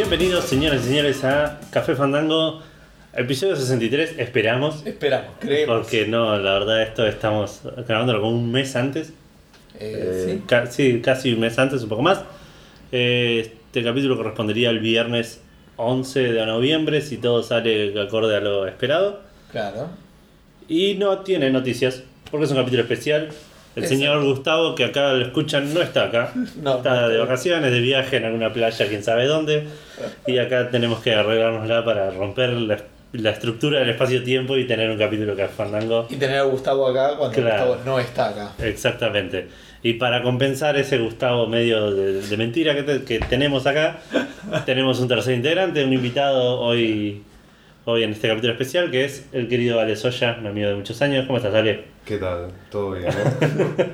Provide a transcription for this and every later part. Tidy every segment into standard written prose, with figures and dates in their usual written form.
Bienvenidos, señoras y señores, a Café Fandango, episodio 63, esperamos. Esperamos, creemos. Porque no, la verdad esto estamos grabándolo como un mes antes. ¿Sí? Sí, casi un mes antes, un poco más. Este capítulo correspondería al viernes 11 de noviembre, si todo sale acorde a lo esperado. Claro. Y no tiene noticias, porque es un capítulo especial. El Exacto. señor Gustavo, que acá lo escuchan, no está acá. No, Está no. de vacaciones, de viaje en alguna playa, quién sabe dónde. Y acá tenemos que arreglárnosla para romper la estructura del espacio-tiempo y tener un capítulo que es Fandango. Y tener a Gustavo acá cuando Claro. Gustavo no está acá. Exactamente. Y para compensar ese Gustavo medio de mentira que tenemos acá, tenemos un tercer integrante, un invitado hoy en este capítulo especial, que es el querido Ale Soya, un amigo de muchos años. ¿Cómo estás, Ale? ¿Qué tal? ¿Todo bien? ¿Eh?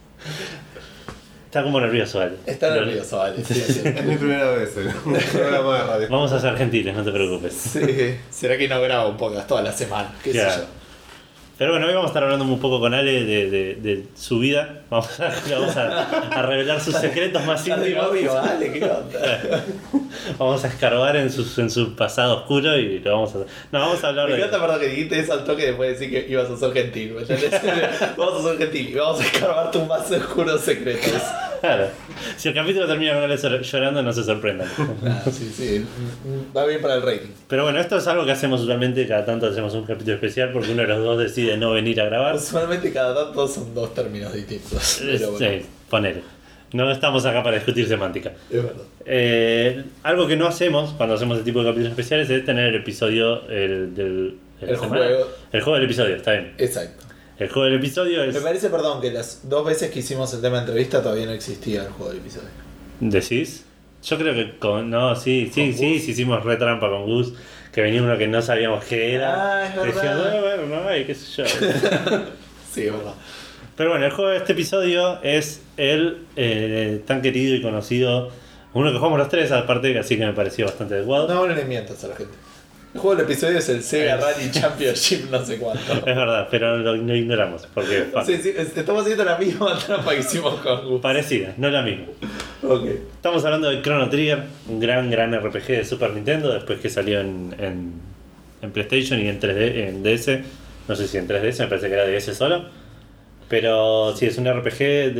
Está como nervioso, Ale. Está nervioso, vale. Sí, sí. Es mi primera vez en un programa de radio. Vamos a ser gentiles, no te preocupes. Sí. ¿Será que no grabo un podcast toda la semana? ¿Qué Claro. sé yo? Pero bueno, hoy vamos a estar hablando un poco con Ale de su vida. Vamos a revelar sus secretos más ¿Estás de íntimos. novio, vale? ¿Qué onda? Vamos a escarbar en su pasado oscuro y lo vamos a... No, vamos a hablar Me de... encanta, perdón, que dijiste eso al toque después de decir que ibas a ser gentil. ¿Me entendés? Vamos a ser gentil y vamos a escarbar tus más oscuros secretos. Claro. Si el capítulo termina con Ale llorando, no se sorprendan. Sí. Va bien para el rating. Pero bueno, esto es algo que hacemos usualmente, cada tanto hacemos un capítulo especial porque uno de los dos decide no venir a grabar. Usualmente cada tanto son dos términos distintos. Pero bueno, Sí, ponele. No estamos acá para discutir semántica. es verdad. Algo que no hacemos cuando hacemos este tipo de capítulos especiales es tener el episodio de la El semana. juego. El juego del episodio, está bien. Exacto. El juego del episodio es... Me parece, perdón, que las dos veces que hicimos el tema de entrevista todavía no existía el juego del episodio. ¿Decís? Yo creo que con... No, sí, ¿Con hicimos re trampa con Gus, que venía uno que no sabíamos qué era. Ah, es verdad. Decíamos, bueno, no hay, qué sé yo. Sí, es verdad. Pero bueno, el juego de este episodio es el tan querido y conocido, uno que jugamos los tres, aparte, así que me pareció bastante adecuado. No le mientas a la gente. El juego del episodio es el Sega Rally Championship no sé cuánto. Es verdad, pero lo ignoramos, porque Sí, estamos haciendo la misma trampa que hicimos con Gus. parecida, no la misma. Ok. Estamos hablando de Chrono Trigger, un gran RPG de Super Nintendo, después que salió en PlayStation y en 3D, en DS. No sé si en 3DS, me parece que era DS solo. Pero sí, es un RPG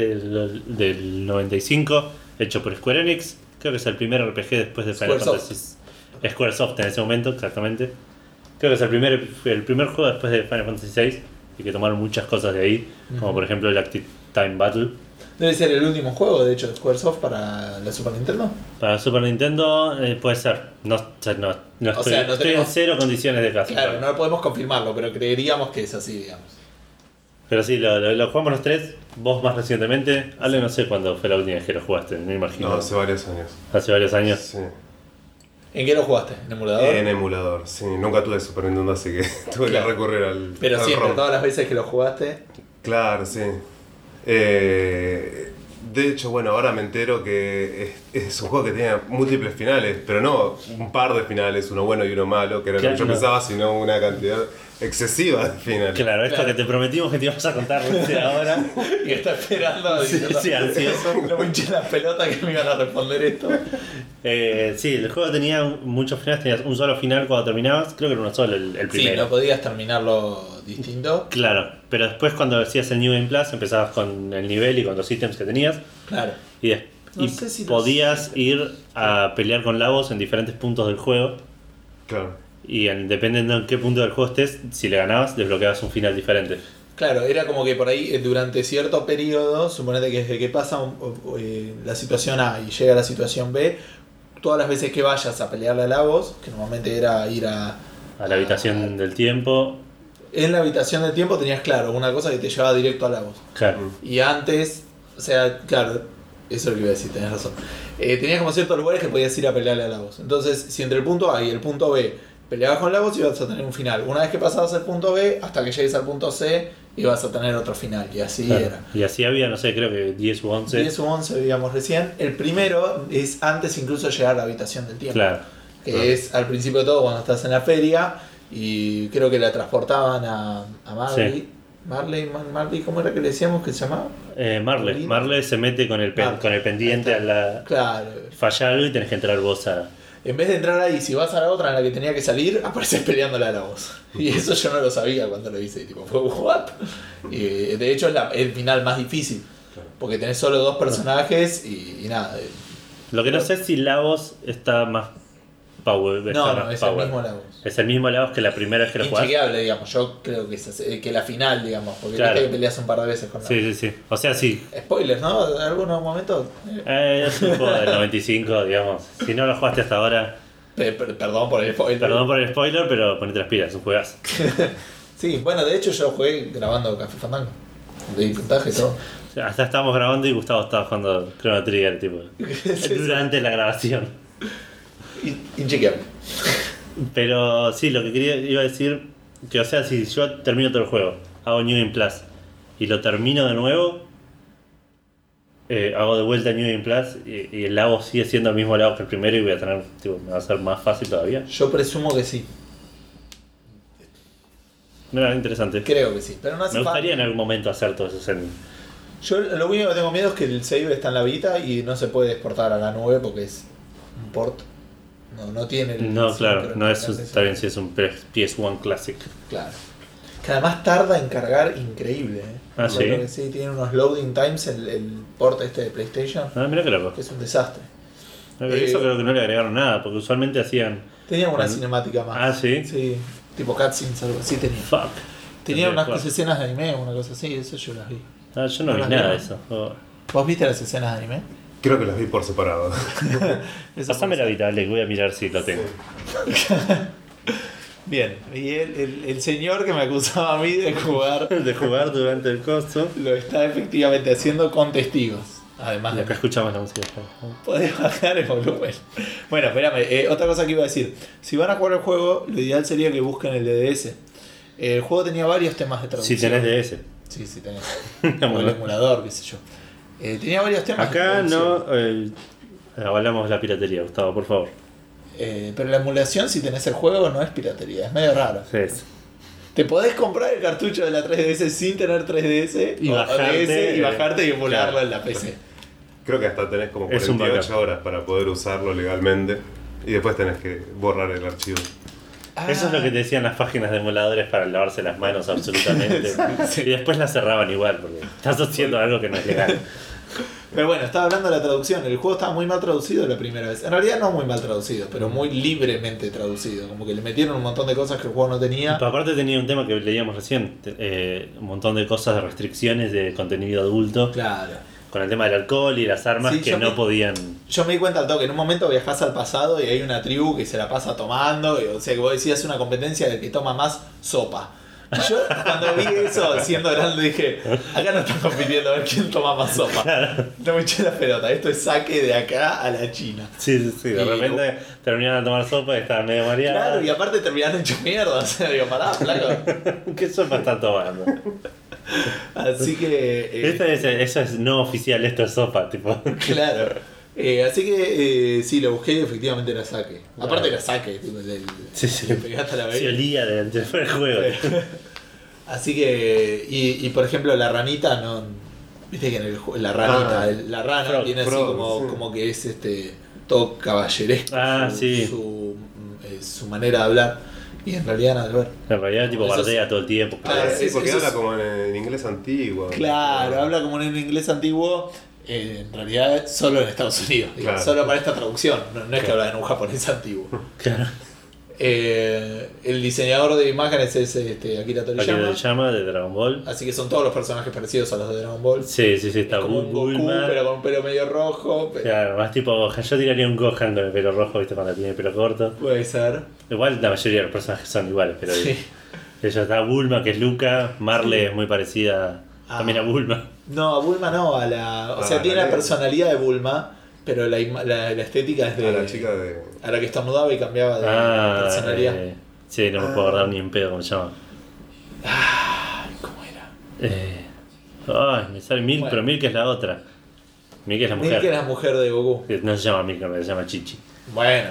del 95, hecho por Square Enix. Creo que es el primer RPG después de Final Squaresoft. Fantasy. Squaresoft en ese momento, exactamente. Creo que es el primer juego después de Final Fantasy VI y que tomaron muchas cosas de ahí, como por ejemplo el Active Time Battle. Debe ser el último juego, de hecho, de Squaresoft para la Super Nintendo. Para Super Nintendo puede ser. No estoy, sea, no estoy tenemos- en cero condiciones de caso. Claro, no podemos confirmarlo, pero creeríamos que es así, digamos. Pero sí, lo jugamos los tres. Vos más recientemente. Ale, no sé cuándo fue la última vez que lo jugaste, no me imagino. No, hace varios años. Hace varios años. Sí. ¿En qué lo jugaste? ¿En emulador? En emulador, sí. Nunca tuve Super Nintendo, así que tuve Claro. que recurrir al. Pero al siempre, ROM. todas las veces que lo jugaste. Claro, sí. De hecho, bueno, ahora me entero que es un juego que tiene múltiples finales, pero no un par de finales, uno bueno y uno malo, que era lo que yo Claro. pensaba, sino una cantidad excesiva de finales. Claro, esto Claro. que te prometimos que te íbamos a contar recién ahora. Y está esperando. diciendo, sí, ansioso. No me hinché las pelotas que me iban a responder esto. Sí, el juego tenía muchos finales, tenías un solo final cuando terminabas, creo que era uno solo el Sí, primero. no podías terminarlo distinto. Claro, pero después cuando decías el New Game Plus empezabas con el nivel y con los ítems que tenías Claro. y, No y sé si los podías ítems- ir a pelear con Lavos en diferentes puntos del juego Claro. y dependiendo en qué punto del juego estés, si le ganabas desbloqueabas un final diferente. Claro, era como que por ahí durante cierto periodo, suponete que desde que pasa la situación A y llega la situación B, todas las veces que vayas a pelearle a Lavos, que normalmente era ir a A la habitación del tiempo, en la habitación del tiempo tenías, claro, una cosa que te llevaba directo a Lavos. claro. Y antes, o sea, claro, eso es lo que iba a decir, tenés razón. Tenías como ciertos lugares que podías ir a pelearle a Lavos. Entonces, si entre el punto A y el punto B peleabas con Lavos, ibas a tener un final. Una vez que pasabas el punto B, hasta que llegues al punto C, ibas a tener otro final. Y así Claro. era. Y así había, no sé, creo que 10 u 11. 10 u 11 veíamos recién. El primero es antes incluso de llegar a la habitación del tiempo. Claro. Que es al principio de todo cuando estás en la feria y creo que la transportaban a Marley. Sí. Marley, ¿cómo era que le decíamos que se llamaba? Marley. Marley. Marley se mete con el Marley. con el pendiente Ahí a está. la... Claro. Falla algo y tenés que entrar vos a... En vez de entrar ahí, si vas a la otra en la que tenía que salir, apareces peleándola a la voz. Y eso yo no lo sabía cuando lo hice. Tipo, fue what? Y de hecho es el final más difícil. Porque tenés solo 2 personajes y nada. Lo que no sé es si Lavos está más power. No, es el mismo Lavos. Es el mismo Lavos que la primera vez que lo jugás. Inchequeable, digamos. Yo creo que es que la final, digamos. Porque Claro. viste que peleas un par de veces con Lavos. Sí. O sea, sí. Spoilers, ¿no? En algunos momentos. Es un juego del 95, digamos. Si no lo jugaste hasta ahora, Perdón por el spoiler. perdón por el spoiler, pero ponete las pilas, es un juegazo. Sí, bueno, de hecho yo jugué grabando Café Fandango. De puntaje y todo. Hasta estábamos grabando y Gustavo estaba jugando Chrono Trigger, tipo, durante la grabación. Inchequeable. Pero sí, lo que iba a decir, que o sea, si yo termino todo el juego, hago New Game Plus y lo termino de nuevo, hago de vuelta New Game Plus y el lago sigue siendo el mismo lago que el primero y voy a tener, tipo, me va a ser más fácil todavía. Yo presumo que sí. Mira, interesante. Creo que sí, pero no hace Me gustaría en falta. algún momento hacer todo eso en... Yo lo único que tengo miedo es que el save está en la Vita y no se puede exportar a la nube porque es un port. No tiene el No, claro, sincro, no es, eso. está bien si es un PS1 Classic. Claro. Que además tarda en cargar increíble. Ah, Yo ¿sí? creo que sí, tiene unos loading times el port este de PlayStation, Ah, mira que loco. que es un desastre. Eso creo que no le agregaron nada, porque usualmente hacían... Tenía una cinemática más. Ah, ¿sí? Sí, tipo cutscenes, algo así tenía. Fuck. Tenía Tendría unas que jugar. escenas de anime, una cosa así, eso yo las vi. Ah, yo no ¿No vi las nada de vieron? eso. Oh. ¿Vos viste las escenas de anime? Creo que las vi por separado. Eso Pásame la Vita, Alex, voy a mirar si lo tengo. Bien, y el señor que me acusaba a mí de jugar De jugar durante el costo. lo está efectivamente haciendo con testigos. Además Y de acá escuchamos la música. podés bajar el volumen. Bueno, espérame, otra cosa que iba a decir. Si van a jugar el juego, lo ideal sería que busquen el DDS. El juego tenía varios temas de traducción. Si tenés DS. Sí, tenés. O el emulador, qué sé yo. Tenía varios temas de Acá traducción. no avalamos la piratería, Gustavo, por favor. Pero la emulación, si tenés el juego, no es piratería, es medio raro. Sí. Te podés comprar el cartucho de la 3DS sin tener 3DS Y o bajarte, DS y bajarte y emularlo claro. en la PC. Creo que hasta tenés como Es un 48 backup. horas para poder usarlo legalmente. Y después tenés que borrar el archivo. Eso es lo que te decían las páginas de emuladores para lavarse las manos absolutamente. Sí. Y después las cerraban igual, porque estás haciendo algo que no es legal. Pero bueno, estaba hablando de la traducción. El juego estaba muy mal traducido la primera vez. En realidad no muy mal traducido, pero muy libremente traducido. Como que le metieron un montón de cosas que el juego no tenía. Pero aparte tenía un tema que leíamos recién, un montón de cosas de restricciones de contenido adulto, Claro. con el tema del alcohol y las armas Sí, que yo no me- podían... Yo me di cuenta al toque, en un momento viajás al pasado y hay una tribu que se la pasa tomando, o sea que vos decías una competencia de que toma más sopa. Y yo cuando vi eso, siendo grande, dije, acá no están compitiendo a ver quién toma más sopa. No me eché la pelota, esto es saque de acá a la China. Sí, de Y- repente terminaban de tomar sopa y estaban medio mareadas. Claro, y aparte terminaron hecho mierda, o sea, digo, pará, flaco. ¿Qué sopa están tomando? Así que... Eso es no oficial, esto es sopa, tipo. Claro. Así que sí, lo busqué y efectivamente era saque. Aparte era saque, tipo, Sí. le pegaste a la Se bebida. olía de fuera del juego. Así que, y por ejemplo, la ranita no. Viste que en la ranita, Ah, la rana Frog, tiene así Frog, como, sí. como que es todo caballeresco Ah, sí. su manera de hablar. Y en realidad nada que ver. En realidad, tipo, Eso bardea todo el tiempo. Claro, Sí, porque eso habla es- como en inglés antiguo. Claro, habla como en un inglés antiguo. En realidad solo en Estados Unidos, digo, Claro. solo para esta traducción, no es que habla en un japonés antiguo. Claro. El diseñador de imágenes es Akira Aquí Toriyama, lo llama de Dragon Ball. así que son todos los personajes parecidos a los de Dragon Ball. Sí, está Es como un Goku, Bulma. pero con un pelo medio rojo. Claro, más tipo, yo tiraría un Gohan con el pelo rojo, viste, cuando tiene el pelo corto. Puede ser. Igual la mayoría de los personajes son iguales, pero Sí. ella está Bulma, que es Luca, Marley es muy parecida también a Bulma. No, a Bulma no, o sea, Ah, tiene la la- personalidad de Bulma, pero la estética es de. A la chica de. A la que estornudaba y cambiaba de personalidad. Sí, no me puedo acordar ni en pedo cómo se llama. Ay, ¿cómo era? Ay, me sale Milk, Bueno. pero Milk es la otra. Milk es la mujer. Milk es la mujer de Goku. Que no se llama Milk, se llama Chichi. Bueno,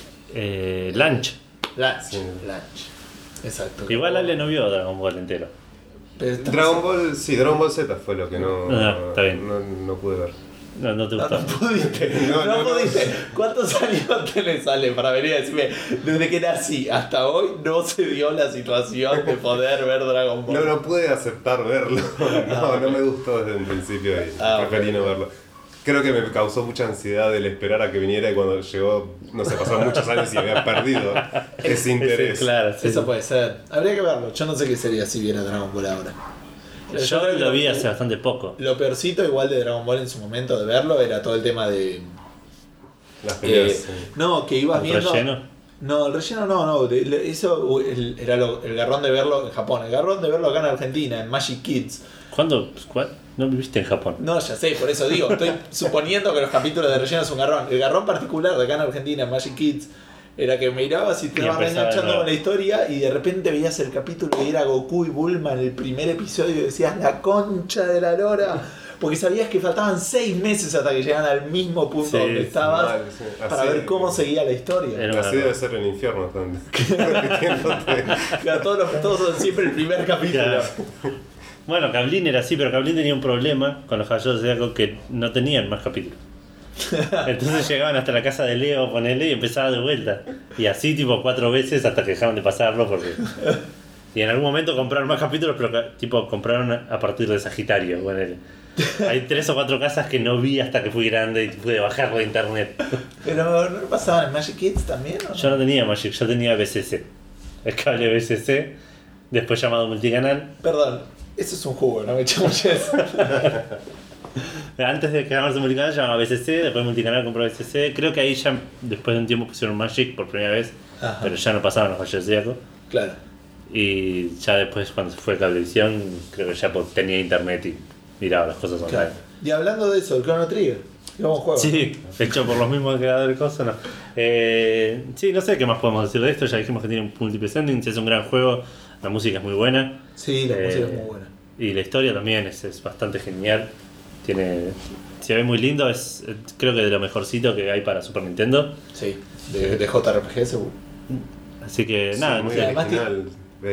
Lunch. Lunch. Sí. Lunch. Exacto. Igual Ale no vio Dragon Ball entero. Pero está- Dragon Ball, sí, Dragon Ball Z fue lo que no, Ah, está bien. no pude ver. No te gustó. No pudiste. No, No no, pudiste. ¿Cuántos años te le sale para venir a decirme, desde que nací hasta hoy no se dio la situación de poder ver Dragon Ball? No pude aceptar verlo. No me gustó desde un principio y preferí no verlo. Creo que me causó mucha ansiedad el esperar a que viniera y cuando llegó, no sé, pasaron muchos años y había perdido ese interés. Claro, sí. Eso puede ser. Habría que verlo. Yo no sé qué sería si viera Dragon Ball ahora. Yo creo que lo vi hace bastante poco. Lo peorcito igual de Dragon Ball en su momento de verlo era todo el tema de... Las peleas. Sí. No, que ibas ¿El viendo... relleno? No, el relleno no. Eso era el garrón de verlo en Japón. El garrón de verlo acá en Argentina, en Magic Kids. ¿Cuándo? ¿No viviste en Japón? No, ya sé, por eso digo. Estoy suponiendo que los capítulos de relleno son garrón. El garrón particular de acá en Argentina, en Magic Kids, era que mirabas y te Y ibas empezaba reenganchando de con la historia y de repente veías el capítulo y era Goku y Bulma en el primer episodio y decías, la concha de la lora. Porque sabías que faltaban 6 meses hasta que llegaran al mismo punto Sí, donde estabas Vale, sí. para ver cómo seguía la historia. Era Así debe ser el infierno también. Repitiéndote. Claro, todos son siempre el primer capítulo. Claro. Bueno, Cablín era así, pero Cablín tenía un problema con los Caballeros de Zodiaco que no tenían más capítulos. Entonces llegaban hasta la casa de Leo, ponele, y empezaba de vuelta. Y así tipo 4 veces hasta que dejaron de pasarlo porque... Y en algún momento compraron más capítulos, pero tipo compraron a partir de Sagitario, ponele. Hay 3 o 4 casas que no vi hasta que fui grande y pude bajarlo de internet. Pero ¿no lo pasaban en Magic Kids también? ¿O no? Yo no tenía Magic, yo tenía BCC. El cable BCC, después llamado multicanal. Perdón, eso es un juego, no me chamulles. Antes de llamarse multicanal llamaba BCC, después multicanal compró BCC. Creo que ahí ya después de un tiempo pusieron Magic por primera vez, Ajá. pero ya no pasaban los Caballeros de Zodiaco. Claro. Y ya después cuando se fue Cablevisión, creo que ya tenía internet y miraba las cosas online. Claro. Y hablando de eso, el Chrono Trigger, que vamos a jugar. Sí, hecho por los mismos creadores de cosas, no. Sí, no sé qué más podemos decir de esto, ya dijimos que tiene múltiples endings, es un gran juego, la música es muy buena. Sí, la música es muy buena. Y la historia también es bastante genial. Se ve muy lindo, es creo que de lo mejorcito que hay para Super Nintendo. Sí, de JRPG seguro. Así que Sí, nada, no muy sé. además original.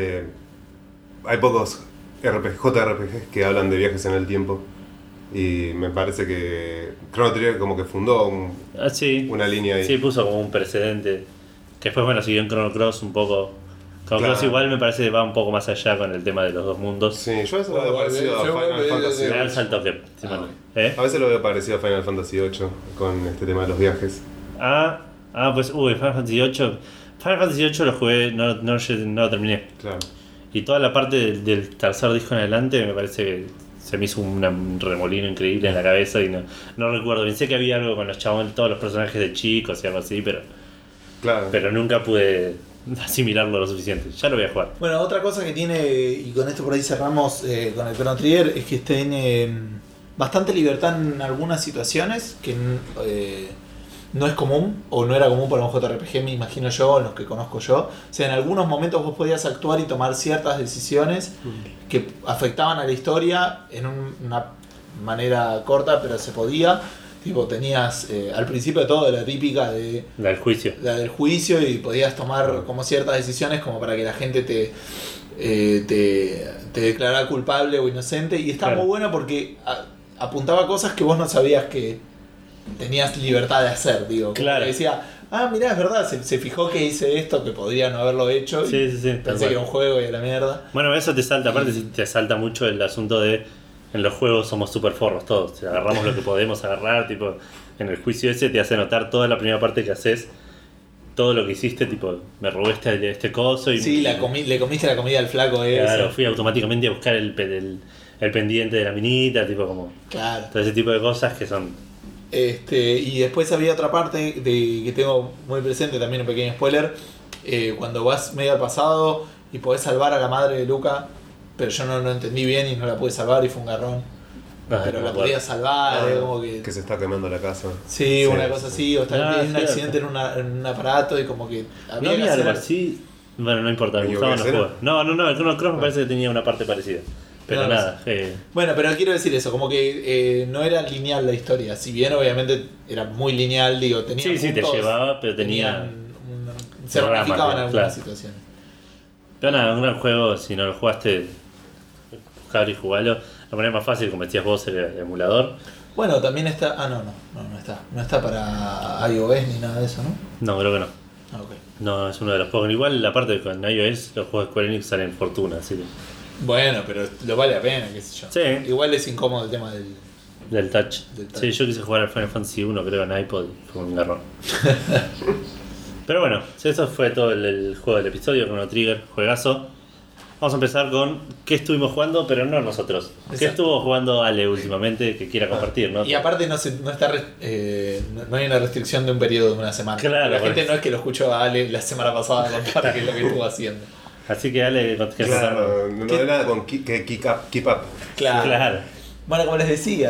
Hay pocos JRPGs que hablan de viajes en el tiempo. Y me parece que Chrono Trigger como que fundó Sí, una línea ahí. sí, puso como un precedente. Que después, bueno, siguió en Chrono Cross un poco. Chrono Claro. Cross igual me parece que va un poco más allá con el tema de los dos mundos. Sí, yo a veces lo veo Oh, parecido a yo Final veo Fantasy Me da el VIII. salto que. Sí, bueno. ¿Eh? A veces lo veo parecido a Final Fantasy VIII con este tema de los viajes. Pues, Final Fantasy VIII. Final Fantasy VIII lo jugué, no lo terminé. Claro. Y toda la parte del tercer disco en adelante me parece que se me hizo un remolino increíble en la cabeza y no recuerdo. Pensé que había algo con los chabones, todos los personajes de chicos y algo así, Claro. pero nunca pude asimilarlo lo suficiente. Ya lo voy a jugar. Bueno, otra cosa que tiene, y con esto por ahí cerramos con el Chrono Trigger, es que tiene bastante libertad en algunas situaciones que no es común, o no era común para un JRPG, me imagino yo, en los que conozco yo. O sea, en algunos momentos vos podías actuar y tomar ciertas decisiones que afectaban a la historia en una manera corta, pero se podía. Tipo, tenías al principio de todo la típica de La del juicio. la del juicio y podías tomar como ciertas decisiones como para que la gente te declarara culpable o inocente. Y está Claro. muy bueno porque apuntaba a cosas que vos no sabías que tenías libertad de hacer, digo. Como Claro. que decía, mirá, es verdad, se fijó que hice esto, que podría no haberlo hecho. Y Sí, tal pensé cual. que era un juego y a la mierda. Bueno, eso te salta, aparte te salta mucho el asunto de en los juegos somos super forros todos, o sea, agarramos lo que podemos agarrar, tipo, en el juicio ese te hace notar toda la primera parte que haces, todo lo que hiciste, tipo, me robé este coso y Sí, le comiste la comida al flaco ese. claro, fui automáticamente a buscar el pendiente de la minita, tipo como Claro. todo ese tipo de cosas que son Y después había otra parte que tengo muy presente, también un pequeño spoiler, cuando vas medio al pasado y podés salvar a la madre de Luca, pero yo no entendí bien y no la pude salvar y fue un garrón. Pero no me la acuerdo. podías salvar, como que... Que se está quemando la casa. Sí, una cosa así, o está en un cierto. accidente en un aparato y como que ¿No había que había algo hacer... así? Bueno, no importa, me ¿Me gustaban los equivoqué, juegos. No, el Chrono Cross me parece que tenía una parte parecida. Pero No, nada, Bueno, pero quiero decir eso, como que no era lineal la historia, si bien obviamente era muy lineal, digo, tenía sí, te puntos, llevaba, pero tenía... se ramas, ramificaban algunas claro. situaciones. Pero nada, un gran juego, si no lo jugaste, buscalo y jugalo. Lo ponés más fácil, como decías vos, el emulador. Bueno, también está. Ah, no está. No está para iOS ni nada de eso, ¿no? No, creo que no. Ah, ok. No, es uno de los juegos. Igual, la parte con iOS, los juegos de Square Enix salen fortuna, así que. Bueno, pero lo vale la pena, qué sé yo. Sí. Igual es incómodo el tema Del touch. Del touch. Sí, yo quise jugar al Final Fantasy 1, creo, en iPod, y fue un garrón. Pero bueno, eso fue todo el juego del episodio, Chrono Trigger, juegazo. Vamos a empezar con qué estuvimos jugando, pero no nosotros. Exacto. ¿Qué estuvo jugando Ale últimamente que quiera compartir, no? Y aparte no hay una restricción de un periodo de una semana. Claro, La gente pues. no es que lo escuchó a Ale la semana pasada contar qué es lo que estuvo haciendo. Así que Ale, ¿qué Claro, no hay nada con keep up. Claro. Bueno, como les decía,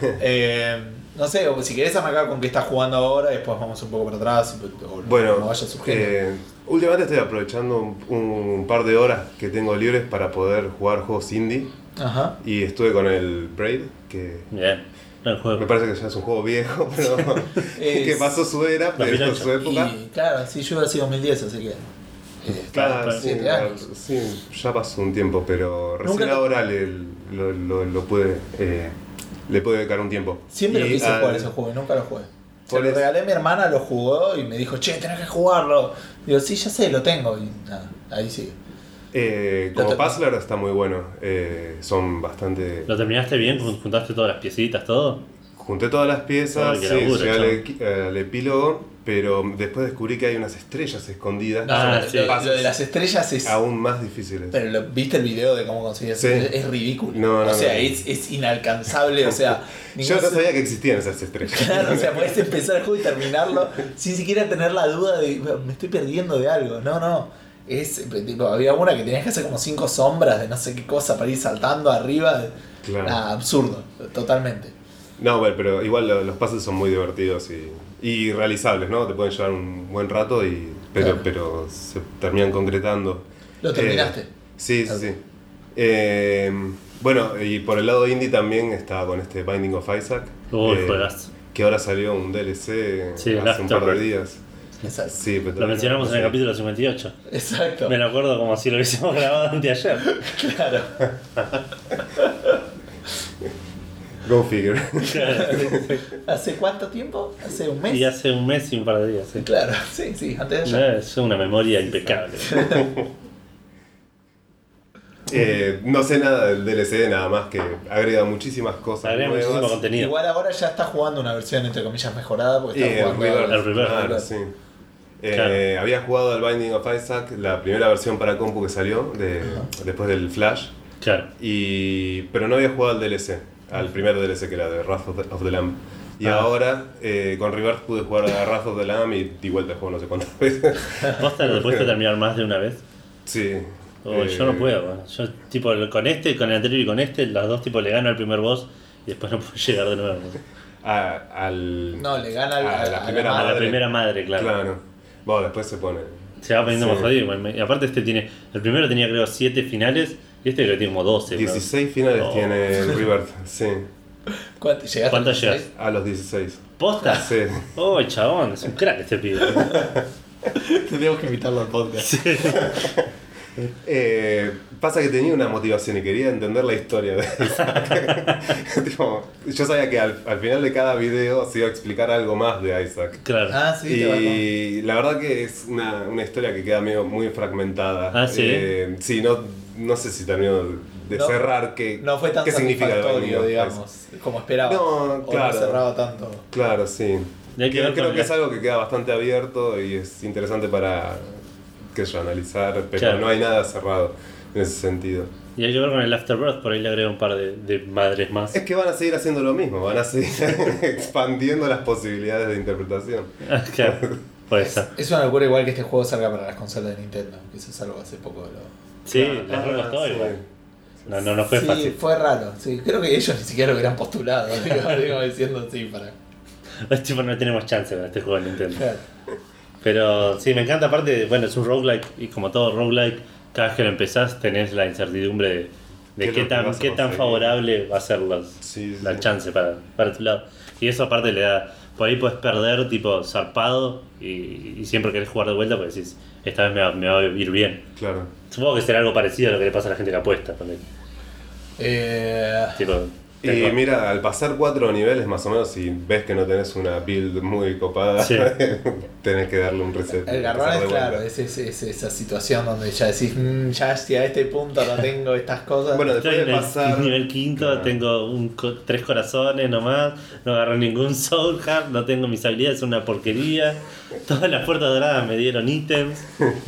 no sé, o si querés arrancar con qué estás jugando ahora, después vamos un poco para atrás, o Bueno, como vaya surgiendo. últimamente estoy aprovechando un par de horas que tengo libres para poder jugar juegos indie. Ajá. Y estuve con el Braid, que Bien. No, el juego. me parece que ya es un juego viejo, pero que pasó su era, pero 2008. su época. Y claro, sí, yo iba a 2010, así que. Claro, sí, 7 años. sí, ya pasó un tiempo, pero recién Nunca te- ahora lo pude, le pude dedicar un tiempo. Siempre lo Y quise al- jugar ese juego y nunca lo jugué. Se Por lo eso- regalé a mi hermana, lo jugó y me dijo, che, tenés que jugarlo. Digo, sí, ya sé, lo tengo. Y nada, ahí sigue. Como Lo te- puzzler está muy bueno, son bastante... ¿Lo terminaste bien? ¿Juntaste todas las piecitas, todo? Junté todas las piezas, Ay, qué sí, laburo, llegué al epílogo, pero después descubrí que hay unas estrellas escondidas No, Ah, lo, sí. lo de las estrellas es. aún más difíciles. Pero ¿viste el video de cómo conseguir Sí. es ridículo. No, no, o sea, no. es inalcanzable. O sea, Yo no sabía que existían esas estrellas. Claro, o sea, podés empezar el juego y terminarlo sin siquiera tener la duda de me estoy perdiendo de algo. No. Había una que tenías que hacer como 5 sombras de no sé qué cosa para ir saltando arriba. Claro. Nada, absurdo, totalmente. No, bueno, pero igual los puzzles son muy divertidos y realizables, ¿no? Te pueden llevar un buen rato, Claro. pero se terminan concretando. ¿Lo terminaste? Sí, sí, Ok. sí. Bueno, y por el lado indie también estaba con este Binding of Isaac. Uy, juegazo. Que ahora salió un DLC Sí, el hace un par de Afterbirth. días. Exacto. Sí, pero Lo mencionamos en el sí. capítulo 58. Exacto. Me lo acuerdo como si lo hubiésemos grabado anteayer. Claro. Go figure. ¿Hace cuánto tiempo? ¿Hace un mes? Y hace un mes y un par de días. Sí. Claro, sí, antes de ayer. Es una memoria impecable. No sé nada del DLC, nada más que agrega muchísimas cosas Agrega nuevas. muchísimo contenido. Igual ahora ya está jugando una versión entre comillas mejorada porque está El jugando Rebirth, El Rebirth. claro, sí. Claro. Había jugado al Binding of Isaac, la primera versión para compu que salió, después del Flash, Claro. pero no había jugado al DLC, al primer DLC que era de Wrath of the Lamb. Y ahora con Rebirth pude jugar a Wrath of the Lamb y di vuelta el juego no sé cuántas veces. ¿Vos te pudiste terminar más de una vez? Sí. Yo no puedo. Bueno. Yo, tipo, con el anterior y con los dos, tipo, le gano al primer boss y después no puedo llegar de nuevo. No, le gana a la primera A madre. la primera madre, claro. Bueno, después se pone... Se va poniendo Sí. más jodido. Igual. Y aparte el primero tenía creo 7 finales y este creo que tiene como 12. 16 finales No. tiene el Rebirth, sí. ¿Llegaste ¿Cuánto a los llegas? 16? A los 16. ¿Posta? Sí. Oh, chabón, es un crack este pibe. Tendríamos que invitarlo al podcast. Pasa que tenía una motivación y quería entender la historia de Isaac. Tipo, yo sabía que al final de cada video se iba a explicar algo más de Isaac. Claro. Ah, sí, te va con- Y la verdad que es una historia que queda medio muy fragmentada. Ah, ¿sí? Sí, no sé si terminó de No, cerrar No fue tan qué significa el Binding satisfactorio, of digamos, como esperaba. No, O claro. no cerraba tanto. Claro, sí. Y hay que ver Creo con que es algo que queda bastante abierto y es interesante para qué sé yo, analizar, pero Claro. no hay nada cerrado en ese sentido. Y hay que ver con el Afterbirth, por ahí le agrego un par de madres más. Es que van a seguir haciendo lo mismo, van a seguir expandiendo las posibilidades de interpretación. Claro, puede ser. Es una locura igual que este juego salga para las consolas de Nintendo, que eso es algo que hace poco lo... Sí, Claro, les recostó sí. igual. No fue sí, fácil. fue raro. Sí, creo que ellos ni siquiera lo hubieran postulado. Digo, diciendo sí para... Es tipo, no tenemos chance con este juego de Nintendo. Claro. Pero sí, me encanta. Aparte, bueno, es un roguelike y como todo roguelike, cada vez que lo empezás tenés la incertidumbre de ¿Qué qué es lo que vas a tan conseguir? favorable va a ser Sí, la sí. chance para tu lado. Y eso aparte le da... Por ahí puedes perder tipo zarpado y siempre querés jugar de vuelta porque decís, esta vez me va a ir bien. Claro. Supongo que será algo parecido a lo que le pasa a la gente que apuesta. ponele. Tipo, Y mira, al pasar 4 niveles más o menos, si ves que no tenés una build muy copada, Sí. tenés que darle un reset. El garrón empezar es de vuelta. claro, es esa situación donde ya decís, ya hacia este punto no tengo estas cosas. Bueno, estoy después en de el pasar... nivel 5, Claro. tengo 3 corazones nomás, no agarré ningún soul heart, no tengo mis habilidades, es una porquería. Todas las puertas doradas me dieron ítems.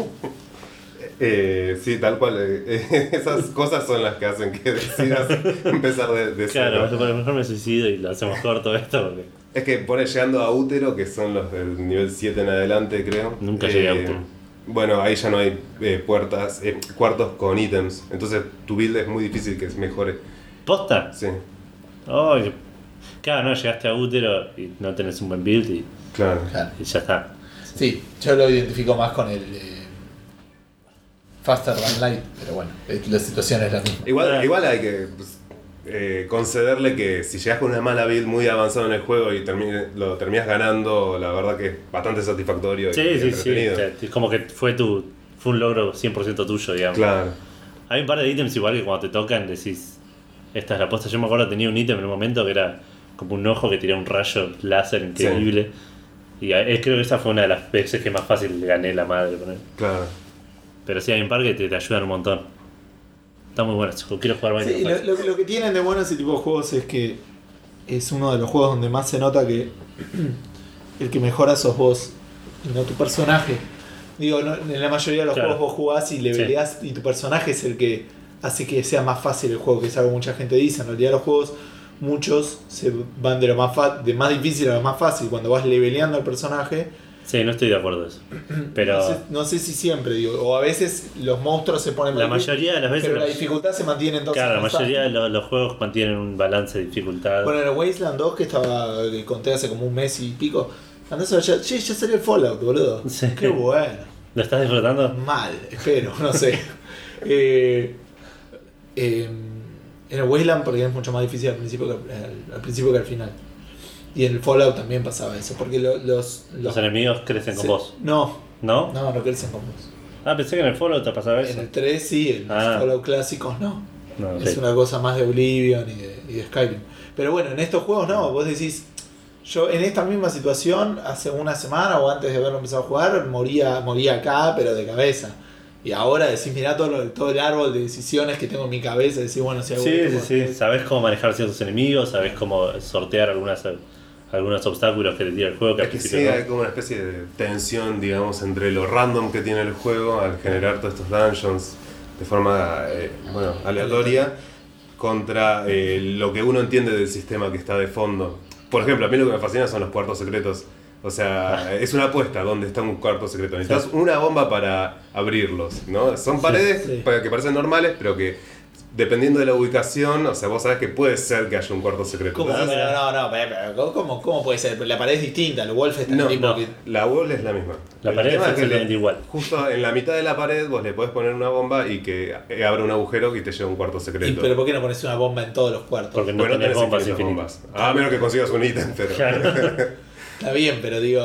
Sí, tal cual. Esas cosas son las que hacen que decidas empezar de Claro, cero. por lo mejor me suicido y lo hacemos corto esto porque Es que pone llegando a Útero, que son los del nivel 7 en adelante, creo. Nunca llegué a Útero. Bueno, ahí ya no hay cuartos con ítems. Entonces tu build es muy difícil que mejore. ¿Posta? Sí, Oh, claro, no, llegaste a útero y no tenés un buen build y claro. Claro. ya está. Sí, yo lo identifico más con el Faster Than Light, pero bueno, la situación es la misma. Igual hay que concederle que si llegas con una mala build muy avanzada en el juego y lo terminas ganando, la verdad que es bastante satisfactorio y Sí, sí, sí. entretenido. O sea, es como que fue un logro 100% tuyo, digamos. Claro. Hay un par de ítems igual que cuando te tocan decís, esta es la posta. Yo me acuerdo tenía un ítem en un momento que era como un ojo que tiraba un rayo láser increíble. Y creo que esa fue una de las veces que más fácil gané la madre con él. Claro. Pero sí hay un par que te ayudan un montón. Está muy bueno, quiero jugar más. Sí, lo que tienen de bueno ese tipo de juegos es que es uno de los juegos donde más se nota que el que mejora sos vos y no tu personaje. Digo, en la mayoría de los Claro. juegos vos jugás y le Sí. peleás y tu personaje es el que hace que sea más fácil el juego, que es algo que mucha gente dice. En realidad los juegos, muchos se van de lo de más difícil a lo más fácil. Cuando vas leveleando al personaje, Sí, no estoy de acuerdo en eso. Pero no sé si siempre, digo, o a veces los monstruos se ponen la más mayoría de las veces... pero la dificultad se mantiene entonces. Claro, la constante. mayoría de los juegos mantienen un balance de dificultad. Bueno, en el Wasteland 2 que conté hace como un mes y pico, andás a ver, ya salió el Fallout, boludo. Sí. Qué bueno. ¿Lo estás disfrutando? Mal, espero, no sé. En el Wasteland porque es mucho más difícil al principio que al final. Y en el Fallout también pasaba eso, porque Los enemigos crecen con vos. No, ¿No? no crecen con vos. Ah, pensé que en el Fallout te pasaba eso. En el 3 sí, en los Fallout clásicos no. No, Es ok. una cosa más de Oblivion y de Skyrim. Pero bueno, en estos juegos no, vos decís, yo en esta misma situación, hace una semana o antes de haberlo empezado a jugar, moría acá, pero de cabeza. Y ahora decís, mirá todo el árbol de decisiones que tengo en mi cabeza, decís, bueno, si hago Sí, esto, sí, sí. Sabés cómo manejar ciertos enemigos, sabés cómo sortear algunos obstáculos que te tira el juego. Que Es al que principio sí, no. hay como una especie de tensión, digamos, entre lo random que tiene el juego al generar todos estos dungeons de forma aleatoria contra lo que uno entiende del sistema que está de fondo. Por ejemplo, a mí lo que me fascina son los cuartos secretos. O sea, es una apuesta donde está un cuarto secreto. Necesitas una bomba para abrirlos, ¿no? Son paredes sí. que parecen normales, pero que dependiendo de la ubicación, o sea, vos sabés que puede ser que haya un cuarto secreto. ¿Cómo? Entonces, Pero ¿cómo puede ser? La pared es distinta, el Wolfenstein No, tipo no. que... la wall es la misma. La El pared tema es que exactamente igual. Justo en la mitad de la pared vos le podés poner una bomba y que abra un agujero y te lleva a un cuarto secreto. Pero ¿por qué no pones una bomba en todos los cuartos? Porque no Bueno, tenés tenés bombas infinitas infinitas. bombas. A menos que consigas un ítem, pero... Claro. Está bien, pero digo...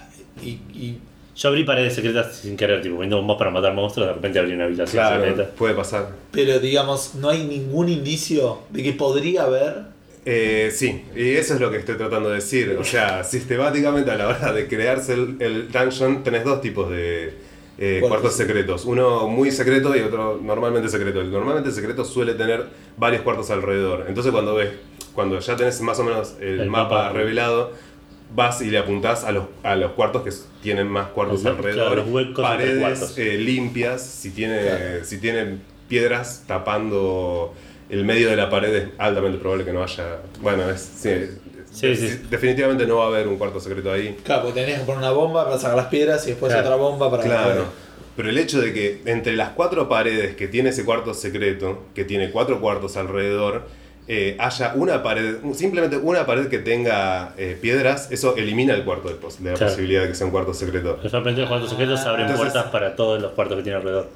Y Yo abrí paredes secretas sin querer, tipo, poniendo bombas para matar monstruos, de repente abrí una habitación Claro, secreta. puede pasar. pero digamos, no hay ningún indicio de que podría haber... Sí, y eso es lo que estoy tratando de decir. O sea, sistemáticamente a la hora de crearse el dungeon tenés dos tipos de cuartos secretos. Uno muy secreto y otro normalmente secreto. El normalmente secreto suele tener varios cuartos alrededor. Entonces cuando ya tenés más o menos el mapa revelado, vas y le apuntás a los cuartos que tienen más cuartos Claro, alrededor. los huecos entre paredes cuartos. limpias, si Claro. tienen piedras tapando el medio de la pared, es altamente probable que no haya. Bueno, Sí. definitivamente no va a haber un cuarto secreto ahí. Claro, porque tenés que poner una bomba para sacar las piedras y después Claro. otra bomba para... Claro. Pero el hecho de que entre las 4 paredes que tiene ese cuarto secreto, que tiene 4 cuartos alrededor, haya una pared, simplemente una pared que tenga piedras, eso elimina el cuarto de la Claro. posibilidad de que sea un cuarto secreto. Usualmente los cuartos secretos abren Entonces- puertas para todos los cuartos que tiene alrededor.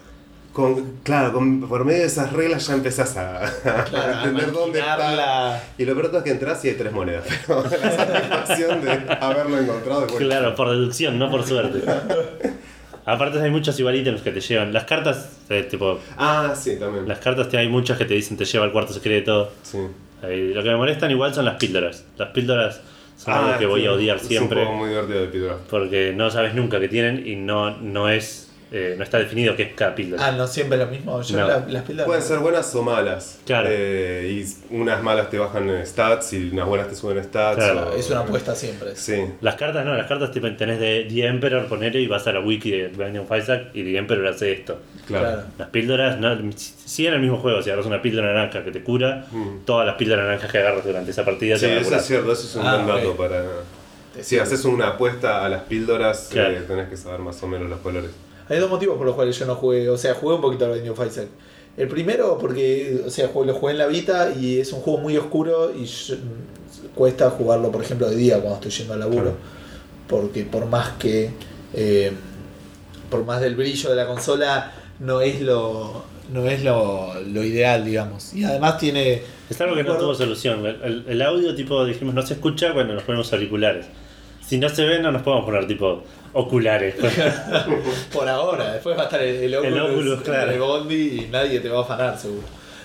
Por medio de esas reglas ya empezás a entender dónde está. imaginarla. Y lo peor de todo es que entras y hay 3 monedas, pero la satisfacción de haberlo encontrado es buena. Claro, por deducción, no por suerte. Aparte hay muchos igual ítems que te llevan. Las cartas, tipo... Ah, sí, también. Las cartas hay muchas que te dicen te lleva al cuarto secreto. Sí. Lo que me molestan igual son las píldoras. Las píldoras son algo que voy a odiar siempre. Es un juego muy divertido de píldoras. Porque no sabes nunca qué tienen y no está definido qué es cada píldora. Ah, no siempre lo mismo. Yo No. las píldoras. Pueden ser buenas o malas. Claro. Y unas malas te bajan stats y unas buenas te suben stats. Claro. Es una apuesta siempre. Sí. Las cartas no, las cartas tipo, tenés de The Emperor, ponele y vas a la wiki de Binding of Isaac y The Emperor hace esto. Claro. Las píldoras, no, si en el mismo juego, si agarras una píldora naranja que te cura, todas las píldoras naranjas que agarras durante esa partida Sí, te van a eso curar. es cierto, eso es un buen dato ok. para... Te Si sirve. haces una apuesta a las píldoras, Claro. tenés que saber más o menos los colores. Hay dos motivos por los cuales yo no jugué. O sea, jugué un poquito al Binding of Isaac. El primero, porque o sea, lo jugué en la Vita y es un juego muy oscuro y cuesta jugarlo, por ejemplo, de día cuando estoy yendo al laburo. Claro. Porque por más del brillo de la consola, no es lo ideal, digamos. Y además tiene... Es algo que no tuvo solución. El audio, tipo, dijimos, no se escucha cuando nos ponemos auriculares. Si no se ve, no nos podemos poner, tipo, oculares. Por ahora, después va a estar el Oculus, claro. el Bondi y nadie te va a afanar, seguro.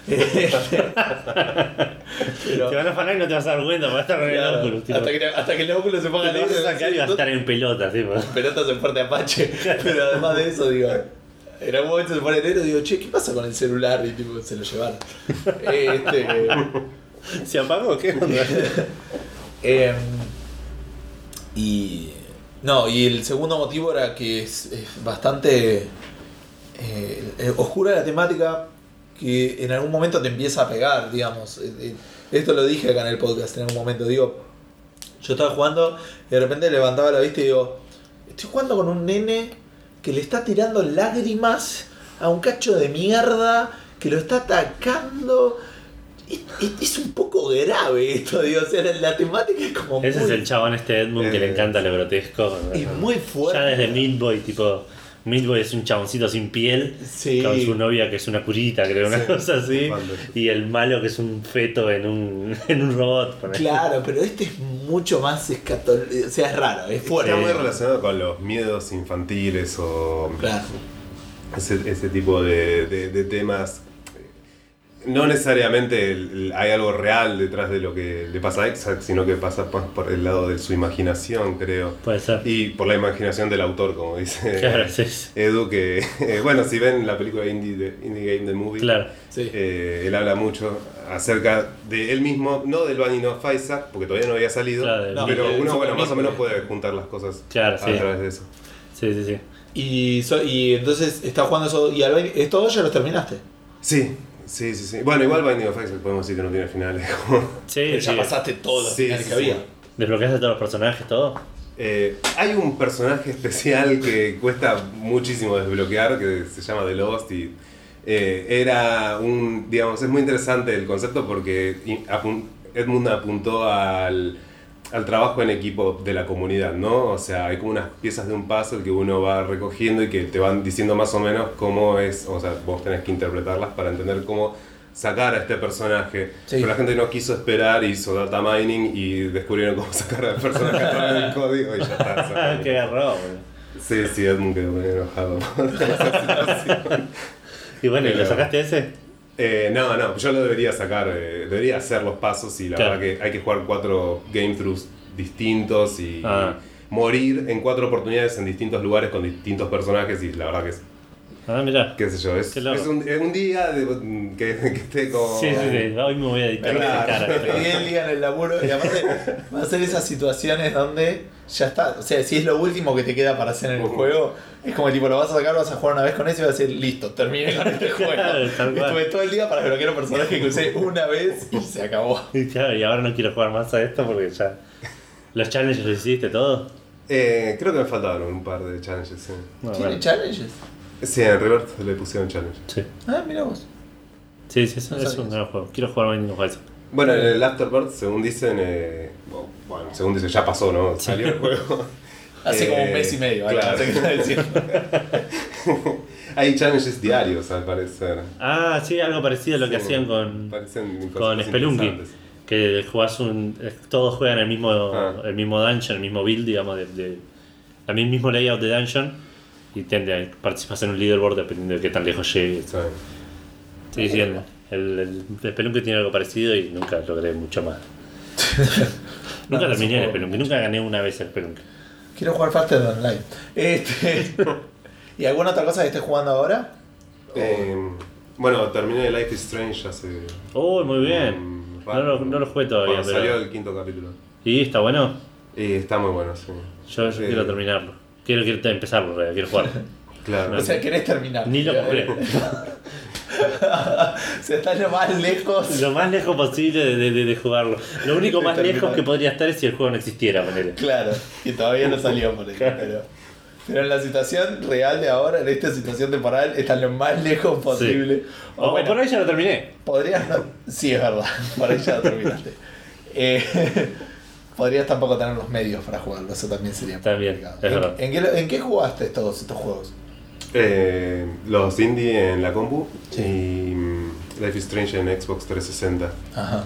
Pero, Te van a afanar y no te vas a dar cuenta, vas a estar con el claro, Oculus. Tipo. hasta que el Oculus se ponga Te vas a negro, sacar y vas a estar en pelota, tipo. pelotas en fuerte Apache. Pero además de eso, digo, en algún momento se pone negro y digo, che, ¿qué pasa con el celular? Y tipo, se lo llevaron. ¿Se apagó o qué onda? Y el segundo motivo era que es bastante oscura la temática, que en algún momento te empieza a pegar, digamos. Esto lo dije acá en el podcast en algún momento, digo, yo estaba jugando y de repente levantaba la vista y digo, estoy jugando con un nene que le está tirando lágrimas a un cacho de mierda, que lo está atacando. Es un poco grave esto, digo, o sea, la temática es como Ese muy, es el chabón Edmund que le encanta lo grotesco. es muy fuerte. Ya desde Meat Boy, tipo, Meat Boy es un chaboncito sin piel, Sí. con su novia que es una curita, creo, una Sí. cosa así, Cuando- y el malo que es un feto en un robot. ponele. Claro, pero este es mucho más escatológico, o sea, es raro, es fuerte. Está muy relacionado con los miedos infantiles o Claro. ese tipo de temas. No necesariamente hay algo real detrás de lo que le pasa a Isaac, sino que pasa más por el lado de su imaginación, creo. Puede ser. Y por la imaginación del autor, como dice Claro, sí, sí. Edu, que, bueno, si ven la película Indie Game The Movie, Claro. Sí. él habla mucho acerca de él mismo, no del Binding of Isaac, porque todavía no había salido, Claro, No, pero el uno, Super bueno, más o Meat menos Boy. puede juntar las cosas Claro, a sí. través de eso. Sí, sí, sí. Y entonces estás jugando eso. ¿Y estos dos ya los terminaste? Sí. Bueno, igual Binding of Isaac podemos decir que no tiene finales. Sí, Pero ya sí. pasaste todos los Sí, finales sí, que había. sí. ¿Desbloqueaste todos los personajes, todo? Hay un personaje especial que cuesta muchísimo desbloquear, que se llama The Lost, y era digamos, es muy interesante el concepto porque Edmund apuntó al trabajo en equipo de la comunidad, ¿no? O sea, hay como unas piezas de un puzzle que uno va recogiendo y que te van diciendo más o menos cómo es, o sea, vos tenés que interpretarlas para entender cómo sacar a este personaje. Sí. Pero la gente no quiso esperar, hizo data mining y descubrieron cómo sacar al personaje a través del código y ya está. Qué garrón, boludo. Sí, Edmund quedó muy enojado por esa situación. Y bueno, ¿y lo Pero- sacaste ese? No, yo lo debería sacar, debería hacer los pasos y la Claro. verdad que hay que jugar 4 game throughs distintos y morir en 4 oportunidades en distintos lugares con distintos personajes y la verdad que es, Ah, mirá. qué sé yo, es Qué loco. un día que esté como... Sí, sí, sí. Hoy me voy a editar Claro, esa cara. te di el día en el laburo y aparte va a ser esas situaciones donde ya está, o sea, si es lo último que te queda para hacer en el juego, es como tipo lo vas a sacar, vas a jugar una vez con eso y vas a decir, listo, terminé con este juego. Claro, tal cual. Estuve todo el día para desbloquear un personaje que usé una vez y se acabó. Y claro, y ahora no quiero jugar más a esto porque ya. ¿Los challenges los hiciste todo? creo que me faltaban un par de challenges. Sí, No, ¿Tiene bueno. challenges? sí en Revert le pusieron challenge. Sí, Ah, mira vos. sí, sí, eso No es sabía un gran juego. Quiero jugar Binding of Isaac. Bueno, en el Afterbirth, según dicen, bueno, según dicen, ya pasó, ¿no? Salió el juego. Hace como un mes y medio, ¿vale? claro. No sé qué está diciendo. Hay challenges diarios, al parecer. Ah, sí, algo parecido a lo que Sí, hacían con parecen con cosas Spelunky. interesantes. Que jugás todos juegan Ah. el mismo dungeon, el mismo build, digamos, el mismo layout de dungeon. y participas en un leaderboard dependiendo de qué tan lejos llegues. Sí, el Spelunky tiene algo parecido y nunca logré mucho más. Nunca terminé el Spelunky, nunca gané una vez el Spelunky. Quiero jugar Faster Online. ¿Y alguna otra cosa que estés jugando ahora? Bueno, terminé Life is Strange hace... Oh, muy bien. No lo jugué todavía. Bueno, salió el 5º capítulo. ¿Y está bueno? Y está muy bueno, sí. Yo quiero terminarlo. Quiero empezarlo, quiero jugar. Claro. O sea, querés terminar. Ni lo compré. Se está lo más lejos. Lo más lejos posible de jugarlo. Lo único más lejos que podría estar es si el juego no existiera, ponele. Claro, que todavía no salió por eso. Pero en la situación real de ahora, en esta situación temporal, está lo más lejos posible. Sí. O bueno, por ahí ya lo terminé. Podrías no. Sí, es verdad. Por ahí ya lo terminaste. Podrías tampoco tener los medios para jugarlo, eso también sería complicado. Es verdad. ¿En qué jugaste todos estos juegos? Los indie en la compu y Life is Strange en Xbox 360. Ajá.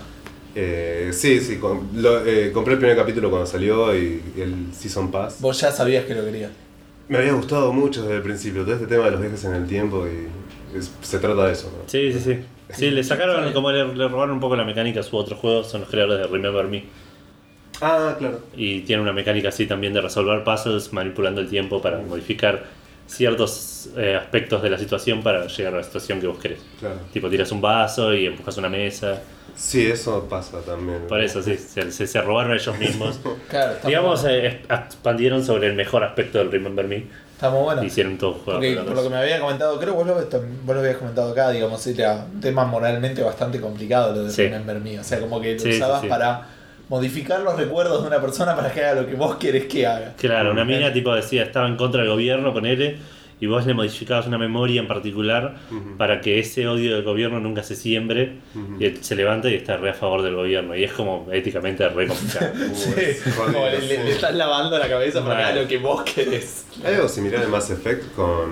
Sí, compré el primer capítulo cuando salió y el Season Pass. ¿Vos ya sabías que lo querías? Me había gustado mucho desde el principio, todo este tema de los viajes en el tiempo y se trata de eso, ¿no? Sí. Sí, le sacaron, como le robaron un poco la mecánica a sus otros juegos, son los creadores de Remember Me. Ah, claro. Y tienen una mecánica así también de resolver puzzles manipulando el tiempo para modificar ciertos aspectos de la situación para llegar a la situación que vos querés. Claro. Tipo, tiras un vaso y empujas una mesa. Sí, eso pasa también. Por eso, sí, se robaron ellos mismos. Claro, digamos, expandieron sobre el mejor aspecto del Remember Me. Está muy bueno. Hicieron todo juego. Por lo que me había comentado, creo que vos lo habías comentado acá, digamos, era un tema moralmente bastante complicado lo de Remember Me. O sea, como que lo usabas para modificar los recuerdos de una persona para que haga lo que vos querés que haga. Claro, una mina tipo decía, estaba en contra del gobierno, ponele, y vos le modificabas una memoria en particular para que ese odio del gobierno nunca se siembre y él se levanta y está re a favor del gobierno. Y es como éticamente re complicado. Como le estás lavando la cabeza para que haga lo que vos querés. Hay algo similar en Mass Effect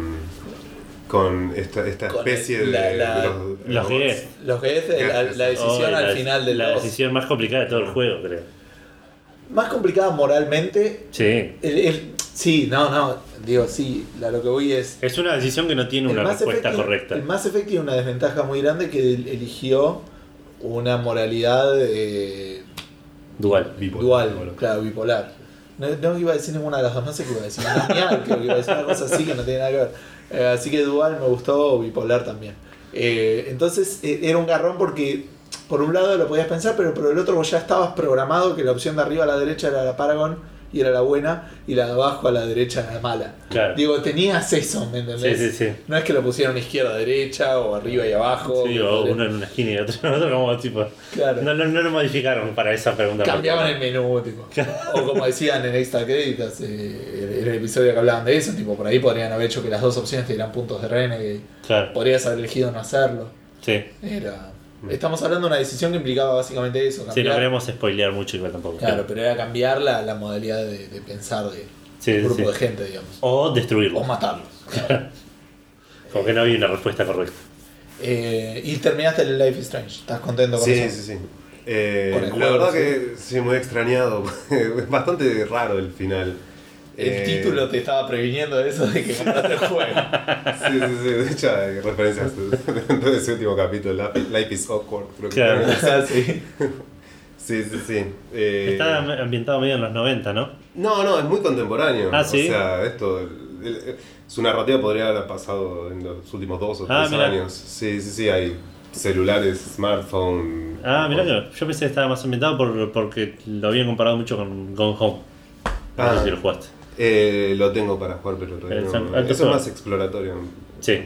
con esta especie de los Geth. Los Geth, la decisión al final del La decisión más complicada de todo el juego, creo. Más complicada moralmente. Sí. Sí, digo, sí, lo que voy es... Es una decisión que no tiene una respuesta correcta. El Mass Effect tiene una desventaja muy grande que eligió una moralidad dual, claro, bipolar. No iba a decir ninguna de las dos, no sé qué iba a decir. Creo que iba a decir una cosa así que no tiene nada que ver. Así que dual me gustó, bipolar también. Entonces era un garrón porque por un lado lo podías pensar, pero por el otro vos ya estabas programado que la opción de arriba a la derecha era la Paragon y era la buena, y la de abajo a la derecha era la mala. Claro. Digo, tenías eso, ¿me entendés? Sí. No es que lo pusieron izquierda a derecha o arriba y abajo. Sí, o uno en una esquina y otro como tipo. Claro. No lo modificaron para esa pregunta. Cambiaban el menú, tipo. O como decían en Extra Créditos, en el episodio que hablaban de eso, tipo, por ahí podrían haber hecho que las dos opciones te dieran puntos de Renegade. Claro. Podrías haber elegido no hacerlo. Sí. Estamos hablando de una decisión que implicaba básicamente eso. Sí, no queremos spoilear mucho igual tampoco. Claro, pero era cambiar la modalidad de pensar de un grupo de gente, digamos. O destruirlos. O matarlos. Como que no había una respuesta correcta. Y terminaste el Life is Strange. ¿Estás contento con eso? Sí. La verdad que sí, muy extrañado. Es bastante raro el final. El título te estaba previniendo de eso de que compraste el juego. Sí. De hecho, hay referencias dentro de ese último capítulo. Life is awkward, creo que. Claro. Sí. Está ambientado medio en los 90, ¿no? No, es muy contemporáneo. ¿Sí? O sea, su narrativa podría haber pasado en los últimos 2 o 3 años. Sí, hay celulares, smartphone. Mirá que yo pensé que estaba más ambientado porque lo habían comparado mucho con Gone Home. No sé si lo jugaste. Lo tengo para jugar, pero todavía no. Eso es más exploratorio. Sí.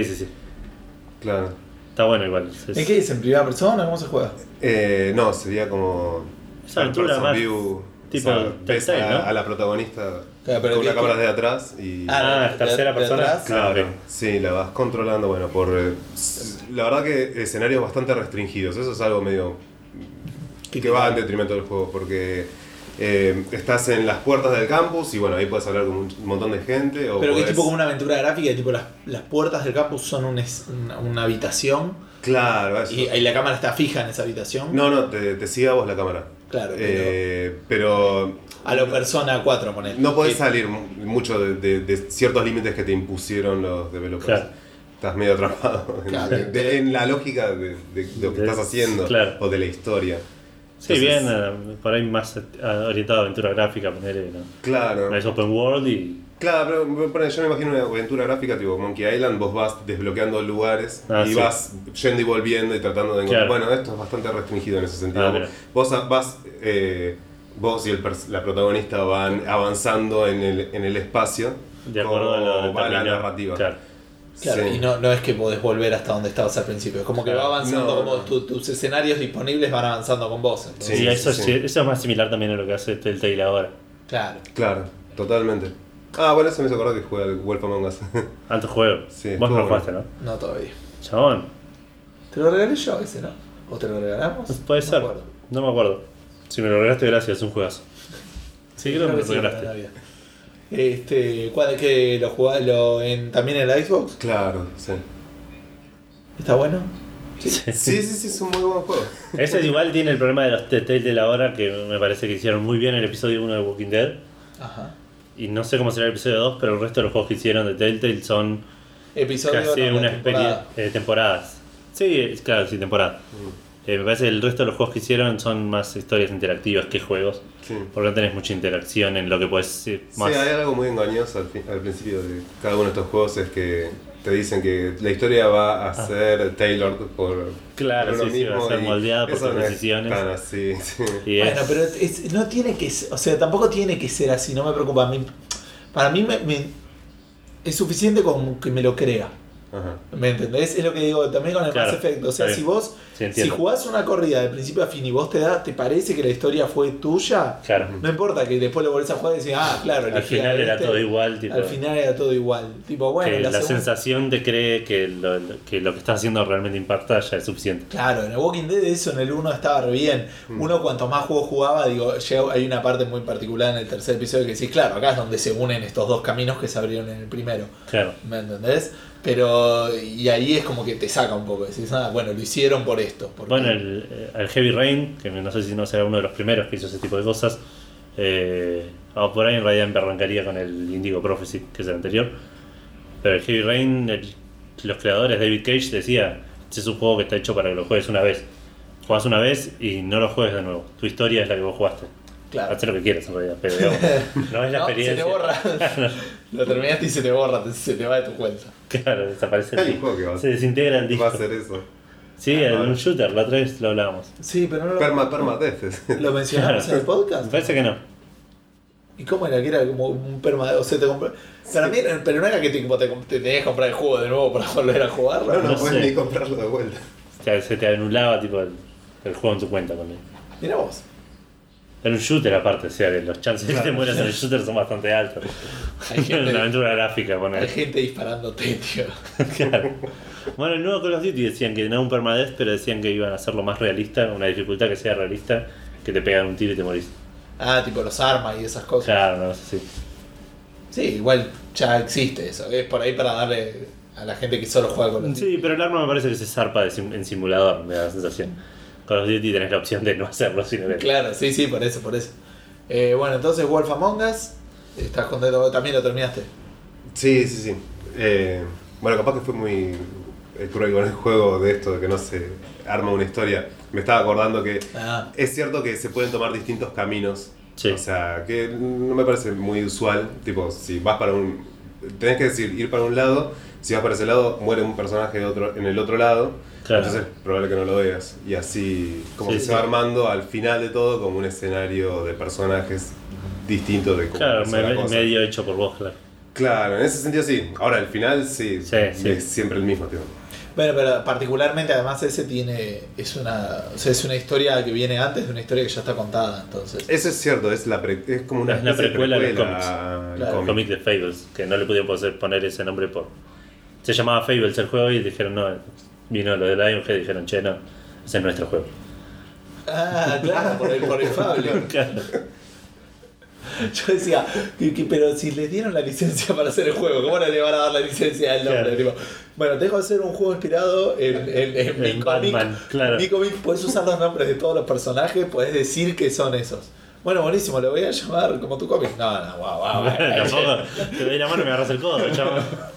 Claro. Está bueno igual. ¿En qué es? ¿En primera persona? ¿Cómo se juega? No, sería como... Esa aventura más view, tipo ves a la protagonista con la cámara de atrás y... tercera persona. Claro, sí, la vas controlando, bueno, la verdad que escenarios bastante restringidos. Eso es algo medio... que va en detrimento del juego, porque... estás en las puertas del campus y bueno, ahí puedes hablar con un montón de gente. Pero que es tipo como una aventura gráfica, tipo las puertas del campus son una habitación. Claro, eso. Y la cámara está fija en esa habitación. No, te sigue a vos la cámara. Claro, pero a lo Persona 4, poner. no podés salir mucho de ciertos límites que te impusieron los developers. Claro. Estás medio atrapado en la lógica de lo que estás haciendo, claro, o de la historia. Sí, Entonces, bien, por ahí más orientado a aventura gráfica, ponerle, ¿no? Claro. No es open world y... Claro, pero yo me imagino una aventura gráfica tipo Monkey Island, vos vas desbloqueando lugares y sí, vas yendo y volviendo y tratando de encontrar... Claro. Bueno, esto es bastante restringido en ese sentido. Vos y la protagonista van avanzando en el espacio de acuerdo a lo va la narrativa. Claro, sí. Y no es que podés volver hasta donde estabas al principio, es como que va avanzando, como tus escenarios disponibles van avanzando con vos. Entonces. Sí, eso es más similar también a lo que hace Telltale ahora. Claro, totalmente. Bueno, eso me hizo acordar que juega el Wolf Among Us. Alto juego. Sí, vos no lo jugaste, ¿no? No todavía. Chabón. Te lo regalé yo ese, ¿no? ¿O te lo regalamos? Puede ser. No me acuerdo. Si me lo regalaste, gracias, es un juegazo. Sí, creo que me lo regalaste. ¿Cuál es que lo jugás también en la Xbox? Claro, sí. ¿Está bueno? Sí, es un muy buen juego. Ese igual tiene el problema de los Telltale de la hora, que me parece que hicieron muy bien el episodio 1 de Walking Dead. Ajá. Y no sé cómo será el episodio 2, pero el resto de los juegos que hicieron de Telltale son episodios casi una especie de temporadas. Sí, claro, sí, temporadas. Me parece que el resto de los juegos que hicieron son más historias interactivas que juegos. Sí. Porque no tenés mucha interacción en lo que puedes más. Sí, hay algo muy engañoso al principio de cada uno de estos juegos, es que te dicen que la historia va a ser tailored por uno mismo, va a ser moldeada por tus decisiones. Tan así, sí. Bueno, pero no tiene que, o sea, tampoco tiene que ser así, no me preocupa. Para mí es suficiente con que me lo crea. Ajá. ¿Me entendés? Es lo que digo también con el Mass Effect. O sea, si jugás una corrida de principio a fin y vos te parece que la historia fue tuya, no importa que después lo volvés a jugar y decís, claro, al final era todo igual. Tipo, al final era todo igual. Tipo, bueno, la sensación te cree que lo que estás haciendo realmente impacta ya es suficiente. Claro, en el Walking Dead eso en el 1 estaba re bien. Uno cuanto más juegos jugaba, hay una parte muy particular en el tercer episodio que decís, claro, acá es donde se unen estos dos caminos que se abrieron en el primero. Claro. ¿Me entendés? Pero, y ahí es como que te saca un poco, decís, bueno, lo hicieron por esto. Bueno, el Heavy Rain, que no sé si no será uno de los primeros que hizo ese tipo de cosas, por ahí en realidad me arrancaría con el Indigo Prophecy, que es el anterior. Pero el Heavy Rain, los creadores, David Cage, decía, este es un juego que está hecho para que lo juegues una vez. Jugás una vez y no lo juegues de nuevo. Tu historia es la que vos jugaste. Claro. Haz lo que quieras en realidad, pero digamos, no es la experiencia. Se te borra. Lo terminaste y se te borra, se te va de tu cuenta. Claro, desaparece el disco. Se desintegra el disco. Va a hacer eso. Sí, un shooter, la otra vez lo hablábamos. Sí, pero no lo... Permadeath. ¿Lo mencionamos en el podcast? Me parece que no. ¿Y cómo era? Que era como un permadeath. O sea, te compré... Para mí, pero no era que te tenías que comprar el juego de nuevo para volver a jugarlo. No puedes ni comprarlo de vuelta. Se te anulaba tipo el juego en tu cuenta también. Mira vos. Era un shooter aparte, o sea que los chances de que te mueras en el shooter son bastante altos. Hay una aventura gráfica, poner. Hay gente disparándote, tío. Claro. Bueno, el nuevo Call of Duty decían que no un permadeath, pero decían que iban a hacerlo más realista, una dificultad que sea realista, que te pegan un tiro y te morís. Tipo los armas y esas cosas. Claro, no sé si. Sí, igual ya existe eso. Es por ahí para darle a la gente que solo juega Call of Duty. Sí, pero el arma me parece que se zarpa en simulador, me da la sensación. Call of Duty tenés la opción de no hacerlo sino que... Claro, sí, por eso. Bueno, entonces Wolf Among Us, ¿estás contento? ¿También lo terminaste? Sí. Bueno, capaz que fue muy cruel con el juego de esto, de que no se arma una historia. Me estaba acordando que es cierto que se pueden tomar distintos caminos. Sí. O sea, que no me parece muy usual. Tipo, si vas para tenés que decir, ir para un lado. Si vas para ese lado, muere un personaje en el otro lado. Claro. Entonces es probable que no lo veas. Y así como que se va armando al final de todo como un escenario de personajes distintos de cómo claro, medio hecho por vos, claro. Claro, en ese sentido sí. Ahora el final sí. Es siempre el mismo, tío. Bueno, pero particularmente además ese es una historia que viene antes de una historia que ya está contada, entonces. Eso es cierto, es como una precuela de los cómics. El cómic de Fables, que no le pudieron poner ese nombre se llamaba Fables el juego y dijeron no, vino lo de Lionhead y dijeron, che, no, ese es nuestro juego. Claro, por el Fable. Claro. Yo decía, pero si les dieron la licencia para hacer el juego, ¿cómo no le van a dar la licencia al nombre? Claro. Bueno, te dejo hacer un juego inspirado en mi cómic. Batman, claro. Mi cómic, puedes usar los nombres de todos los personajes, puedes decir que son esos. Bueno, buenísimo, lo voy a llamar como tu cómic. No, guau. Tampoco te doy la mano y me agarras el codo, chaval.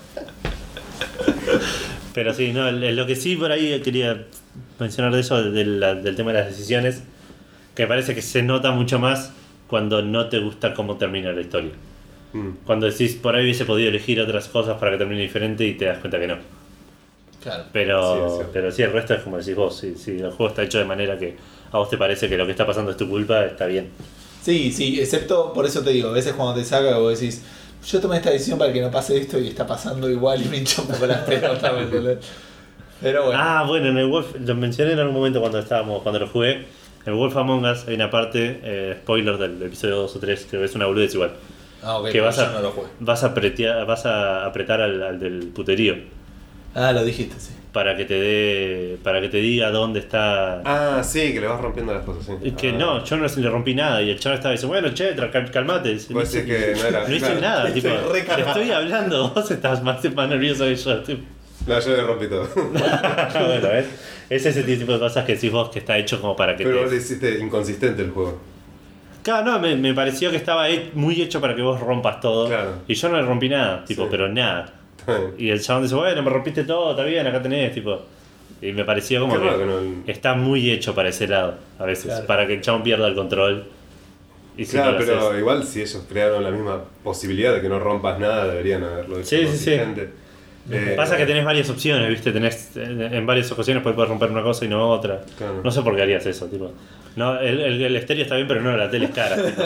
Pero sí, no, lo que sí por ahí quería mencionar de eso, del tema de las decisiones, que me parece que se nota mucho más cuando no te gusta cómo termina la historia. Cuando decís, por ahí hubiese podido elegir otras cosas para que termine diferente y te das cuenta que no. Claro. Pero sí, el resto es como decís vos, si el juego está hecho de manera que a vos te parece que lo que está pasando es tu culpa, está bien. Sí, excepto, por eso te digo, a veces cuando te saca vos decís, yo tomé esta decisión para que no pase esto y está pasando igual y me hincha un poco las pelotas, ¿me entendés? Pero bueno. Bueno, en el Wolf, lo mencioné en algún momento cuando lo jugué, en el Wolf Among Us hay una parte, spoiler del episodio 2 o 3, que es una boludez igual. Ok, que vas no lo jugué. vas a apretar al del puterío. Lo dijiste, sí. Para que te diga dónde está. Sí, que le vas rompiendo las cosas, sí. Que no, yo no le rompí nada. Y el chaval estaba diciendo, bueno, che, calmate. Pues es que no era. No hice nada, tipo, re te estoy hablando, vos estás más nervioso que yo. Tipo. No, yo le rompí todo. Bueno, ¿ves? Es ese tipo de cosas que decís vos que está hecho como para que Pero vos le hiciste inconsistente el juego. Claro, no, me pareció que estaba muy hecho para que vos rompas todo. Claro. Y yo no le rompí nada, tipo, Sí. pero nada. Y el chabón dice, bueno, me rompiste todo, está bien, acá tenés, tipo. Y me pareció como Qué que raro que no- está muy hecho para ese lado, a veces, Claro. para que el chabón pierda el control. Y si Claro, no lo pero haces. igual si ellos crearon la misma posibilidad de que no rompas nada, deberían haberlo hecho Sí, sí, sí. consistente. Pasa que tenés varias opciones, ¿viste? Tenés en varias ocasiones puedes romper una cosa y no otra. Claro. No sé por qué harías eso, tipo. No, el estéreo está bien, pero no, la tele es cara. Tipo.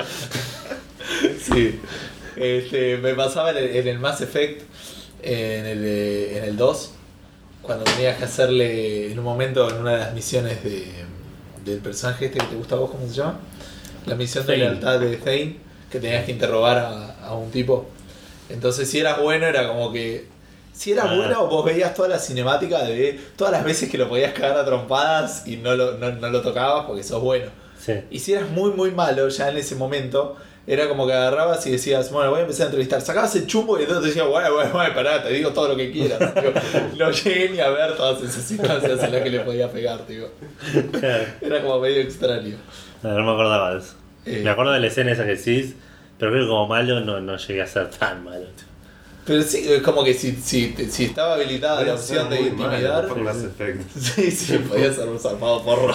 Sí. Me pasaba en el Mass Effect, en el 2, cuando tenías que hacerle en un momento en una de las misiones del personaje este que te gusta a vos, ¿cómo se llama? La misión de Thane. lealtad de Thane, que tenías que interrogar a un tipo. Entonces si eras bueno era como que... Si eras bueno vos veías toda la cinemática de todas las veces que lo podías cagar a trompadas y no lo tocabas porque sos bueno. Sí. Y si eras muy muy malo ya en ese momento, era como que agarrabas y decías, bueno, voy a empezar a entrevistar. Sacabas el chumbo y entonces te decía, bueno, pará, te digo todo lo que quieras. Tío. No llegué ni a ver todas esas circunstancias en las que le podía pegar, tío. Claro. Era como medio extraño. No me acordaba de eso. Eh. Me acuerdo de la escena esa que decís, pero creo que como malo no llegué a ser tan malo. Tío. Pero sí, es como que si estaba habilitada la opción de intimidar. Por Mass Effect. Sí, podía ser un zarpado porro.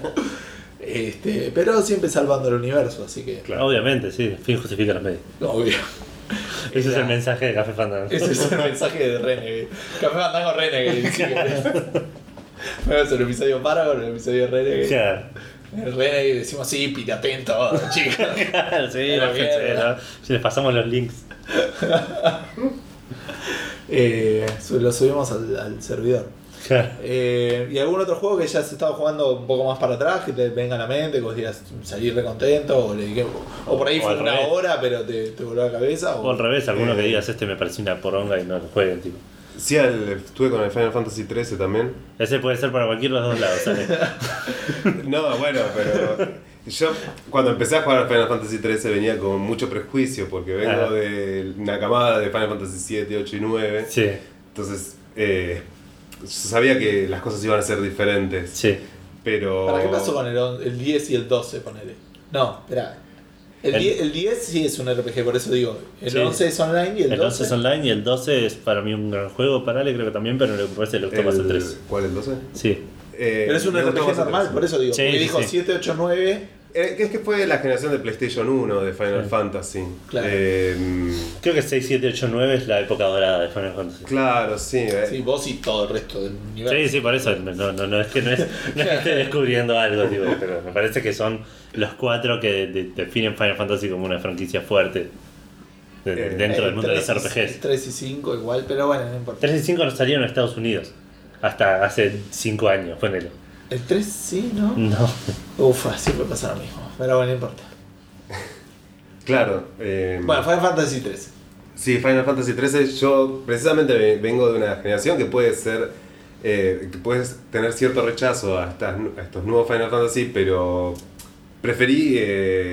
Pero siempre salvando el universo, así que. Claro. Obviamente, sí, el fin justifica los medios. Obvio. Ese es el mensaje de Café Fandango. Ese es el mensaje de Renegade. Café Fandango Renegade. Sí, bueno, es el episodio Paragon, el episodio Renegade. Claro. En el Renegade decimos, sí, pirateen todo, chicos. Sí, La la mierda. ¿no? Si les pasamos los links. Lo subimos al servidor. Claro. ¿Y algún otro juego que ya se estaba jugando un poco más para atrás, que te venga a la mente, que vos digas salir re contento, o por ahí O fue al una revés. hora, pero te voló la cabeza? O al revés, alguno que digas me pareció una poronga y no lo jueguen, tipo. Sí, estuve con el Final Fantasy XIII también. Ese puede ser para cualquiera de los dos lados, ¿sabes? No, bueno, pero yo cuando empecé a jugar al Final Fantasy XIII venía con mucho prejuicio porque vengo Ajá. de una camada de Final Fantasy 7, 8 y 9. Sí, Entonces, yo sabía que las cosas iban a ser diferentes. sí. Pero... ¿Para qué pasó con el 10 y el 12, ponele? No, espera. El 10 sí es un RPG, por eso digo. El Sí. 11 es online y el 12. 11 es online y el 12 es para mí un gran juego. Para Ale creo que también, pero me parece que le gustó más el 3. ¿Cuál, el 12? Sí. Pero es un me gustó RPG más el normal, 13. por eso digo. Sí, porque sí, dijo sí. 7, 8, 9. Que es que fue la generación de PlayStation 1 de Final Sí. Fantasy. Claro. Creo que 6, 7, 8, 9 es la época dorada de Final Fantasy. Claro, sí. Sí, vos y todo el resto del universo. Sí, sí, por eso. No es que esté descubriendo algo, tipo, pero me parece que son los 4 que definen Final Fantasy como una franquicia fuerte dentro del mundo de los RPGs. 3 y 5 igual, pero bueno, no importa. 3 y 5 no salieron en Estados Unidos hasta hace 5 años, ponele. El 3 sí, ¿no? No. Uf, siempre pasa lo mismo. Pero bueno, no importa. Claro. Bueno, Final Fantasy 13. Sí, Final Fantasy XIII, yo precisamente vengo de una generación que puede ser, que puedes tener cierto rechazo a estos nuevos Final Fantasy, pero preferí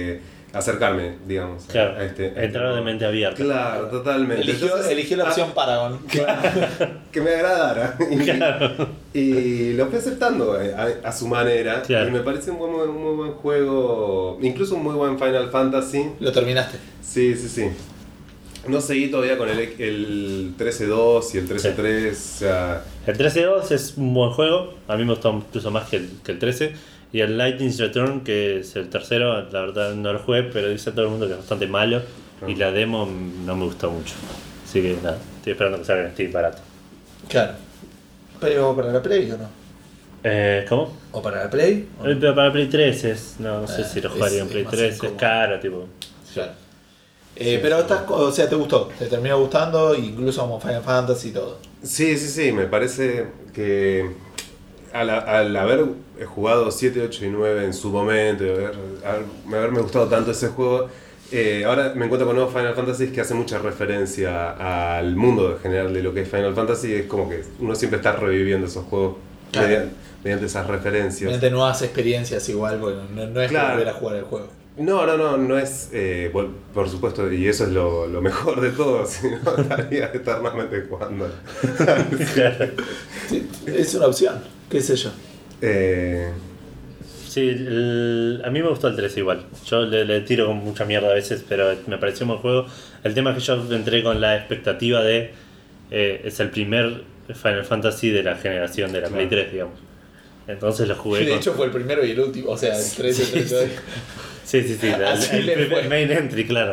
acercarme, digamos, Claro, a este entrar de mente abierta. Claro, totalmente. Eligió la opción Paragon. Que me agradara. Claro. Y lo fui aceptando a su manera. Claro. Y me parece un muy buen juego. Incluso un muy buen Final Fantasy. Lo terminaste. Sí. No seguí todavía con el 13-2 y el 13-3. O sea, El 13-2 es un buen juego. A mí me gustó incluso más que el 13. Y el Lightning's Return, que es el tercero, la verdad no lo jugué, pero dice todo el mundo que es bastante malo. Y la demo no me gustó mucho. Así que nada, estoy esperando que salga en Steam barato. Claro. ¿Pero para la Play o no? ¿Cómo? ¿O para la Play? ¿O no? Pero para Play 3 es. No sé si lo jugaría en es Play más 3, es incómodo. caro, tipo. Claro. Pero o sea, te gustó, te terminó gustando, incluso como Final Fantasy y todo. sí, me parece que al haber jugado 7, 8 y 9 en su momento, haberme gustado tanto ese juego, ahora me encuentro con nuevos Final Fantasy que hace mucha referencia al mundo en general de lo que es Final Fantasy. Es como que uno siempre está reviviendo esos juegos Claro. mediante esas referencias. Mediante nuevas experiencias igual, porque no es Claro. volver a jugar el juego. No es, por supuesto, y eso es lo mejor de todo, si no estaría eternamente jugando. Sí, es una opción, qué sé yo. Sí, a mí me gustó el 13 igual. Yo le tiro con mucha mierda a veces, pero me pareció un buen juego. El tema es que yo entré con la expectativa de... es el primer Final Fantasy de la generación de la Play 3, digamos. Entonces lo jugué De hecho fue el primero y el último, o sea, el 13, el 32. Sí, Así el le primer fue. main entry, claro.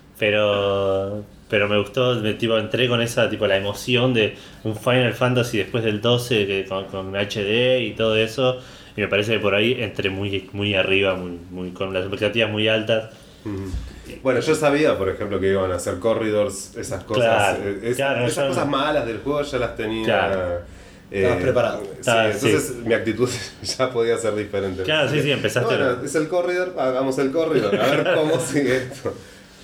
Pero me gustó, entré con esa, tipo, la emoción de un Final Fantasy después del 12 con HD y todo eso. Y me parece que por ahí entré muy arriba, con las expectativas muy altas. Bueno, yo sabía, por ejemplo, que iban a hacer corridors, esas cosas. Claro, claro, esas yo cosas no. malas del juego ya las tenía. Claro. Estabas preparado. Sí, Sí. entonces mi actitud ya podía ser diferente. Claro, sí, empezaste. Bueno, es el corridor, hagamos el corridor, a ver cómo sigue esto.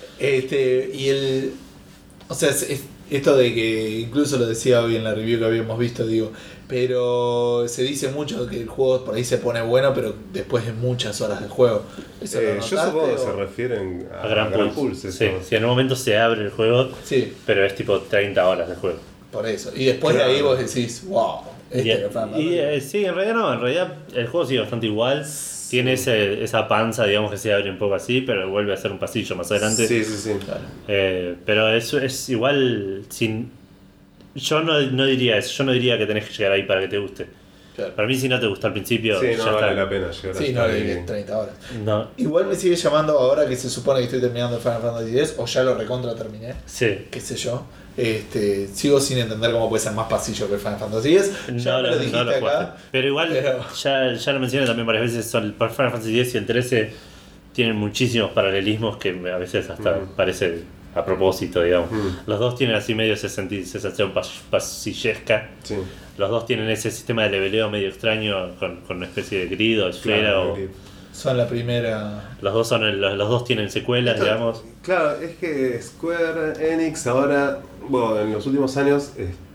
Y el. O sea, esto de que incluso lo decía hoy en la review que habíamos visto, digo, pero se dice mucho que el juego por ahí se pone bueno, pero después de muchas horas de juego. ¿Eso lo Yo notaste, supongo que o? se refieren A Gran Pulse. Sí, en un momento se abre el juego, Sí, pero es tipo 30 horas de juego. por eso. Y después de ahí vos decís, wow, era Final Fantasy. Sí, en realidad el juego sigue bastante igual. Tiene esa panza, digamos, que se abre un poco así, pero vuelve a ser un pasillo más adelante. Sí. Claro. Pero eso es igual sin... Yo no diría eso, yo no diría que tenés que llegar ahí para que te guste. Claro. Para mí si no te gustó al principio, Sí, ya no vale está. la pena llegar Sí, hasta no, ahí. de 30 horas. No, Igual me sigue llamando ahora que se supone que estoy terminando el Final Fantasy X, o ya lo recontra terminé, sí. qué sé yo. Sigo sin entender cómo puede ser más pasillo que el Final Fantasy X. Ya No me lo lo dijiste jugaste. acá. Pero igual, pero- ya lo mencioné también varias veces, el Final Fantasy X y el 13 tienen muchísimos paralelismos que a veces hasta parece a propósito, digamos. Los dos tienen así medio esa sensación pasillesca. Sí. Los dos tienen ese sistema de leveleo medio extraño con una especie de grid o esfera. Claro, o- Son la primera. los dos tienen secuelas, digamos. Claro, es que Square Enix ahora, bueno, en los últimos años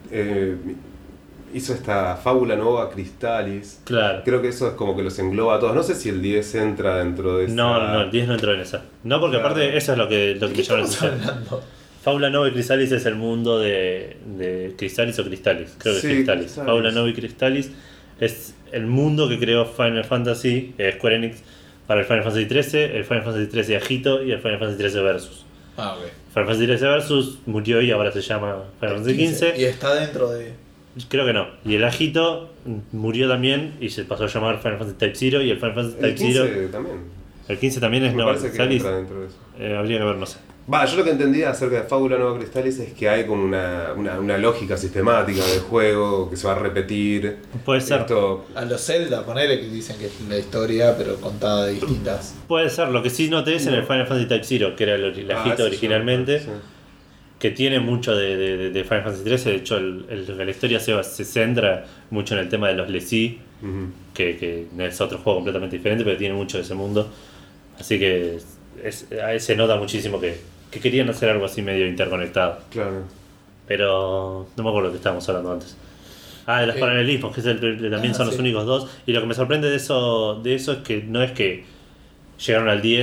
hizo esta fábula nueva Crystalis. Claro. Creo que eso es como que los engloba a todos. No sé si el 10 entra dentro de esa... No, el 10 no entró en esa. No, porque Claro. aparte eso es lo que ¿De me qué llama la estamos atención. hablando? Fábula Nova y Crystalis es el mundo de Crystalis o Crystalis. Creo que Sí, es Crystalis. Crystalis. Fábula Nova y Crystalis es el mundo que creó Final Fantasy, Square Enix, para el Final Fantasy XIII, el Final Fantasy XIII Agito y el Final Fantasy XIII Versus. Ah, ok. Final Fantasy XIII Versus murió y ahora se llama Final Fantasy XV. Y está dentro de. Creo que no. Y el Agito murió también y se pasó a llamar Final Fantasy Type Zero y el Final Fantasy El Type Zero. 15 también. El 15 también es Me Nova parece que Crystalis. entra dentro de eso. Habría que ver, no sé. Va, yo lo que entendía acerca de Fábula Nueva Crystalis es que hay como una lógica sistemática del juego que se va a repetir. Puede ser. Esto, A los Zelda, ponele que dicen que es la historia, pero contada de distintas. Puede ser. Lo que sí noté es en el Final Fantasy Type Zero, que era el Agito eso originalmente. sí. Que tiene mucho de Final Fantasy XIII. De hecho, la historia se centra mucho en el tema de los Lesi, Ujú. que es otro juego completamente diferente, pero tiene mucho de ese mundo. Así que ahí se nota muchísimo que querían hacer algo así medio interconectado. Claro. Pero no me acuerdo de qué estábamos hablando antes. De los paralelismos, que también son los sí. únicos dos. Y lo que me sorprende de eso es que no es que llegaron al 10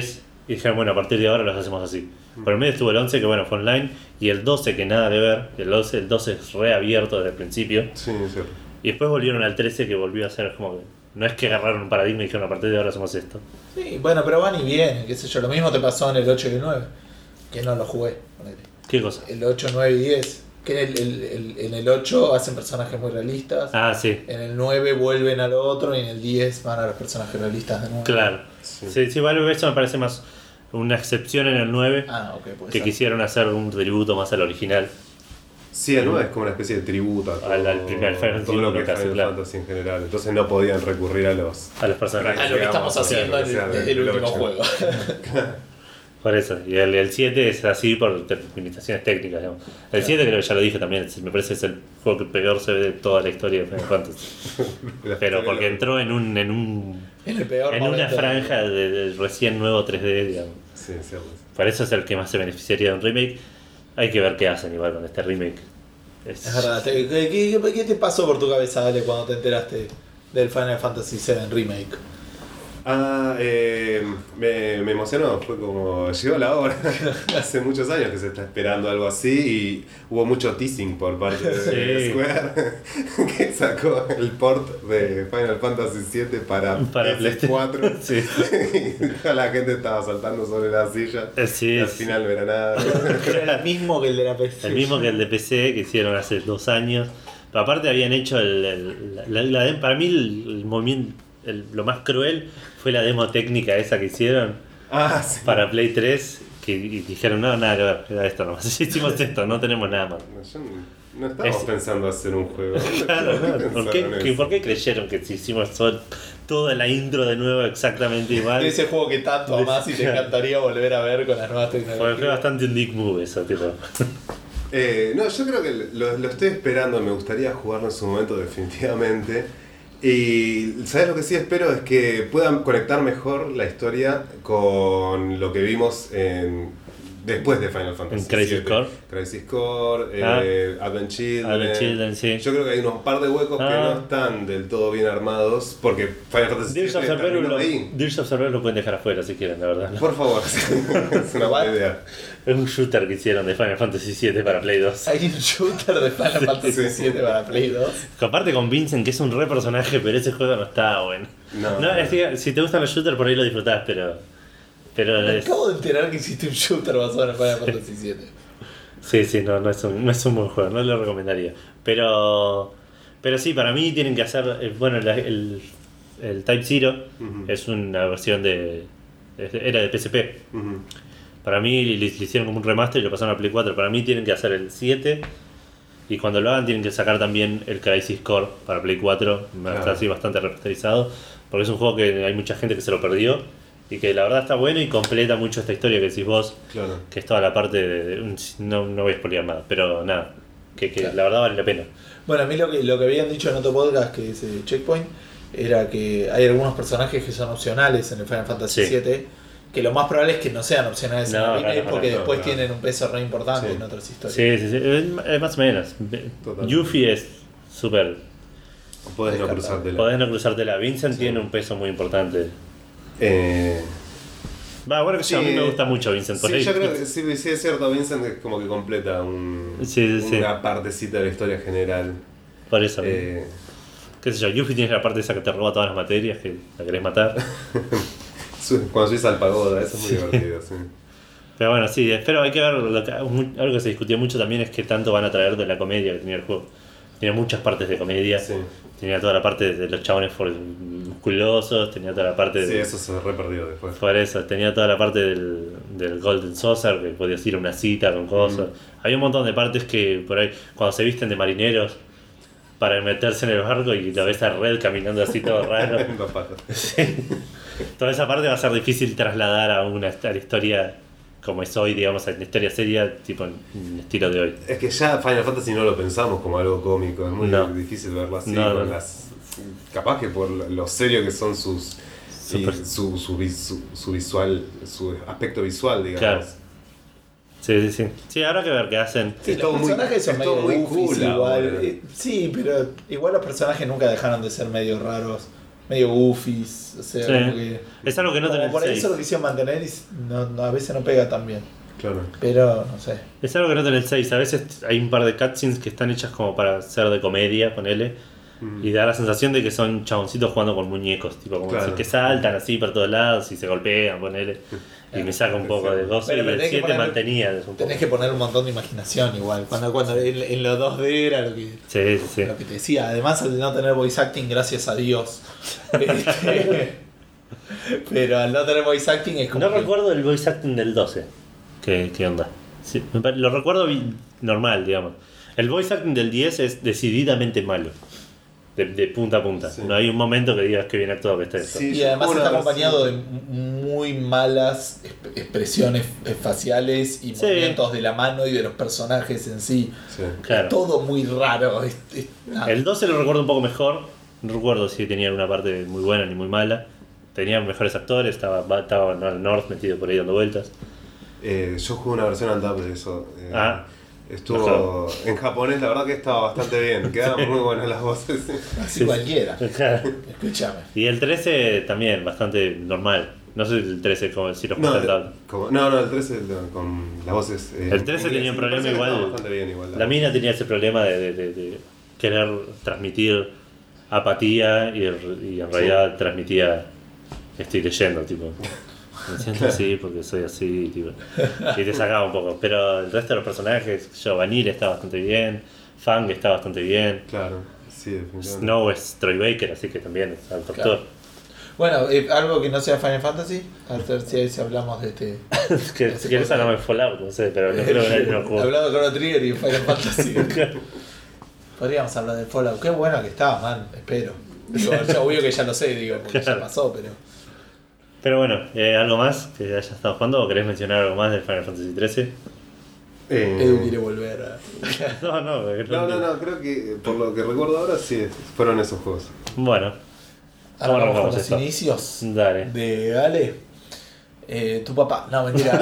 Y dijeron, bueno, a partir de ahora los hacemos así. Por el medio estuvo el 11, que bueno, fue online, y el 12, que nada que ver. El 12 es reabierto desde el principio. Sí, cierto. Y después volvieron al 13, que volvió a ser como que... No es que agarraron un paradigma y dijeron, a partir de ahora hacemos esto. Sí, bueno, pero van y vienen, qué sé yo. Lo mismo te pasó en el 8 y el 9, que no lo jugué. Ponele. ¿Qué cosa? El 8, 9 y 10. Que en el 8 hacen personajes muy realistas. Ah, sí. En el 9 vuelven a lo otro y en el 10 van a los personajes realistas de nuevo. Claro. Sí, vale, eso me parece más una excepción en el 9. Ah, ok, pues. Que quisieron hacer un tributo más al original. Sí, el 9 es como una especie de tributo a todo, al primer Final todo lo que es Fantasy, Final claro. Fantasy en general. Entonces no podían recurrir a los personajes. A lo que estamos haciendo digamos, desde el último 8. juego. Por eso. Y el 7 es así por limitaciones técnicas, digamos. El 7 creo que ya lo dije también, me parece que es el juego que peor se ve de toda la historia de Final Fantasy. Pero porque entró en el peor en una momento. franja de recién nuevo 3D, digamos. Sí, cierto. Por eso es el que más se beneficiaría de un remake. Hay que ver qué hacen igual con este remake. Es verdad. ¿Qué te pasó por tu cabeza, Ale, cuando te enteraste del Final Fantasy VII Remake? Me emocionó, fue como llegó la hora. Hace muchos años que se está esperando algo así y hubo mucho teasing por parte de Square que sacó el port de Final Fantasy VII para PS4 Sí. y toda la gente estaba saltando sobre la silla Sí, y al final no era nada. Era el mismo que el de la PC. El mismo que el de PC que hicieron hace 2 años. Pero aparte habían hecho para mí el movimiento, lo más cruel fue la demo técnica esa que hicieron Sí. para Play 3, que y dijeron, no, nada que ver, era esto nomás. Hicimos esto, no tenemos nada más. Yo no estábamos pensando hacer un juego. Claro, no. ¿Por Pensaron ¿Por qué creyeron que si hicimos toda la intro de nuevo exactamente igual? Ese juego que tanto amás y te encantaría volver a ver con las nuevas tecnologías. Fue bastante un dick move eso, tipo. No, yo creo que lo estoy esperando, me gustaría jugarlo en su momento definitivamente. Y ¿sabes lo que sí espero? Es que puedan conectar mejor la historia con lo que vimos después de Final Fantasy En Crisis Core. Crisis Core, Advent Children. Advent Children, sí. Yo creo que hay unos par de huecos que no están del todo bien armados porque Final Fantasy Gears of terminó ahí. Cerberus lo pueden dejar afuera si quieren, la verdad. Por favor, es una buena idea. Es un shooter que hicieron de Final Fantasy VII para Play 2. Hay un shooter de Final Fantasy VII para Play 2. Aparte con Vincent, que es un re personaje, pero ese juego no está bueno. No, es que si te gustan los shooters por ahí lo disfrutás, pero Me acabo de enterar que existe un shooter basado en Final Fantasy VII. Sí, no es un buen juego, no lo recomendaría. Pero sí, para mí tienen que hacer, bueno, el Type Zero es una versión era de PSP. Para mí le hicieron como un remaster y lo pasaron a Play 4. Para mí tienen que hacer el 7 y cuando lo hagan tienen que sacar también el Crisis Core para Play 4. Está así bastante remasterizado porque es un juego que hay mucha gente que se lo perdió y que la verdad está bueno y completa mucho esta historia que decís vos, que es toda la parte no voy a spoilear nada, pero nada, que la verdad vale la pena. Bueno, a mí lo que habían dicho en otro podcast que es Checkpoint era que hay algunos personajes que son opcionales en el Final Fantasy VII, que lo más probable es que no sean opcionales en el remake porque después tienen un peso re importante en otras historias. Sí, es más o menos. Yuffie es súper... Podés no cruzártela. Vincent tiene un peso muy importante. Bueno que sí, a mí me gusta mucho Vincent por ahí. Yo creo que sí es cierto, Vincent es como que completa una partecita de la historia general. Por eso. Qué sé yo, Yuffie tiene la parte esa que te roba todas las materias, que la querés matar. Cuando subís al pagoda, eso es muy divertido, sí. Pero bueno, sí, espero, hay que ver, algo que se discutió mucho también es que tanto van a traer de la comedia que tenía el juego. Tenía muchas partes de comedia, tenía toda la parte de los chabones musculosos, tenía toda la parte Sí, eso se re perdió después. Por eso, tenía toda la parte del Golden Saucer, que podías ir a una cita con cosas. Había un montón de partes que por ahí, cuando se visten de marineros para meterse en el barco y lo ves a Red caminando así todo raro. Sí. Toda esa parte va a ser difícil trasladar a la historia como es hoy, digamos, a la historia seria, tipo en estilo de hoy. Es que ya Final Fantasy no lo pensamos como algo cómico, es muy difícil verlo así. Capaz que por lo serio que son su aspecto visual, digamos. Claro. Sí, habrá que ver qué hacen. Sí, los personajes son medio muy goofies cool igual. Sí, pero igual los personajes nunca dejaron de ser medio raros medio goofies, o sea, Sí. como que... Es algo que no tenés Por el eso 6. lo quisieron mantener y a veces no pega tan bien. Claro. Pero, no sé. Es algo que no tenés el 6. A veces hay un par de cutscenes que están hechas como para ser de comedia, ponele. Y da la sensación de que son chaboncitos jugando con muñecos, tipo como Claro. que saltan así por todos lados y se golpean, ponele. Y me saca un poco de gozo. Pero Y el tenés que 7 ponerle- mantenía un poco. Tenés que poner un montón de imaginación igual. Cuando en los 2D era lo que, Sí, sí. lo que te decía. Además, al no tener voice acting, gracias a Dios. Pero al no tener voice acting es como. No recuerdo el voice acting del 12. ¿Qué onda? Sí, lo recuerdo normal, digamos. El voice acting del 10 es decididamente malo. De punta a punta. Sí. No hay un momento que digas que bien actuado que está esto. Sí. Y además Una está versión- acompañado de muy malas expresiones faciales y Sí. movimientos de la mano y de los personajes en sí. Sí. Claro. Todo muy raro. Nada. El 12 lo recuerdo un poco mejor. No recuerdo si tenía una parte muy buena ni muy mala. Tenía mejores actores. Estaba North metido por ahí dando vueltas. Yo jugué una versión andable de eso. Estuvo Mejor. en japonés, la verdad que estaba bastante bien. Quedaban muy buenas las voces. Así Sí. cualquiera. Claro. Escúchame. Y el 13 también, bastante normal. No sé el 13 como si lo No, jugaste andable. no, el 13 con las voces. El 13 tenía un me problema parece que igual. estaba bastante bien igual. La mina tenía ese problema de querer transmitir apatía y en realidad transmitía estoy leyendo, tipo. Me siento así porque soy así, tipo. Y te sacaba un poco. Pero el resto de los personajes, Vanille está bastante bien, Fang está bastante bien, Claro, sí, definitivamente. Snow es Troy Baker, así que también es alto Claro. actor. Bueno, algo que no sea Final Fantasy. A ver si hablamos de este. Que si quieres hablamos de Fallout, no sé, pero no creo que nadie lo jugó. Hablando de Chrono Trigger y Final Fantasy. Podríamos hablar del Fallout. Qué bueno que estaba, man. Espero. Digo, ya obvio que ya lo sé, digo, porque Claro. ya pasó, pero. Pero bueno, ¿algo más que hayas estado jugando o querés mencionar algo más del Final Fantasy 13? Edu quiere volver a. No, No, creo que por lo que recuerdo ahora sí fueron esos juegos. Bueno, Ahora vamos con arrancamos los esto? inicios Dale. de Ale. Tu papá. No, mentira.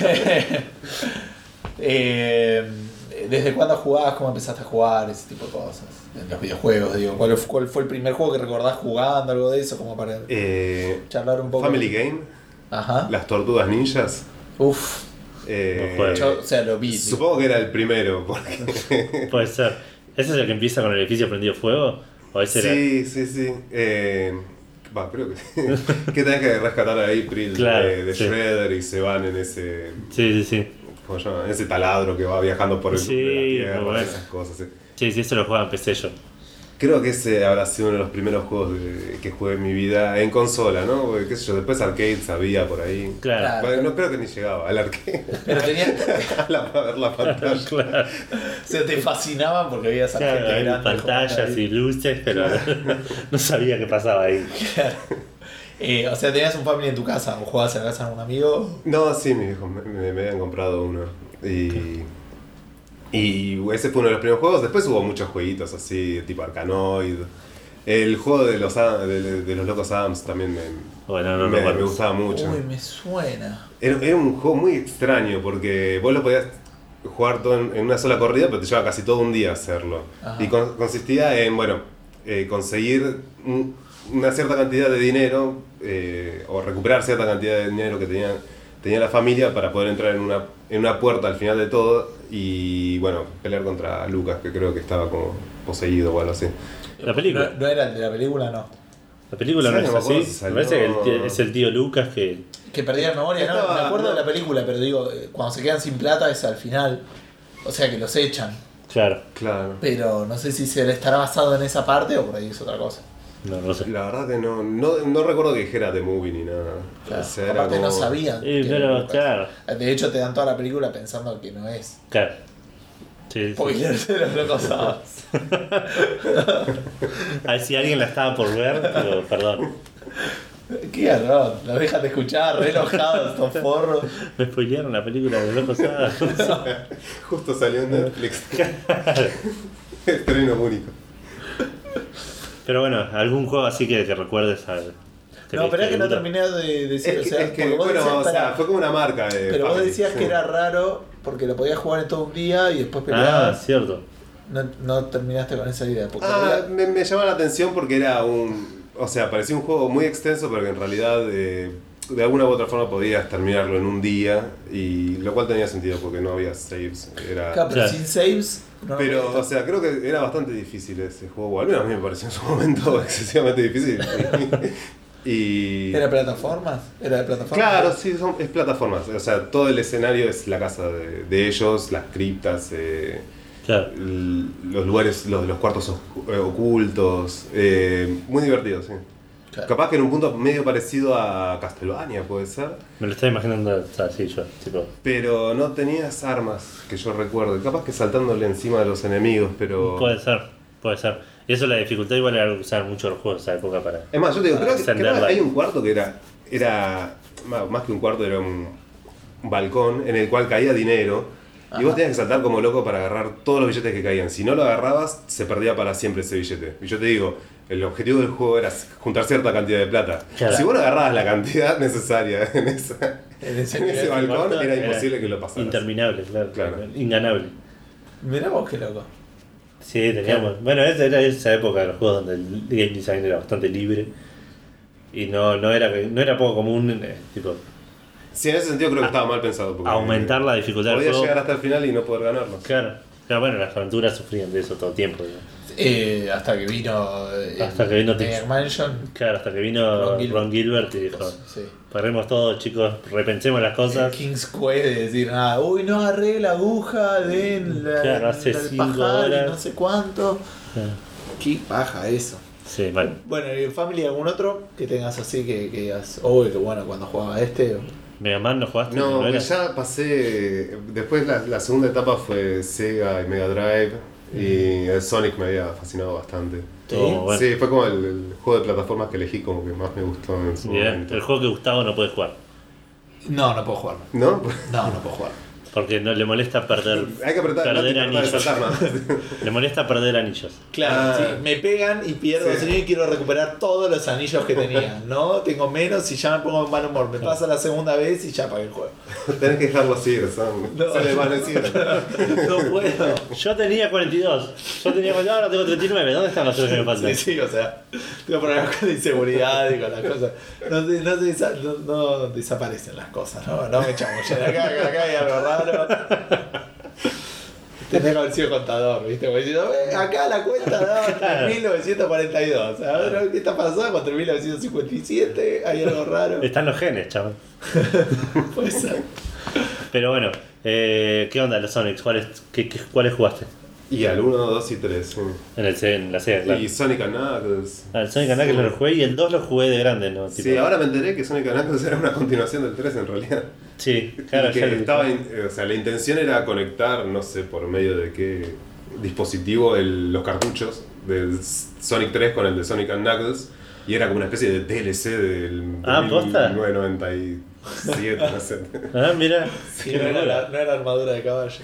¿Desde cuándo jugabas? ¿Cómo empezaste a jugar? Ese tipo de cosas. En los videojuegos, digo. ¿Cuál fue el primer juego que recordás jugando? Algo de eso, como para charlar un poco. Family Game, Ajá. Las Tortugas Ninjas. Uf. No juego. Yo, o sea, lo vi. Supongo que era el primero, porque... Puede ser. ¿Ese es el que empieza con el edificio prendido fuego? ¿O ese era? Sí. Creo que sí. Que tenés que rescatar a April Claro, de sí. Shredder y se van en ese... Sí. ¿Cómo se llama? Ese taladro que va viajando por el Sí, de la tierra, muy bueno. esas cosas. Sí. Sí, ese lo jugaba en PC yo. Creo que ese habrá sido uno de los primeros juegos que jugué en mi vida en consola, ¿no? Porque, qué sé yo, después arcades había por ahí. Claro. Bueno, no creo que ni llegaba al arcade. Pero tenía. A ver la pantalla. Claro, O sea, te fascinaban porque veías a claro, gente hay grande pantallas jugando y ahí. luces, pero no sabía qué pasaba ahí. O sea, tenías un family en tu casa o jugabas en la casa de un amigo. No, sí, mis hijos me habían comprado uno. Y ese fue uno de los primeros juegos. Después hubo muchos jueguitos así, tipo Arkanoid. El juego de los locos Adams también Bueno, no me recuerdo. gustaba mucho. Uy, me suena. Era un juego muy extraño porque vos lo podías jugar todo en una sola corrida, pero te llevaba casi todo un día hacerlo. Ajá. Y consistía en, conseguir una cierta cantidad de dinero o recuperar cierta cantidad de dinero que tenía la familia para poder entrar en una puerta al final de todo y, pelear contra Lucas, que creo que estaba como poseído o algo así. La película. No era el de la película, no. La película no Sí, es no me acuerdo así. si Me salió- parece que es el tío Lucas que. Que perdía la memoria, no, Estaba- me acuerdo no. de la película, pero digo, cuando se quedan sin plata es al final. O sea que los echan. Claro, Claro. Pero no sé si se estará basado en esa parte o por ahí es otra cosa. no sé. La verdad que no recuerdo que dijera The Movie ni nada. Claro. O sea, era Aparte no como- sabían. que era Pero Lucas. claro, De hecho te dan toda la película pensando que no es. claro. Sí. Spoilers de los locos Adams. A ver si alguien la estaba por ver, pero perdón. Qué error, lo dejan de escuchar, re enojados estos forros. Me spoilearon la película de Locos Adams. Justo salió en Netflix. Estreno único. Pero bueno, algún juego así que recuerdes al. No, pero es que no terminé de decir, Es o que, sea, porque vos decías, pará, fue como una marca. pero vos Family, decías sí. que era raro porque lo podías jugar en todo un día y después peleabas. cierto. No terminaste con esa idea. Porque Ah, había- me llamaba la atención porque era un O sea, parecía un juego muy extenso, pero que en realidad de alguna u otra forma podías terminarlo en un día, y lo cual tenía sentido porque no había saves. Claro, pero sin saves. No, pero, o sea, creo que era bastante difícil ese juego, o al menos a mí me pareció en su momento excesivamente difícil. ¿Era de plataformas? Claro, sí, es plataformas. O sea, todo el escenario es la casa de ellos, las criptas, claro. Los lugares, los cuartos ocultos. Muy divertido, sí. Claro. Capaz que en un punto medio parecido a Castlevania, puede ser. Me lo estaba imaginando así yo, tipo. Pero no tenías armas, que yo recuerdo. Capaz que saltándole encima de los enemigos, pero... Puede ser. Y eso, la dificultad igual era usar mucho los juegos de esa época para... Es más, yo te digo, creo que hay un cuarto que era más que un cuarto, era un balcón en el cual caía dinero. Ajá. Y vos tenías que saltar como loco para agarrar todos los billetes que caían. Si no lo agarrabas, se perdía para siempre ese billete. Y yo te digo, el objetivo del juego era juntar cierta cantidad de plata. Claro. Si vos no agarrabas la cantidad necesaria en ese balcón, era imposible que lo pasaras. Interminable, claro. Inganable. Mirá vos qué loco. Sí, teníamos. Claro. Bueno, era esa época de los juegos donde el game design era bastante libre. Y no era poco común, tipo. Sí, en ese sentido creo que estaba mal pensado. Porque aumentar la dificultad del juego. Podía llegar hasta el final y no poder ganarlo. Claro, bueno, las aventuras sufrían de eso todo el tiempo. Hasta que vino Mansion. Claro, hasta que vino Ron Gilbert y dijo: sí. Paremos todo, chicos, repensemos las cosas. King's Quest de decir: uy, no agarré la aguja de claro, hace 5 horas. No sé cuánto. Qué paja eso. Sí, mal. Bueno, ¿y Family algún otro que tengas así que digas, uy, qué bueno cuando jugaba este? ¿Mega Man no jugaste? No, ya pasé. Después la segunda etapa fue Sega y Mega Drive. Y el Sonic me había fascinado bastante. ¿Sí? Bueno. Sí, fue como el juego de plataformas que elegí como que más me gustó en su momento. El juego que Gustavo no puede jugar. No puedo jugarlo. ¿No? No puedo jugar. Porque no le molesta perder. Hay que perder anillos. Le molesta perder anillos. Claro, sí, me pegan y pierdo el sonido y quiero recuperar todos los anillos que tenía. No, tengo menos y ya me pongo en mal humor. Me pasa la segunda vez y ya apagué el juego. Tenés que dejarlos ir, se les van a decir. No puedo. Yo tenía 42. Ahora tengo 39. ¿Dónde están los 3 que me faltan? Sí, o sea, tengo problemas con la inseguridad y con las cosas. No desaparecen las cosas, no me chamullen. Acá hay algo raro. Tenés que haber sido contador, ¿viste? Como diciendo, acá la cuenta daba 3.942. A ver, ¿qué está pasando con 3.957? Hay algo raro. Están los genes, chaval. Puede ser. Pero bueno, ¿qué onda los Sonics? ¿Cuáles jugaste? Y al 1, 2 y 3. Sí. En la Sega, claro. Y Sonic and Knuckles. El Sonic and Knuckles no lo jugué y el 2 lo jugué de grande, ¿no? Sí, tipo, ahora me enteré que Sonic and Knuckles era una continuación del 3 en realidad. Sí, claro. Y que o sea, la intención era conectar, no sé por medio de qué dispositivo, los cartuchos del Sonic 3 con el de Sonic and Knuckles. Y era como una especie de DLC del 1997, no sé. Mira. Sí, no era armadura de caballo.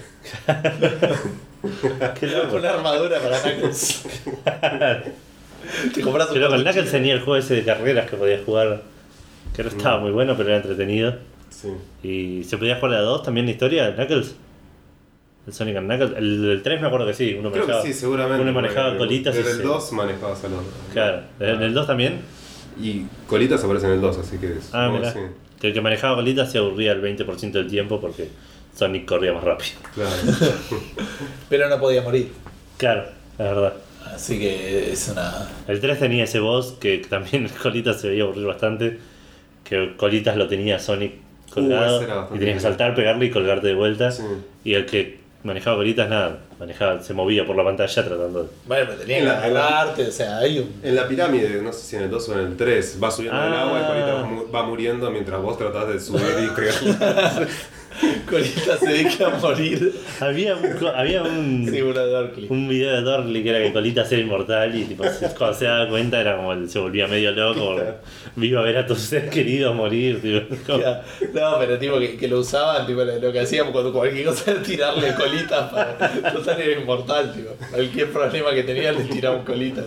Qué loco. Una armadura para Knuckles. Te compras un pero el Knuckles tenía el juego ese de carreras que podías jugar, que no estaba muy bueno, pero era entretenido. Sí. Y se podía jugar de a 2 también la historia de Knuckles. El Sonic and Knuckles. El 3 me acuerdo que sí. Creo que sí, seguramente. Uno manejaba colitas. En el 2 manejabas a los. Claro, en el 2 también. Y colitas aparecen en el 2, así que es. Mira. Sí. Que el que manejaba colitas se aburría el 20% del tiempo porque Sonic corría más rápido. Claro. Pero no podía morir. Claro, la verdad. Así que es una... El 3 tenía ese boss que también Colitas se veía aburrir bastante. Que Colitas lo tenía Sonic colgado y tenías que saltar, pegarle y colgarte de vuelta. Sí. Y el que manejaba Colitas, nada, se movía por la pantalla tratando de... Bueno, pero tenía que agarrarte, o sea, hay un... En la pirámide, no sé si en el 2 o en el 3, va subiendo el agua y Colitas va muriendo mientras vos tratás de subir y pegar. Colita se deja morir. Había un video de Dorkly que era que Colita era inmortal y tipo, cuando se daba cuenta era como se volvía medio loco. Viva a ver a tus seres queridos morir. Tipo, no, pero tipo que lo usaban, tipo, lo que hacíamos cuando cualquier cosa era tirarle colitas para total era inmortal, tipo. Cualquier problema que tenía le tiraban colitas.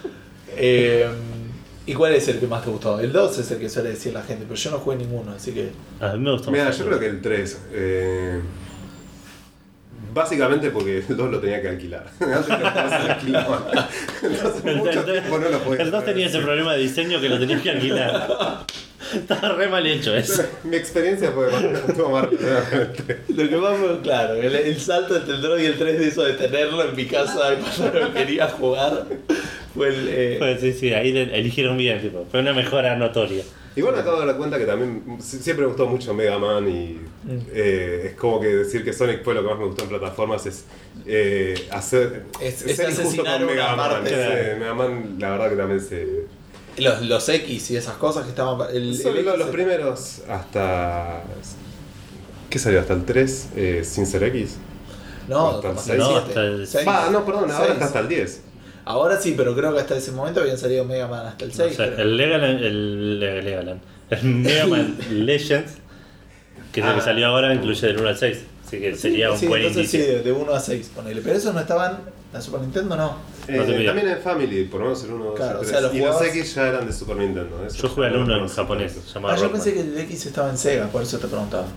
¿Y cuál es el que más te gustó? El 2 es el que suele decir la gente, pero yo no jugué ninguno, así que... A mí me gustó. Mira, yo creo que el 3. Básicamente porque el 2 lo tenía que alquilar. Antes los juegos se alquilaban. Entonces mucho tiempo no lo podía El 2 tenía ese problema de diseño que lo tenías que alquilar. Estaba re mal hecho eso. Mi experiencia fue estuvo mal. Lo que más fue, claro, el salto entre el 2 y el 3 de eso de tenerlo en mi casa y cuando lo quería jugar fue el... Pues sí, ahí eligieron bien, tipo, fue una mejora notoria. Igual me acabo de dar cuenta que también siempre me gustó mucho Mega Man y es como que decir que Sonic fue lo que más me gustó en plataformas es hacer ser injusto asesinar con Mega una Man. parte. Sí, Mega Man la verdad que también se... Los X y esas cosas que estaban... Son los primeros hasta... ¿Qué salió? ¿Hasta el 3 sin ser X? No, hasta el como 6. No, hasta el 6. No, perdón, ahora 6. está hasta el 10. Ahora sí, pero creo que hasta ese momento habían salido Mega Man hasta el 6. O sea, el Mega Man Legends, que es el que salió ahora, incluye del 1 al 6. Así que sería un buen entonces indicio. sí, de 1 a 6, ponele. Pero esos no estaban en la Super Nintendo, no. No te olvides. También en Family, por lo menos el 1, 2 Claro, y 3. o sea, los Y los jugabas- X ya eran de Super Nintendo. Eso Yo jugué al no 1 en conozco. japonés, llamado Yo Rockman. pensé que el X estaba en Sega, por eso te preguntaba.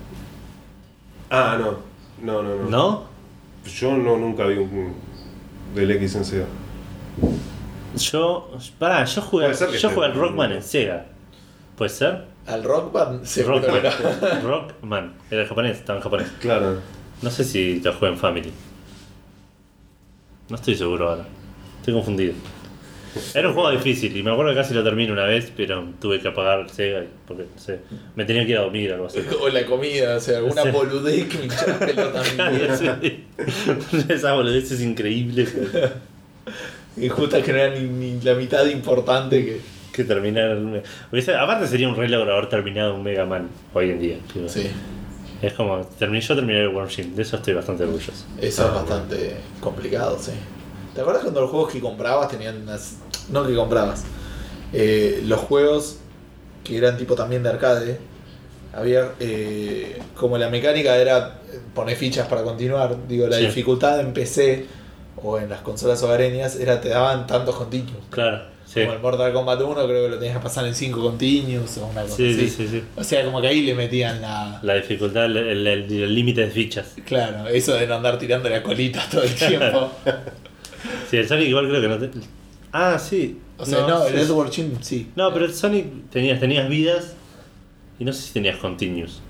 No. ¿No? Yo nunca vi un del X en Sega. Yo jugué Puede ser que al esté- Rockman en Sega. ¿Puede ser? Al Rock Band, seguro que no. Rockman. Era japonés, estaba en japonés. Claro. No sé si lo jugué en Family. No estoy seguro ahora. Estoy confundido. Era un juego difícil y me acuerdo que casi lo terminé una vez, pero tuve que apagar el Sega porque no sé, me tenía que ir a dormir o algo así. O la comida, o sea, alguna Sí. boludez que me hinchó la pelota a mi vida. Sí. Esa boludez es increíble Injusta que no era ni la mitad importante que terminar. Aparte sería un re logro haber terminado un Mega Man hoy en día. Tipo. Sí, Es como, yo terminé el World Gym, de eso estoy bastante orgulloso. eso es bastante complicado, sí. ¿Te acuerdas cuando los juegos que comprabas tenían unas... No que comprabas. Los juegos que eran tipo también de arcade, había como la mecánica era poner fichas para continuar, digo, la Sí. dificultad en PC o en las consolas hogareñas era te daban tantos continuos. Claro, sí. Como el Mortal Kombat 1 creo que lo tenías que pasar en 5 continuos o una cosa Sí, así. sí. O sea, como que ahí le metían la... La dificultad, el límite de fichas. Claro, eso de no andar tirando la colita todo el tiempo. Sí, el Sonic igual creo que no te... Ah, sí. O sea, no, el sí. Edward Chin sí. No, pero el Sonic tenías vidas y no sé si tenías continuous.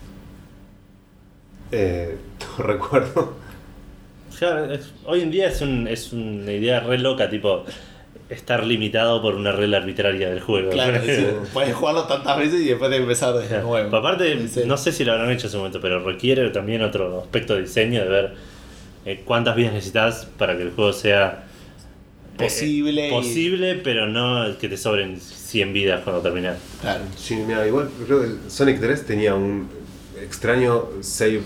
No recuerdo. Claro, hoy en día es una idea re loca, tipo estar limitado por una regla arbitraria del juego. Claro, sí, puedes jugarlo tantas veces y después de empezar desde nuevo. Aparte, Sí. no sé si lo habrán hecho en ese momento, pero requiere también otro aspecto de diseño, de ver cuántas vidas necesitas para que el juego sea Posible y- posible, pero no que te sobren 100 vidas cuando terminas. Claro. Sí, mira, igual creo que el Sonic 3 tenía un extraño save,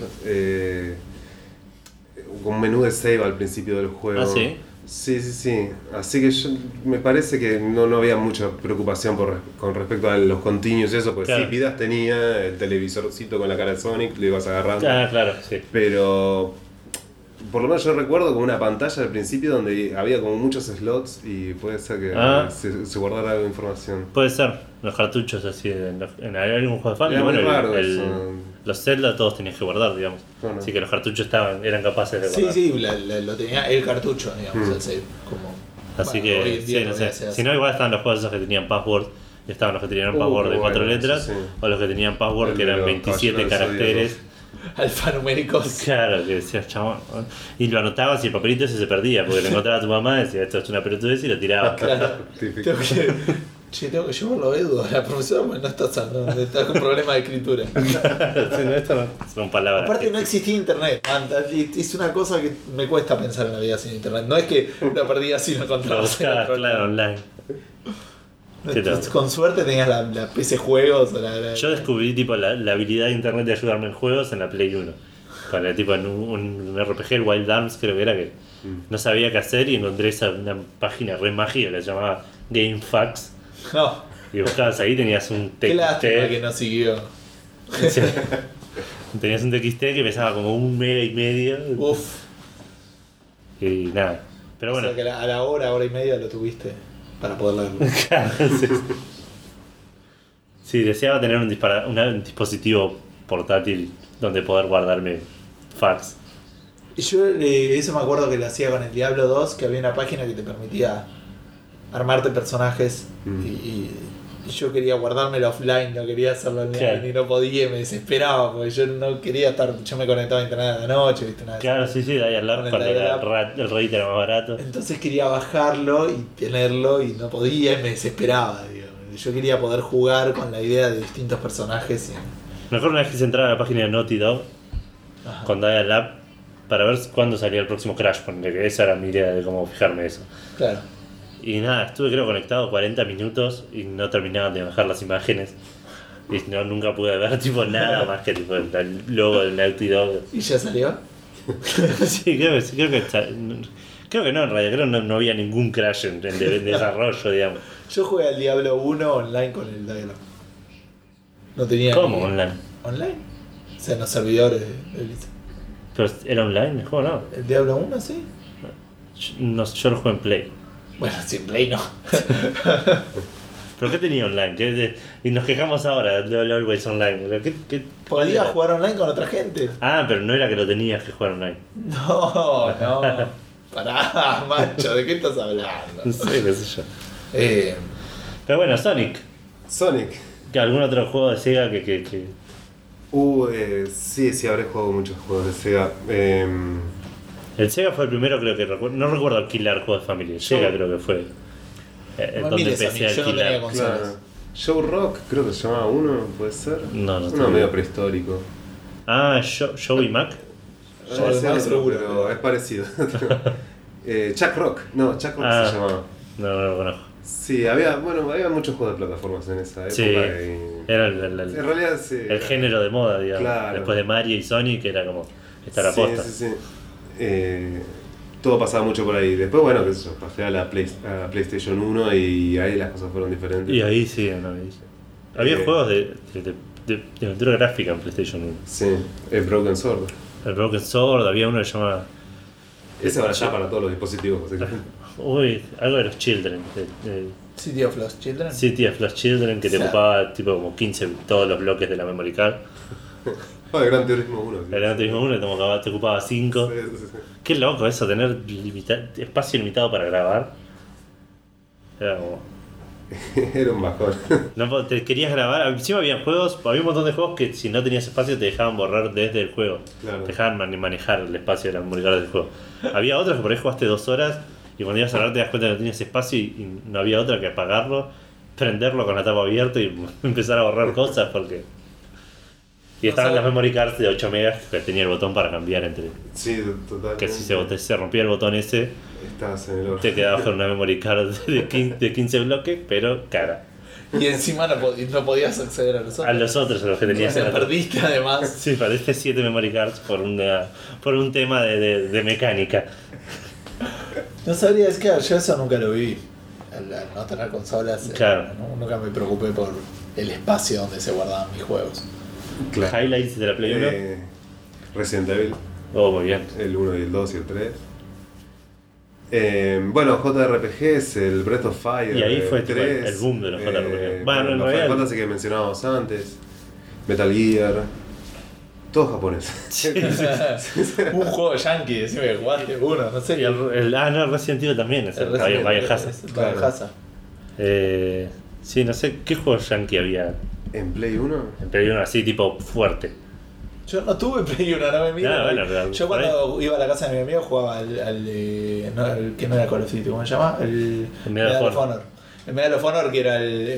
un menú de save al principio del juego. ¿Ah, sí? Sí. Así que me parece que no había mucha preocupación con respecto a los continuos y eso, porque Claro. sí, vidas tenía, el televisorcito con la cara de Sonic, lo ibas agarrando. Ah, claro, sí. Pero por lo menos yo recuerdo como una pantalla al principio donde había como muchos slots y puede ser que se guardara algo de información. Puede ser, los cartuchos así, en algún juego de Family, Era muy bueno, raro eso. los Zelda todos tenías que guardar, digamos. Claro. Así que los cartuchos eran capaces de Sí, guardar. sí, lo tenía el cartucho, digamos, el save. Como, Así bueno, hoy que, en día sí, no todavía sé. se hace. Si no, igual estaban los juegos esos que tenían password, y estaban los que tenían password de 4 bueno, letras, sí. o los que tenían password El que de eran los 27 Caballeros del caracteres. Alfanuméricos. Claro, que decías, chabón. Y lo anotabas y el papelito ese se perdía, porque lo encontraba tu mamá, decía, esto es una pelotudez y lo tiraba. Claro. Típico. Tengo que llevarlo a Edu, la profesora pues, no está sano, está con problemas de escritura. Esto no son palabras. Aparte no existía internet, man, es una cosa que me cuesta pensar en la vida sin internet. No es que lo perdías si lo Lo encontrabas en buscabas, otro claro, lado. online. ¿Qué tal? Con suerte tenías la PC Juegos o Yo descubrí tipo la habilidad de internet de ayudarme en juegos en la Play 1. Con el tipo en un RPG, el Wild Arms creo que era, que no sabía qué hacer y encontré una página re mágica que se llamaba GameFAQs. No, Y buscabas ahí, tenías un qué lástima que TXT. no siguió. Sí. Tenías un TXT que pesaba como 1,5 megas. Uf, Y nada. Pero bueno. o sea que a la hora y media lo tuviste para poder leerlo. Claro, sí. Sí, deseaba tener un dispositivo portátil donde poder guardarme fax. Yo eso me acuerdo que lo hacía con el Diablo 2, que había una página que te permitía armarte personajes y yo quería guardármelo offline, no quería hacerlo online Claro. y no podía, me desesperaba porque yo no quería estar, yo me conectaba a internet a la noche, ¿viste? Nada de Claro, eso. sí, Dial Up Con el cuando Dial era Up. el Reddit era más barato. Entonces quería bajarlo y tenerlo y no podía y me desesperaba, digamos. Yo quería poder jugar con la idea de distintos personajes Mejor una vez que se entraba a la página de Naughty Dog Ajá. con Dial Up para ver cuándo salía el próximo Crash, porque esa era mi idea de cómo fijarme eso. Claro. Y nada, estuve creo conectado 40 minutos y no terminaban de bajar las imágenes. Y no, nunca pude ver tipo nada más que tipo el logo del Naughty Dog. ¿Y ya salió? Sí, creo que está, creo que no, en realidad, creo que no había ningún Crash en desarrollo, digamos. Yo jugué al Diablo 1 online con el Dial Up. No tenía ¿Cómo ni- online? ¿Online? O sea, en los servidores de Blizzard. Pero era online el juego, ¿no? ¿El Diablo 1 sí? Yo lo jugué en Play. Bueno, sin Play no. ¿Pero qué tenía online? Y nos quejamos ahora de Always Online. ¿Pero qué cuál Podía era? jugar online con otra gente. Ah, pero no era que lo tenías que jugar online. No. Pará, macho, ¿de qué estás hablando? No sé, qué sé yo. Eh, Pero bueno, Sonic. Sonic. ¿Que ¿Algún otro juego de Sega que... Sí, habré jugado muchos juegos de Sega. El Sega fue el primero, creo que recuerdo. No recuerdo alquilar juegos de familia. Sega creo que fue. No Donde mires a empecé mí, a yo no alquilar. tenía consolas. Claro. Show Rock, creo que se llamaba uno, ¿puede ser? No Uno tengo. medio prehistórico. Ah, Joey Mac. Yo Ese más otro, seguro, pero pero- es parecido. Chuck Rock, no, Chuck Rock Ah. se llamaba. No lo conozco. Sí, había muchos juegos de plataformas en esa época. Sí, y- era en realidad sí. el género de moda, digamos. Claro. Después de Mario y Sonic era como estar a Sí, posta. sí. Todo pasaba mucho por ahí. Después, bueno, qué sé yo, pasé a la PlayStation 1 y ahí las cosas fueron diferentes. Y ahí sí, no, ahí sí. Había juegos de aventura gráfica en PlayStation 1. Sí, el Broken Sword. El Broken Sword, había uno que se llamaba. Ese ahora ya para todos los dispositivos, básicamente. Uy, algo de los Children. de City of Lost Children. City of Lost Children, que te O sea, ocupaba tipo como 15 todos los bloques de la memory card. El Gran Turismo 1. El Gran Turismo 1 te ocupaba 5. Sí. Qué loco eso, tener espacio limitado para grabar. Era como. Era un bajón. No, te querías grabar. Encima había un montón de juegos que si no tenías espacio te dejaban borrar desde el juego. Claro. Te dejaban manejar el espacio de la memory card del juego. Había otros que por ahí jugaste 2 horas y cuando ibas a hablar te das cuenta que no tenías espacio y no había otra que apagarlo, prenderlo con la tapa abierta y empezar a borrar cosas porque. Y estaban las memory cards de 8 megas que tenía el botón para cambiar entre. Sí, total. Que si se rompía el botón ese, Estabas en el horno. te quedabas con una memory card de 15 bloques, pero cara. Y encima no podías acceder a los otros. A los otros, a los que O tenías en sea, la perdiste además. Sí, perdiste 7 memory cards por un tema de mecánica. No sabría, es que yo eso nunca lo vi. Al no tener consolas, Claro. nunca me preocupé por el espacio donde se guardaban mis juegos. Claro. Highlights de la Play 1. Resident Evil, Oh, muy bien. el 1 y el 2 y el 3. Bueno, JRPGs, el Breath of Fire. Y ahí fue tipo 3, el boom de los JRPG. Bueno, en los realidad- Final Fantasy que mencionábamos antes. Metal Gear. Todo japonés. Un juego yankee, decime que jugaste uno, no sé. Y no, Resident Evil también, es el Biohazard. Claro. Biohazard. Sí, no sé, ¿qué juegos yankee había En Play 1. en Play 1 así tipo fuerte? Yo no tuve Play 1, no me miro. Ah, bueno, pero yo por cuando iba a la casa de mi amigo jugaba al de. No, el que no era Call of Duty, ¿cómo se llama? El Medal of Honor. El Medal of Honor, que era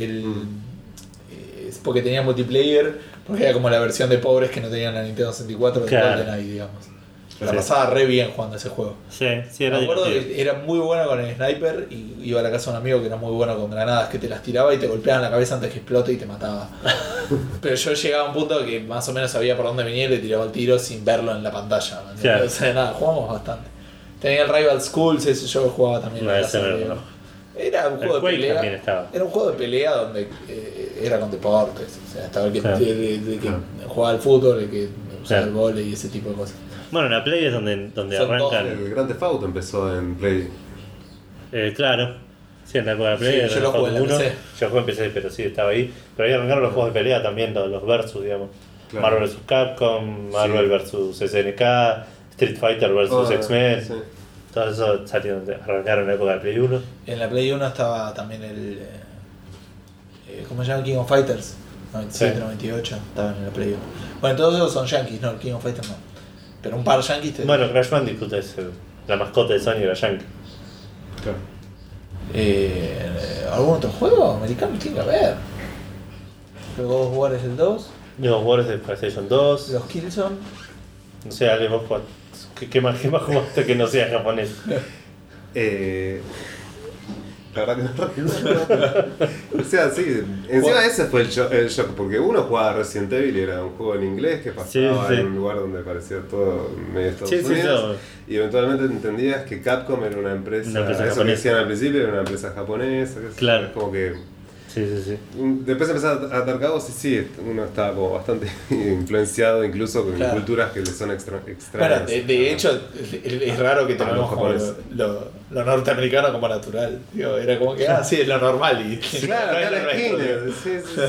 es porque tenía multiplayer, porque era como la versión de pobres que no tenían la Nintendo 64 de Claro. GoldenEye, digamos. La Sí. pasaba re bien jugando ese juego. Sí, era Me acuerdo divertido. que era muy bueno con el sniper y iba a la casa de un amigo que era muy bueno con granadas que te las tiraba y te golpeaban la cabeza antes que explote y te mataba. Pero yo llegaba a un punto que más o menos sabía por dónde venía y le tiraba el tiro sin verlo en la pantalla. ¿me entiendes? Claro. O sea, nada, jugamos bastante. Tenía el Rival Schools, ese yo jugaba también. en No, la ese casa no de- lo conozco. Era un El juego de Quake pelea. también estaba. Era un juego de pelea donde era con deportes. O sea, estaba el que, Claro. el que jugaba al fútbol, el que usaba Claro. el vóley y ese tipo de cosas. Bueno, la Play es donde Son arrancan. El Grand Theft Auto empezó en Play. Claro. Sí, en la época de Play. Sí, era yo el lo jugué en la Uno. PC. Yo jugué en PC, pero sí, estaba ahí. Pero ahí arrancaron los juegos de pelea también, los versus, digamos. Claro. Marvel vs. Capcom, Marvel Sí. vs. SNK, Street Fighter vs X-Men. Sí. Todo eso arrancaron en la época de Play 1. En la Play 1 estaba también el. ¿Cómo se llama? King of Fighters. 97, Sí. 98. Estaban en la Play 1. Bueno, todos esos son yankees, no, el King of Fighters no. Pero un par yankees. Bueno, Crash Bandicoot es la mascota de Sony era Yankee. Claro. ¿Algún otro juego americano tiene que haber? Los God of War es el 2. Los Wars de PlayStation 2. Los Killzone. No sé, Ale, vos ¿qué más jugaste que no sea japonés? La verdad que no recuerdo. O sea, sí. Encima ese fue el shock, porque uno jugaba Resident Evil y era un juego en inglés que pasaba Sí. en un lugar donde parecía todo medio Estados Sí, Unidos. todo. Y eventualmente entendías que Capcom era una empresa, Una empresa eso que japonesa. decían al principio, era una empresa japonesa. Que Claro. Es como que. Sí. Después empezaba a atar cabos y sí, uno estaba como bastante influenciado incluso con Claro. culturas que le son extrañas. Bueno, de hecho, es raro que A los tengamos como japoneses. lo norteamericano como natural. Digo, era como que, sí, es lo normal. Y, Claro, no es cada lo nuestro, esquina. digo.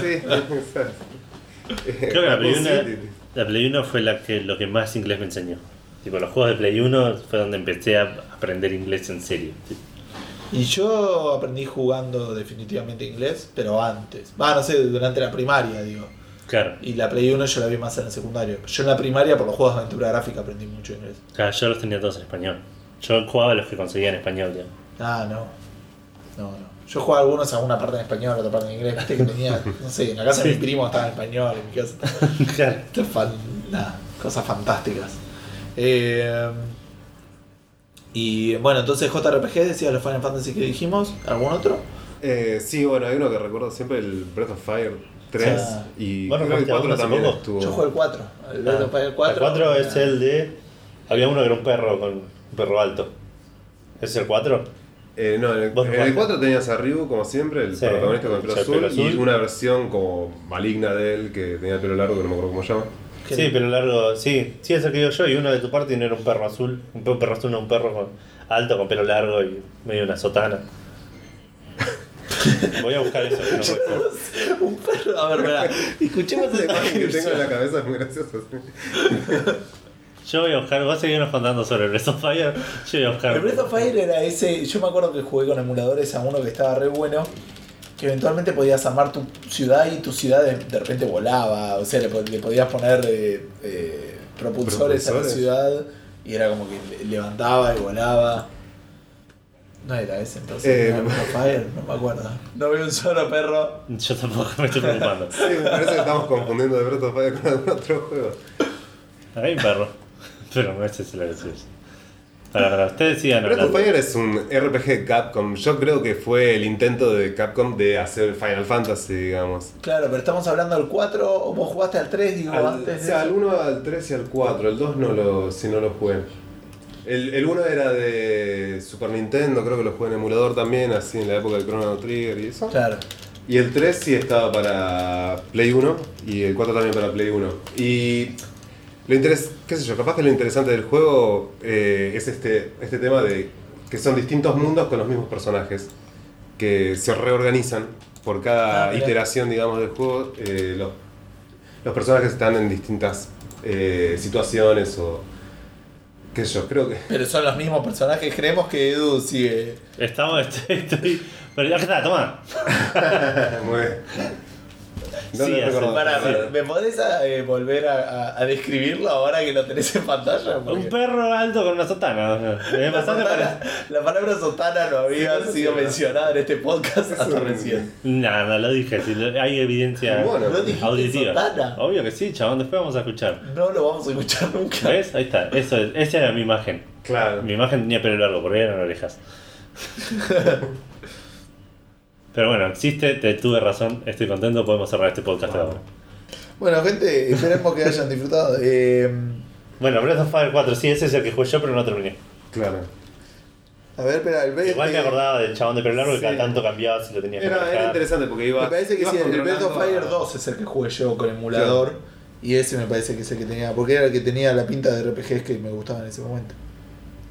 Sí. Creo que Sí. la Play 1 fue lo que más inglés me enseñó. Tipo, los juegos de Play 1 fue donde empecé a aprender inglés en serio. Y yo aprendí jugando definitivamente inglés, pero antes. No sé, durante la primaria, digo. Claro. Y la Play 1 yo la vi más en el secundario. Yo en la primaria, por los juegos de aventura gráfica, aprendí mucho inglés. Claro, yo los tenía todos en español. Yo jugaba los que conseguía en español, tío. No. Yo jugaba algunos a una parte en español, otra parte en inglés. Viste que tenía, no sé, en la casa de mi primo estaba en español, en mi casa. Claro. Esto es cosas fantásticas. Y bueno, entonces JRPG decía los Final Fantasy que dijimos. ¿Algún otro? Sí, bueno, hay uno que recuerdo siempre, el Breath of Fire 3 Ah. y Bueno, creo que el ¿jugaste 4 hace también poco? estuvo. Yo jugué el 4. El Breath of Fire 4. El 4 es el de. Había uno que era un perro con un perro alto. ¿Es el 4? No, en ¿Vos el jugaste? 4 tenías a Ryu como siempre, el Sí, protagonista con el pelo el azul, pelo azul. y una versión como maligna de él que tenía el pelo largo, que no me acuerdo cómo se llama. Sí, pero largo. Sí, es el que digo yo. Y uno de tu parte no era un perro azul. Un perro azul, no, un perro alto con pelo largo y medio una sotana. Voy a buscar eso. Que no recuerdo. Un perro. A ver, verá. Escuchemos La esa imagen que tengo en la cabeza es muy graciosa. Yo voy a buscar. Vos seguirnos contando sobre el Breath of Fire. Yo voy a buscar. El Breath of Fire era ese. Yo me acuerdo que jugué con emuladores a uno que estaba re bueno. Que eventualmente podías armar tu ciudad y tu ciudad de repente volaba. O sea, le podías poner propulsores a la ¿Propulsores? ciudad y era como que levantaba y volaba. No era ese entonces. ¿Era el Breath of Fire? No me acuerdo. No veo un solo perro. Yo tampoco me estoy preocupando. Sí, me parece que estamos confundiendo de Breath of Fire con algún otro juego. Hay un perro. Pero no ese es el gracioso. Para ustedes sigan Breath of hablando. Fire es un RPG de Capcom. Yo creo que fue el intento de Capcom de hacer Final Fantasy, digamos. Claro, pero estamos hablando del 4. ¿O vos jugaste al 3? Digo, O antes de sea, eso? al 1, al 3 y al 4. El 2 no lo jugué. El 1 era de Super Nintendo, creo que lo jugué en emulador también, así en la época del Chrono Trigger y eso. Claro. Y el 3 sí estaba para Play 1 y el 4 también para Play 1. Y qué sé yo, capaz que lo interesante del juego es este tema de que son distintos mundos con los mismos personajes que se reorganizan por cada Mira. iteración, digamos, del juego. Los personajes están en distintas situaciones o qué sé yo, creo que... Pero son los mismos personajes. Creemos que Edu sigue. Estoy. Pero ya está, toma. Muy bien. No Sí, lo hace- recordaba. ¿Me podés volver a describirlo ahora que lo tenés en pantalla? Porque Un perro alto con una sotana. Es bastante parecido. la palabra sotana no había Sí, sido sí, mencionada en este podcast Es hasta un- recién. No, lo dije. Hay evidencia Bueno, No dijiste auditiva. sotana. Obvio que sí, chabón. Después vamos a escuchar. No lo vamos a escuchar nunca. ¿Ves? Ahí está. Esa era mi imagen. Claro. Mi imagen tenía pelo largo, porque eran orejas. Pero bueno, existe, tuve razón, estoy contento, podemos cerrar este podcast ahora. Bueno, gente, esperemos que hayan disfrutado. Bueno, Breath of Fire 4, sí, ese es el que jugué yo, pero no terminé. Claro. A ver, espera, el Breath Igual me acordaba del chabón de pelo largo que Sí. cada tanto cambiaba si lo tenía que Era manejar. interesante porque iba. Me parece que ibas sí, el Breath of controlando Fire a- 2 es el que jugué yo con emulador. Y ese me parece que es el que tenía, porque era el que tenía la pinta de RPGs que me gustaban en ese momento.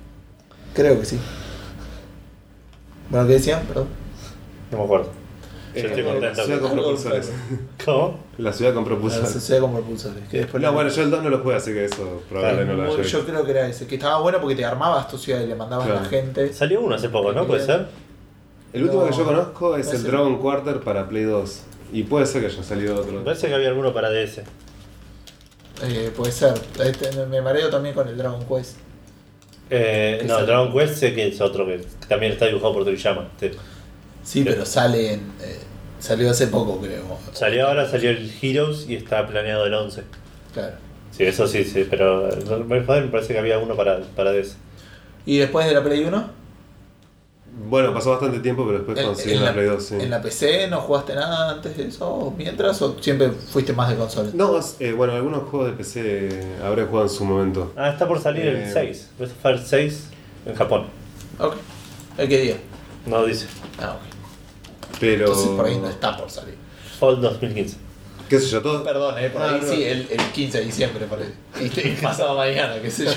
Creo que sí. Bueno, ¿qué decían? Perdón. No me acuerdo. Yo estoy contento. La ciudad con propulsores. ¿Cómo? La ciudad con La propulsores. sociedad con propulsores. Que después No, bueno, yo el 2 no lo jugué, así que eso probablemente no lo haya yo visto. creo que era ese. Que estaba bueno porque te armabas tu ciudad y le mandabas a la Claro. gente. Salió uno hace poco, ¿no? ¿Puede ser? El último No, que yo conozco es no el sé. Dragon Quarter para Play 2. Y puede ser que haya salido Me otro. parece que había alguno para DS. Puede ser. Me mareo también con el Dragon Quest. No, sale? Dragon Quest sé que es otro que también está dibujado por Toriyama. Sí, pero sale en. Salió hace poco, creo. Salió ahora, salió el Heroes y está planeado el 11. Claro. Sí, eso sí, sí, pero me parece que había uno para DS. ¿Y después de la Play 1? Bueno, pasó bastante tiempo, pero después conseguí una Play 2, sí. ¿En la PC no jugaste nada antes de eso? ¿Mientras? ¿O siempre fuiste más de consola? No, bueno, algunos juegos de PC habré jugado en su momento. Ah, está por salir el 6. Breath of Fire 6 en Japón. Ok. ¿El qué día? No dice. Ah, ok. Pero. Entonces por ahí no está por salir. Fall 2015. ¿Qué sé yo? Todo. Perdón, por ahí no. sí, el 15 de diciembre, por ahí. Y pasado mañana, qué sé yo.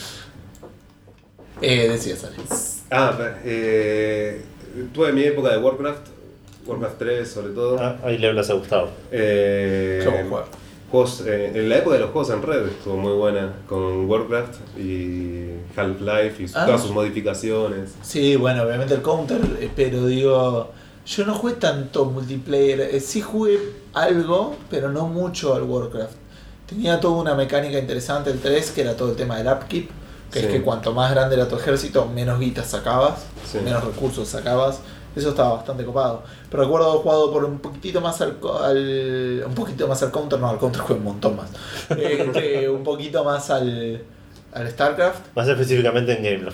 Decía salir. Tuve mi época de Warcraft. Warcraft 3 sobre todo. Ah, ahí le hablas a Gustavo. Qué buen juego. Juegos, en la época de los juegos en red estuvo muy buena con Warcraft y Half-Life y todas sus modificaciones. Sí, bueno, obviamente el Counter, pero digo, yo no jugué tanto multiplayer, sí jugué algo, pero no mucho al Warcraft. Tenía toda una mecánica interesante el 3, que era todo el tema del upkeep, que Sí. es que cuanto más grande era tu ejército, menos guitas sacabas, Sí. menos recursos sacabas. Eso estaba bastante copado. Pero recuerdo haber jugado por un poquitito más al Counter, no, al Counter jugué un montón más. Un poquito más al StarCraft. Más específicamente en Gameloft.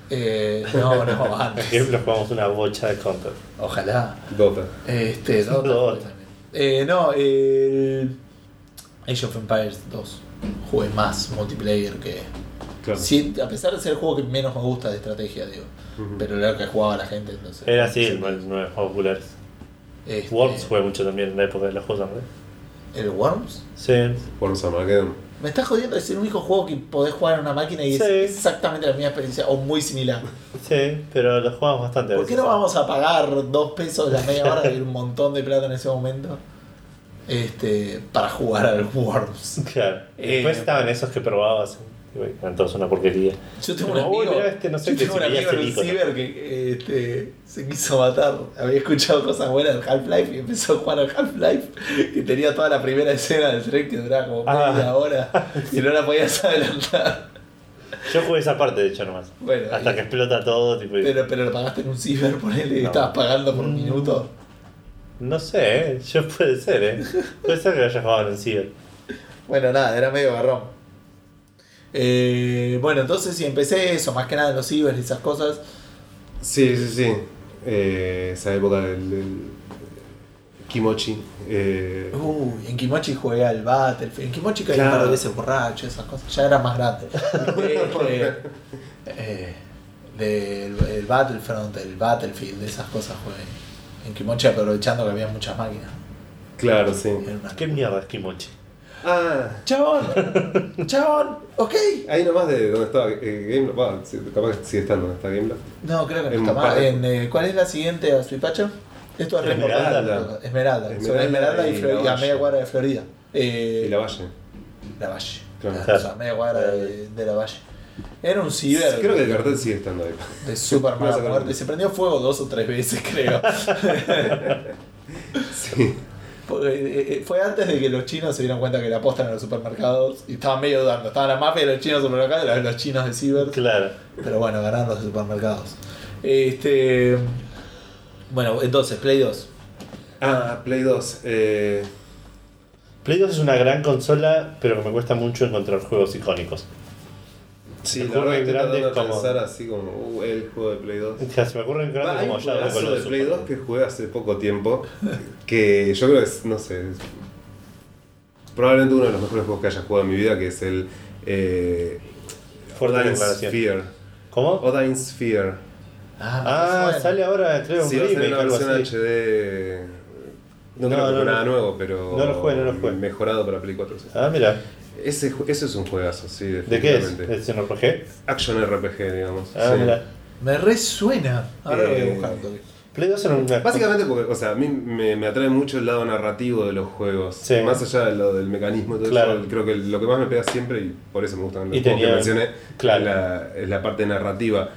No, antes. En Gameloft jugamos una bocha de Counter. Ojalá. Dota. Dota Dota. también. No, el Age of Empires 2. Jugué más multiplayer que. Claro. Sí, a pesar de ser el juego que menos me gusta de estrategia, digo. Ujú. Pero era lo que jugaba la gente, entonces. Era así, Sí. uno de los juegos populares. Este, Worms jugué mucho también en la época de los juegos, ¿no? ¿El Worms? Sí. Worms Armageddon. Me estás jodiendo, es el único juego que podés jugar en una máquina y Sí. es exactamente la misma experiencia o muy similar. Sí, pero los jugamos bastante. a ¿Por qué veces. no vamos a pagar 2 pesos la media hora de un montón de plata en ese momento? Para jugar al Worms. Claro. Después estaban esos que probabas. Y bueno, eran todos una porquería. Yo tengo un Como, uy, amigo, mirá no sé yo qué tengo un si amigo veías en el un icono. ciber que se quiso matar. Había escuchado cosas buenas del Half-Life y empezó a jugar al Half-Life. Que tenía toda la primera escena del tren que duraba como media hora y no la podías adelantar. Yo jugué esa parte, de hecho, nomás. Bueno, Hasta y- que explota todo. Tipo, y- Pero lo pagaste en un ciber, ponele, No. estabas pagando por un minuto. No sé, yo puede ser, Puede ser que lo haya jugado en el ciber. Bueno, nada, era medio garrón. Bueno, entonces sí, empecé eso, más que nada en los cibers y esas cosas. Sí. Esa época del Kimochi. En Kimochi jugué al Battlefield. En Kimochi caí un Claro. par de veces borracho, esas cosas. Ya era más grande. El Battlefront, el Battlefield, esas cosas jugué. En Kimochi aprovechando que había muchas máquinas. Claro, sí. Era una- ¿Qué mierda es Kimochi? ¡Chabón! ¡Chabón! ¿Ok! Ahí nomás de donde estaba Gameloft. Bueno, sí, capaz que sigue estando donde está Gameloft. No, creo que no En está un más. par de- ¿Cuál es la siguiente a Suipacho? Esto es re Esmeralda. importante. Esmeralda. Sobre Esmeralda Esmeralda y, y Florida, La a media Valle. cuadra de Florida. Y la Valle. La Valle. Claro. O sea, a media cuadra de la Valle. Era un ciber Creo que el cartel sigue estando ahí. de super Voy a mala sacar muerte. un- Se prendió fuego 2 o 3 veces, creo. Sí. Porque, fue antes de que los chinos se dieran cuenta que la apostan en los supermercados. Y estaban medio dudando. Estaban la mafia de los chinos supermercados y los chinos de ciber. Claro. Pero bueno, ganaron los de supermercados. Bueno, entonces, Play 2. Play 2. Play 2 es una gran consola, pero que me cuesta mucho encontrar juegos icónicos. Sí, Me la verdad ocurren estoy grandes tratando de como- pensar así como el juego de Play 2. O sea, se me ocurren grandes Hay como un ya juegazo de Play 2 que jugué hace poco tiempo, que yo creo que es, no sé, es probablemente uno de los mejores juegos que haya jugado en mi vida, que es el Fuerte Odin's declaración. Sphere. ¿Cómo? Odin's Sphere. Ah, bueno. sale ahora, creo, un Sí, va a ser remake una o algo versión así. HD. No, No, creo que no, fue no. nada nuevo, pero No lo jugué. mejorado para Play 4. Sí. Ah, mira. Ese es un juegazo, sí, ¿De qué es? definitivamente. ¿Es un RPG? Action RPG, digamos. Ah, sí. mira. Me resuena. Ahora lo voy a Eh, buscar. Toque. Play 2 era una... Básicamente porque, o sea, a mí me atrae mucho el lado narrativo de los juegos. Sí. Más allá de lo del mecanismo y todo Claro. eso, creo que lo que más me pega siempre, y por eso me gustan los Y juegos que tenía- mencioné, claro. es la parte narrativa.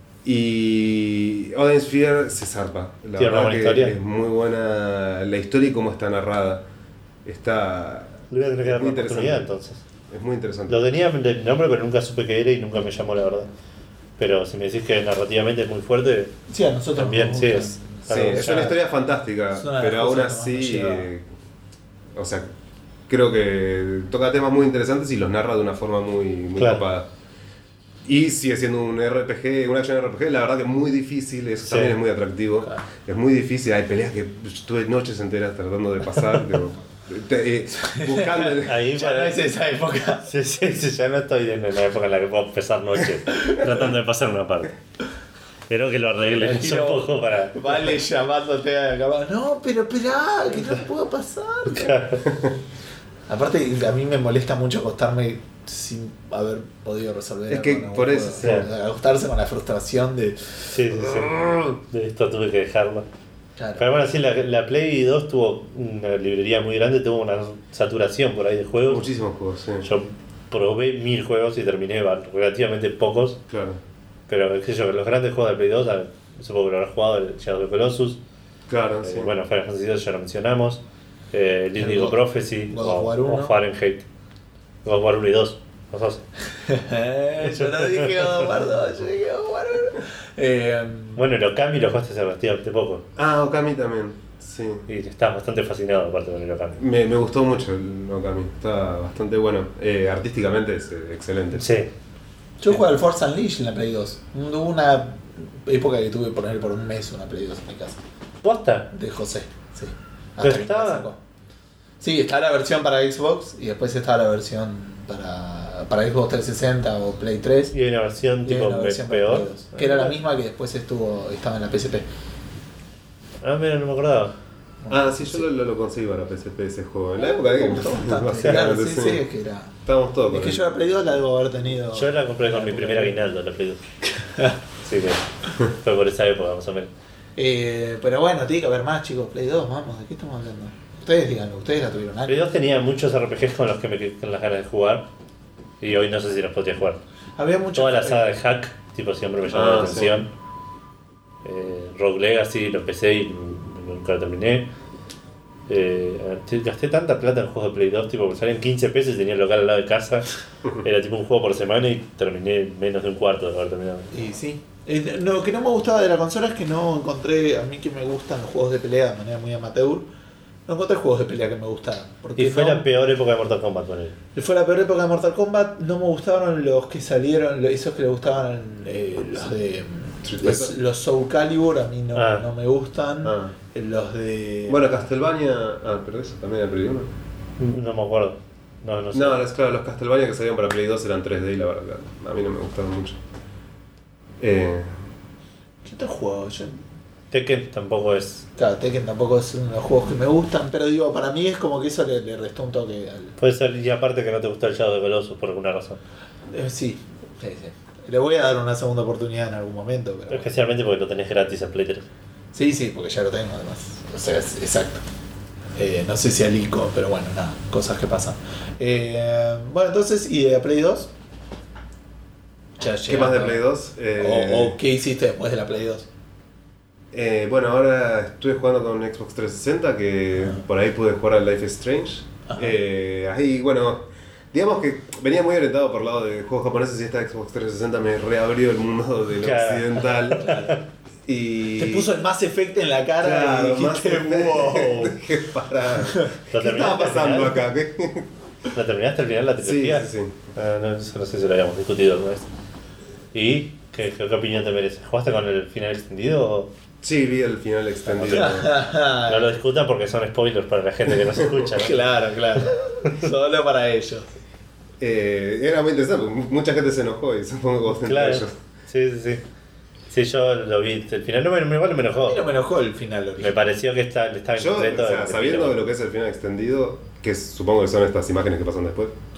Y Odin Sphere se zarpa. La Tiene una verdad buena que historia. es muy buena la historia y cómo está narrada. Está... Le voy a tener que dar muy una oportunidad interesante. entonces. Es muy interesante. Lo tenía de nombre pero nunca supe qué era y nunca me llamó la verdad. Pero si me decís que narrativamente es muy fuerte, Sí, a nosotros también nos sí gusta. es. Sí, es una historia fantástica, Es una de las pero aún cosas que más así, nos lleva. o sea, creo que toca temas muy interesantes y los narra de una forma muy Claro. copada. Y sigue siendo un RPG, un action RPG, la verdad que muy difícil, eso Sí. también es muy atractivo. Claro. Es muy difícil, hay peleas que estuve noches enteras tratando de pasar, pero, buscando... Ahí Ya no es esa época. Sí, ya no estoy en la época en la que puedo empezar noches tratando de pasar una parte. Espero que lo arreglen un poco para. Vale llamándote a la cámara. No, pero esperá, que no puedo pasar. Aparte, a mí me molesta mucho acostarme sin haber podido resolver Es que algo en por algún eso, juego. sí. Acostarse con la frustración de. Sí. De esto tuve que dejarlo. Claro. Pero bueno, sí, la Play 2 tuvo una librería muy grande, tuvo una saturación por ahí de juegos. Muchísimos juegos, sí. Yo probé 1000 juegos y terminé relativamente pocos. Claro, Pero qué sé yo, los grandes juegos de Play 2, supongo que lo habrás jugado, el Shadow of the Colossus. claro, sí. Bueno, Final Fantasy II ya lo mencionamos. Indigo God- Prophecy God of War 1. o Fahrenheit. God of War 1 y 2. Los dos. Yo no dije God of War 2, yo dije God of War 1. Bueno, el Okami lo jugaste hace relativamente poco. Ah, Okami también, sí. Y estás bastante fascinado aparte con el Okami. Me gustó mucho el Okami, está bastante bueno. Artísticamente es excelente. Sí. Yo jugué al Force Unleashed en la Play 2. Hubo una época que tuve que poner por un mes una Play 2 en mi casa. ¿Posta? De José, sí. Pero Hasta que me la estaba- sacó. Sí, está la versión para Xbox y después está la versión para Xbox 360 o Play 3. Y hay una versión Y hay tipo una versión para peor. Play 2, que era la misma que después estaba en la PSP. Ah, mira, no me acordaba. Ah, sí, yo lo conseguí para PSP ese juego. En la época de Me Game gustó Pass, bastante. básicamente, Claro, sí, es que era. Estábamos todos Es con que él. yo la Play 2 la debo haber tenido. Yo la compré con mi primer aguinaldo, la Play 2. Así que fue por esa época más o menos. Pero bueno, tiene que haber más, chicos. Play 2, vamos, ¿de qué estamos hablando? Ustedes díganlo, ustedes la tuvieron Play antes. 2 tenía muchos RPGs con los que me quedé con las ganas de jugar. Y hoy no sé si los podría jugar. Había mucho. Toda la saga de Hack, tipo, siempre me llamó la Ah, atención. Rogue Legacy lo empecé y nunca lo terminé. Gasté tanta plata en juegos de Play 2, tipo, que salían 15 pesos y tenía el local al lado de casa. Era tipo un juego por semana y terminé en menos de un cuarto de haber terminado. Y sí. Lo que no me gustaba de la consola es que no encontré, a mí que me gustan los juegos de pelea de manera muy amateur, no encontré juegos de pelea que me gustaran. Porque Y fue no- la peor época de Mortal Kombat con él. Fue la peor época de Mortal Kombat, no me gustaron los que salieron, esos que le gustaban los de Street los, Fighter. los Soul Calibur, a mí Ah. no me gustan. Ah. Los de... Bueno, Castlevania. Ah, pero eso también era Play 1. No me acuerdo. No sé. No, es claro, los Castlevania que salían para Play 2 eran 3D y la verdad, a mí no me gustaron mucho. ¿Qué otro juego? Tekken tampoco es. Claro, Tekken tampoco es uno de los juegos que me gustan, pero digo, para mí es como que eso le restó un toque al... Puede ser, y aparte que no te gusta el Shadow de Colossus por alguna razón. Sí. Le voy a dar una segunda oportunidad en algún momento, pero... Especialmente porque lo tenés gratis en Play 3. Sí, porque ya lo tengo además. O sea, exacto. No sé si al ICO, pero bueno, nada, cosas que pasan. Bueno, entonces, ¿y de Play 2? Ya ¿Qué más de Play 2? ¿O qué hiciste después de la Play 2? Bueno, ahora estuve jugando con Xbox 360, que por ahí pude jugar al Life is Strange. Ajá. Ahí, bueno, digamos que venía muy orientado por el lado de juegos japoneses y esta Xbox 360 me reabrió el mundo del Claro. occidental. Y... Te puso el Mass Effect en la cara Claro, y dijiste, más wow. Dije, pará. ¿Lo ¿Qué estaba terminaste al pasando final? acá? ¿Qué? ¿Lo terminaste al final la Sí, trilogía? sí, sí. Ah, no, eso no sé si lo habíamos discutido alguna vez. ¿Y qué opinión te merece? ¿Jugaste con el final extendido o Sí, vi el final extendido. no lo discutan porque son spoilers para la gente que no se escucha? ¿no? Claro, claro. Solo para ellos. Era muy interesante, mucha gente se enojó y supongo que vos entre Claro. ellos. Sí. Sí, yo lo vi. El final no me A mí no enojó. me enojó el final Me original. pareció que estaba Yo, incompleto. o sea, sabiendo de lo que es el final extendido, que supongo que son estas imágenes que pasan después,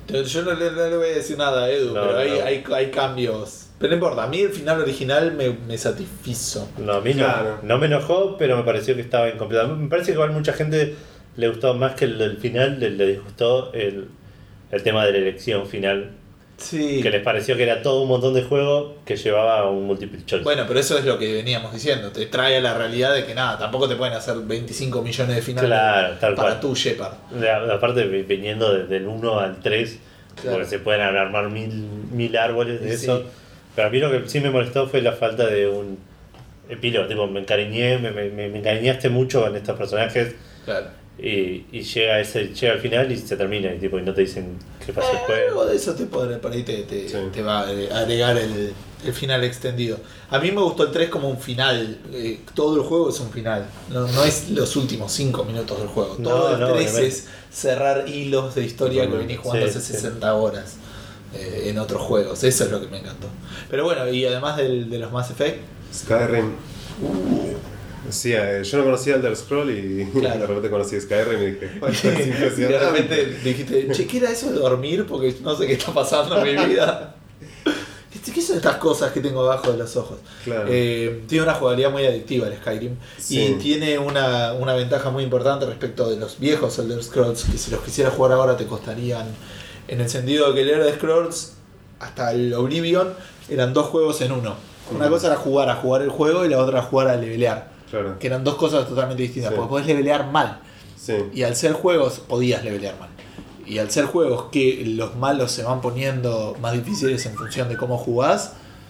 Yo no le voy a decir nada a Edu, No, pero no. hay cambios. Pero no importa, a mí el final original me satisfizo. No, a mí Claro. no me enojó, pero me pareció que estaba incompleto. Me parece que igual mucha gente le gustó más que el final, le disgustó el tema de la elección final. Sí. Que les pareció que era todo un montón de juego que llevaba a un multiple choice. Bueno, pero eso es lo que veníamos diciendo. Te trae a la realidad de que nada, tampoco te pueden hacer 25 millones de finales Claro, tal para cual. tu Shepard. Aparte, viniendo del 1 al 3, Claro. porque se pueden armar mil árboles de Sí. eso. Pero a mí lo que sí me molestó fue la falta de un epílogo. Tipo, me encariñé, me encariñaste mucho con estos personajes. Claro. Y llega al final y se termina. Y no te dicen qué pasó después. Algo de eso por ahí te va a agregar el final extendido. A mí me gustó el 3 como un final. Todo el juego es un final. No es los últimos 5 minutos del juego. Todo el 3 obviamente. es cerrar hilos de historia que venís jugando Sí, hace sí. 60 horas en otros juegos. Eso es lo que me encantó. Pero bueno, y además de los Mass Effect, Skyrim. Sí, yo no conocía Elder Scroll y Claro. de repente conocí Skyrim y dije, "Ay, es y de impresionante". repente dijiste, che, ¿qué era eso de dormir? Porque no sé qué está pasando en mi vida. ¿Qué son estas cosas que tengo abajo de los ojos? Claro. Tiene una jugabilidad muy adictiva el Skyrim. Sí. Y tiene una ventaja muy importante respecto de los viejos Elder Scrolls, que si los quisieras jugar ahora te costarían, en el sentido de que el Elder Scrolls hasta el Oblivion eran 2 juegos en uno. Una cosa era jugar el juego y la otra era jugar a levelear. Claro. Que eran 2 cosas totalmente distintas, Sí. porque podés levelear mal. Sí. Y al ser juegos, podías levelear mal. Y al ser juegos que los malos se van poniendo más difíciles en función de cómo jugás,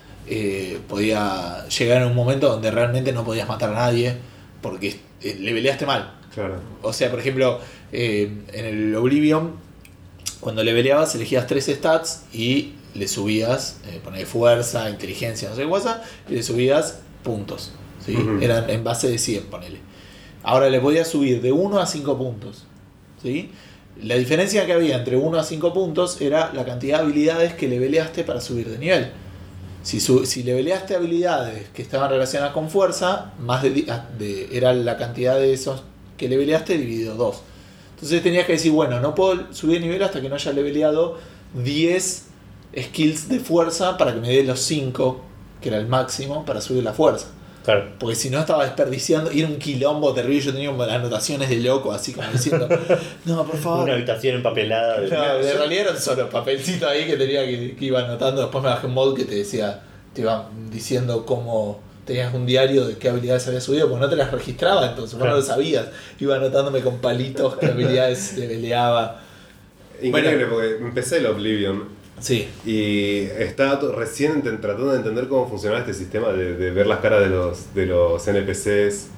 podía llegar a un momento donde realmente no podías matar a nadie porque leveleaste mal. Claro. O sea, por ejemplo, en el Oblivion, cuando leveleabas elegías 3 stats y le subías, poner fuerza, inteligencia, no sé qué cosa, y le subías puntos. ¿Sí? Ujú. Eran en base de 100, ponele. Ahora le podías subir de 1 a 5 puntos. ¿Sí? La diferencia que había entre 1 a 5 puntos era la cantidad de habilidades que leveleaste para subir de nivel. Si leveleaste habilidades que estaban relacionadas con fuerza, era la cantidad de esos que leveleaste dividido 2. Entonces tenías que decir, bueno, no puedo subir de nivel hasta que no haya leveleado 10 skills de fuerza para que me dé los 5, que era el máximo, para subir la fuerza. Claro. Porque si no estaba desperdiciando, y era un quilombo terrible. Yo tenía anotaciones de loco, así como diciendo, no, por favor. Una habitación empapelada. No, de realidad era un solo papelcito ahí que tenía que iba anotando. Después me bajé un mod que te decía, te iba diciendo cómo tenías un diario de qué habilidades había subido, porque no te las registraba, entonces vos no lo sabías. Iba anotándome con palitos qué habilidades leveleaba. Increíble, Bueno. porque empecé el Oblivion Sí, y estaba recién tratando de entender cómo funcionaba este sistema de ver las caras de los NPCs,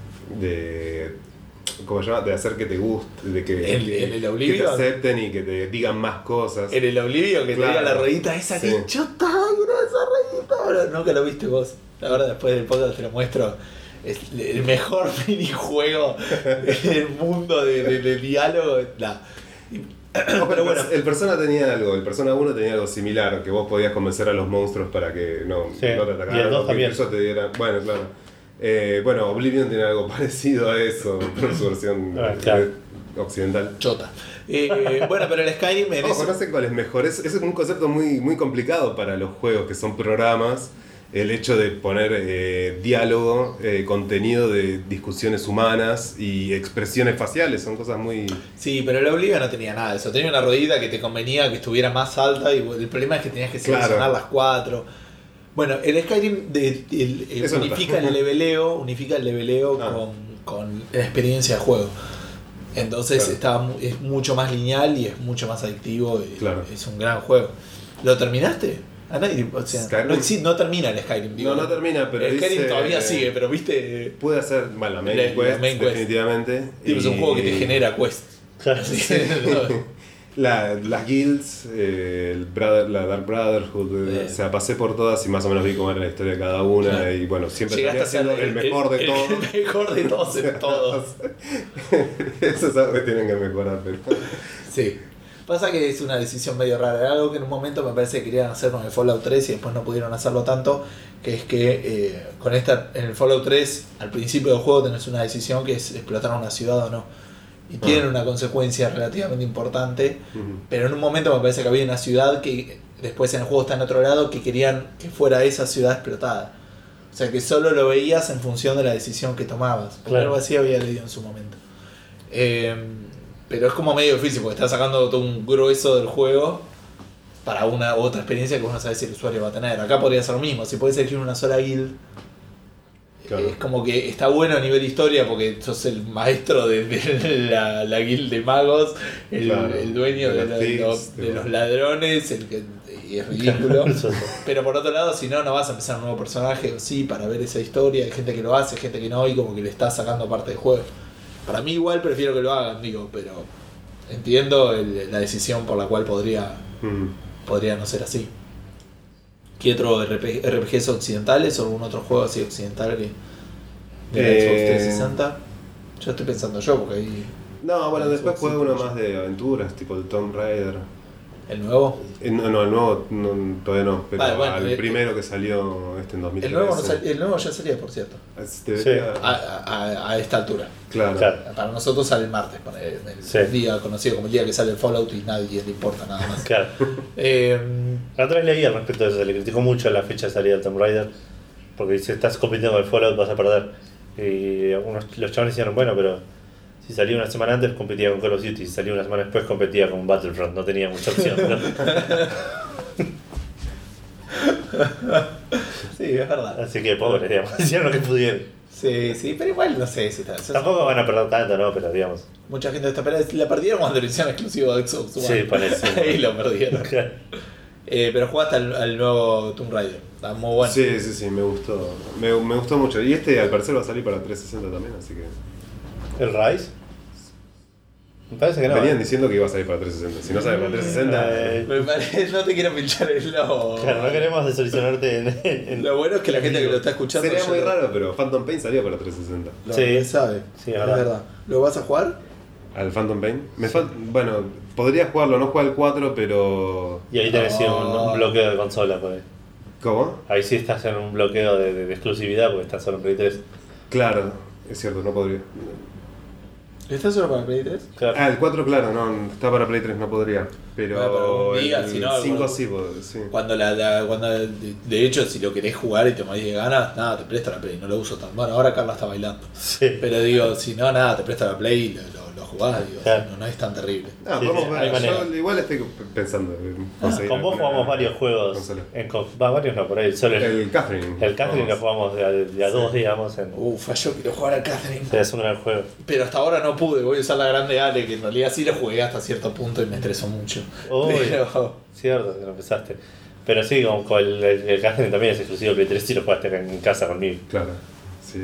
¿cómo se llama? De hacer que te guste, de que, En el que te Oblivion. acepten y que te digan más cosas. en el Oblivion que Claro. tenía la ruedita esa Sí. que chota, era esa ruedita. Ahora, nunca lo viste vos. La verdad, después del podcast te lo muestro. Es el mejor minijuego del mundo de diálogo. Nah. Pero bueno, El Persona tenía algo, el Persona 1 tenía algo similar, que vos podías convencer a los monstruos para que no Sí, te y el atacaran, 2 o que también. incluso te dieran. Bueno, claro. Bueno, Oblivion tiene algo parecido a eso, pero su versión Claro. occidental. chota. Bueno, pero el Skyrim en Ojo, eso. no sé cuál es mejor, es un concepto muy, muy complicado para los juegos que son programas. El hecho de poner diálogo, contenido de discusiones humanas y expresiones faciales, son cosas muy... Sí, pero el Oblivion no tenía nada de eso. Tenía una ruedita que te convenía que estuviera más alta y el problema es que tenías que seleccionar Claro. las 4. Bueno, el Skyrim Eso no unifica está. el leveleo Ah. con la experiencia de juego. Entonces Claro. es mucho más lineal y es mucho más adictivo. Y Claro. Es un gran juego. ¿Lo terminaste? A nadie, o sea, Skyrim. no termina el Skyrim. Digo. No termina, pero el Skyrim dice- todavía sigue, pero viste. Puede ser, bueno, la main La quest, main quest. definitivamente. Tipo, es un juego que te genera quest. Claro. Así que, no. Las guilds, la Dark Brotherhood, o sea, pasé por todas y más o menos vi cómo era la historia de cada una. Claro. Y bueno, siempre Llegaste terminé a ser siendo el mejor de todos. El mejor de todos en todos. Eso es algo que tienen que mejorar, pero. Sí. Pasa que es una decisión medio rara. Era algo que en un momento me parece que querían hacer con el Fallout 3 y después no pudieron hacerlo tanto. Que es que en el Fallout 3, al principio del juego tenés una decisión que es explotar una ciudad o no. y tienen una consecuencia relativamente importante, pero en un momento me parece que había una ciudad que después en el juego está en otro lado que querían que fuera esa ciudad explotada. O sea que solo lo veías en función de la decisión que tomabas. Claro. Algo así había leído en su momento. Pero es como medio difícil porque estás sacando todo un grueso del juego para una u otra experiencia que uno no sabe si el usuario va a tener. Acá podría ser lo mismo, si podés elegir una sola guild. Claro. Es como que está bueno a nivel historia porque sos el maestro de la guild de magos, el dueño de los ladrones, y es ridículo. Pero por otro lado, si no vas a empezar un nuevo personaje, sí, para ver esa historia. Hay gente que lo hace, gente que no, y como que le está sacando parte del juego. Para mí igual prefiero que lo hagan, digo, pero entiendo la decisión por la cual podría no ser así. ¿Qué otro RPGs occidentales o algún otro juego así occidental que de la Xbox 360? Yo estoy pensando porque ahí... No, bueno, después jugué uno más de aventuras, tipo el Tomb Raider. ¿El nuevo? No, el nuevo todavía no, pero el primero que salió en 2013. El nuevo ya salía, por cierto. Sí. A esta altura. Claro. Para nosotros sale el martes, el día conocido como el día que sale el Fallout y nadie le importa nada más. Claro. La otra vez leí al respecto de eso, se le criticó mucho la fecha de salida del Tomb Raider, porque si estás compitiendo con el Fallout vas a perder. Y los chavales dijeron, bueno, pero si salía una semana antes competía con Call of Duty, si salía una semana después competía con Battlefront, no tenía mucha opción. Sí, es verdad. Así que pobres, digamos, hicieron lo que pudieron. Sí, pero igual no sé si está. Tampoco van a perder tanto, ¿no? Pero digamos. Mucha gente está esperando. La perdieron cuando lo hicieron exclusivo de Xbox One. Sí, parece. Ahí lo perdieron. Pero jugaste al nuevo Tomb Raider. Está muy bueno. Sí, me gustó. Me gustó mucho. Y al parecer va a salir para 360 también, así que. ¿El Rise? Me parece que no. Venían diciendo que iba a salir para 360. Si no sale para 360. Me parece, no te quiero pinchar el lobo. Claro, no queremos desolicionarte en. Lo bueno es que la gente que lo está escuchando. Sería muy raro, pero Phantom Pain salió para 360. Sí, sabe. Sí, es verdad. ¿Lo vas a jugar? ¿Al Phantom Pain? Bueno, podría jugarlo, no juega el 4, pero. Y ahí tenés un bloqueo de consola, pues. ¿Cómo? Ahí sí estás en un bloqueo de exclusividad porque estás solo en Play 3. Claro, es cierto, no podría. ¿Está solo para Play 3? Claro. El 4, claro, no, está para Play 3, no podría. Pero un día, el si no, 5 sí, sí. Cuando de hecho, si lo querés jugar y te morís de ganas, nada, te presta la Play, no lo uso tan bueno. Ahora Carla está bailando. Sí. Pero digo, si no, nada, te presta la Play y lo jugás, digo, claro. No es tan terrible. Vamos a ver, yo igual estoy pensando en conseguir. Con vos jugamos varios juegos. Varios no, por ahí. Solo el Catherine. El Catherine lo jugamos de a dos, digamos. Yo quiero jugar al Catherine. Sí, es un gran juego. Pero hasta ahora no pude, voy a usar la grande Ale, que en realidad sí lo jugué hasta cierto punto y me estresó mucho. Pero... Cierto, que lo empezaste. Pero sí, con el Catherine también es exclusivo de Play 3 y lo jugaste en casa conmigo. Claro, sí.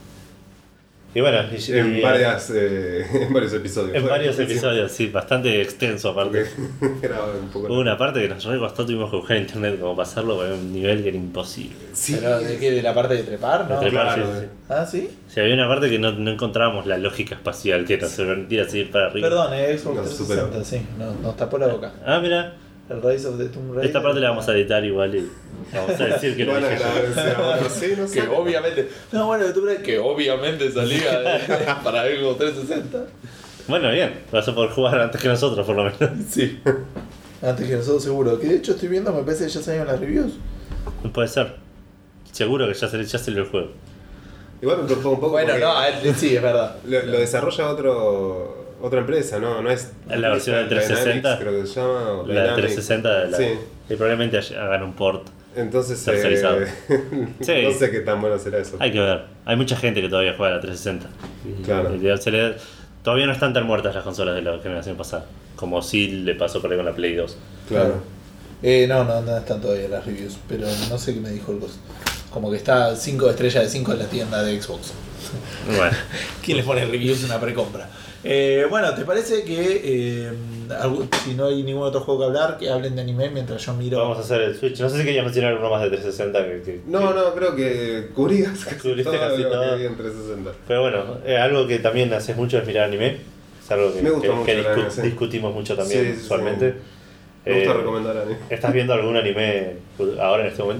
Y bueno, en varios episodios. En varios episodios, sí, bastante extenso aparte. Hubo una parte que nos re costó, tuvimos que buscar en internet como pasarlo con un nivel que era imposible. Sí. ¿Pero de qué? ¿De la parte de trepar? ¿No? De trepar, claro, sí. ¿Ah, sí? Sí, había una parte que no encontrábamos la lógica espacial que nos permitiera seguir para arriba. Perdón, Xbox 360, sí, nos tapó la boca. Mira. El Rise of the Tomb Raider. Esta parte la vamos a editar igual y vamos a decir que lo dije yo. No sé. Que obviamente. No, bueno, de Tomb Raider que obviamente salía para Xbox 360. Bueno, bien, vas a poder jugar antes que nosotros, por lo menos. Sí. Antes que nosotros, seguro. Que de hecho estoy viendo, me parece que ya salieron las reviews. No puede ser. Seguro que ya salió el juego. Igual me preocupa un poco. Bueno, sí, es verdad. Lo desarrolla otra empresa, no es. La versión del 360. Dynamics, creo que se llama. La del 360. Sí. Y probablemente hagan un port. Entonces, tercerizado. Sí. No sé qué tan bueno será eso. Hay que ver. Hay mucha gente que todavía juega a la 360. Claro. Todavía no están tan muertas las consolas de la generación pasada. Como sí le pasó por ahí con la Play 2. Claro. No están todavía las reviews. Pero no sé qué me dijo el boss. Como que está 5 estrellas de 5 en la tienda de Xbox. Bueno. ¿Quién le pone reviews una precompra? Bueno, ¿te parece que si no hay ningún otro juego que hablar, que hablen de anime mientras yo miro? Vamos a hacer el Switch. No sé si querías mencionar uno más de 360 No, creo que cubriste casi todo. Que vi en 360. Pero bueno, algo que también haces mucho es mirar anime. Es algo que discutimos mucho también usualmente. Me gusta recomendar anime. ¿Estás viendo algún anime ahora en este momento?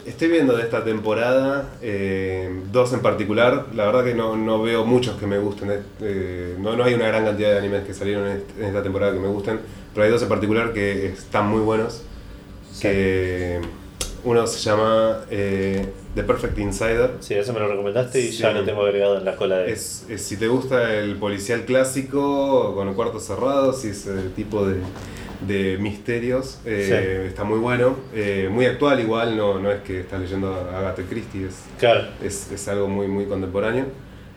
Estoy viendo de esta temporada, dos en particular. La verdad que no veo muchos que me gusten. No hay una gran cantidad de animes que salieron en esta temporada que me gusten. Pero hay dos en particular que están muy buenos. Sí. Que uno se llama The Perfect Insider. Sí, eso me lo recomendaste y Sí. ya lo tengo agregado en la cola de... Si te gusta el policial clásico, con cuartos cerrados y ese tipo de misterios, Sí. está muy bueno. Muy actual igual, no es que estás leyendo a Agatha Christie, Claro. es algo muy, muy contemporáneo.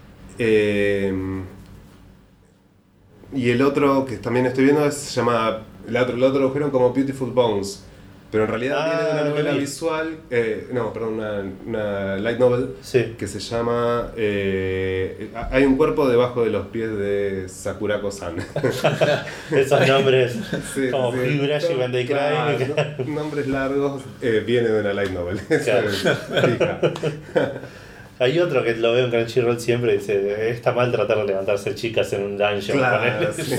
Y el otro que también estoy viendo se llama, el otro lo dijeron como Beautiful Bones, pero en realidad viene de una lo novela vi. visual, una light novel, Sí. que se llama Hay un cuerpo debajo de los pies de Sakurako-san. Esos nombres Sí, como sí. Higurashi When They Cry. Claro, nombres largos, viene de una light novel. Claro. Eso es fija. Hay otro que lo veo en Crunchyroll siempre y dice, está mal tratar de levantarse chicas en un dungeon. Claro, ponele. sí.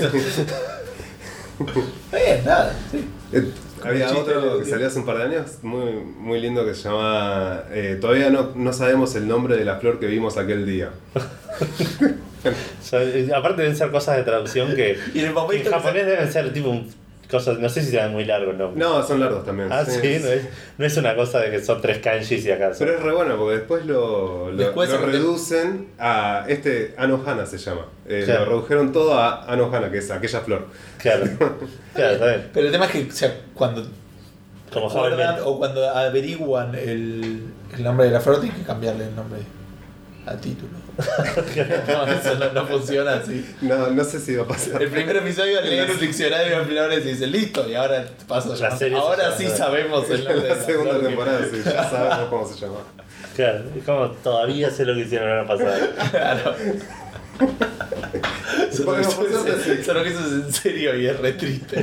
Bien, nada, sí. Había chiste otro de- que salió hace un par de años, muy, muy lindo, que se llama todavía no sabemos el nombre de la flor que vimos aquel día. O sea, aparte deben ser cosas de traducción que Y en el momento en japonés deben ser tipo cosas, no sé si sean muy largos, ¿no? No, son largos también. Ah, sí, no es una cosa de que son 3 kanjis y acaso. Pero es re bueno porque después lo Después se reducen a Anohana se llama. Claro. Lo redujeron todo a Anohana, que es aquella flor. Claro, claro, está bien. Pero el tema es que, o sea, cuando Como acuerdan Javier. o cuando averiguan el nombre de la flor, tienen que cambiarle el nombre al título. No, eso no funciona así. No sé si va a pasar. El primer episodio leen un diccionario de flores y dicen listo, y ahora paso La serie se ahora llama, sí ¿no? sabemos el nombre En de la la segunda flor que- temporada, sí, ya sabemos cómo se llama. Claro, es como todavía sé lo que hicieron la pasada. Claro. Bueno, por suerte sí. Solo que eso es en serio y es re triste.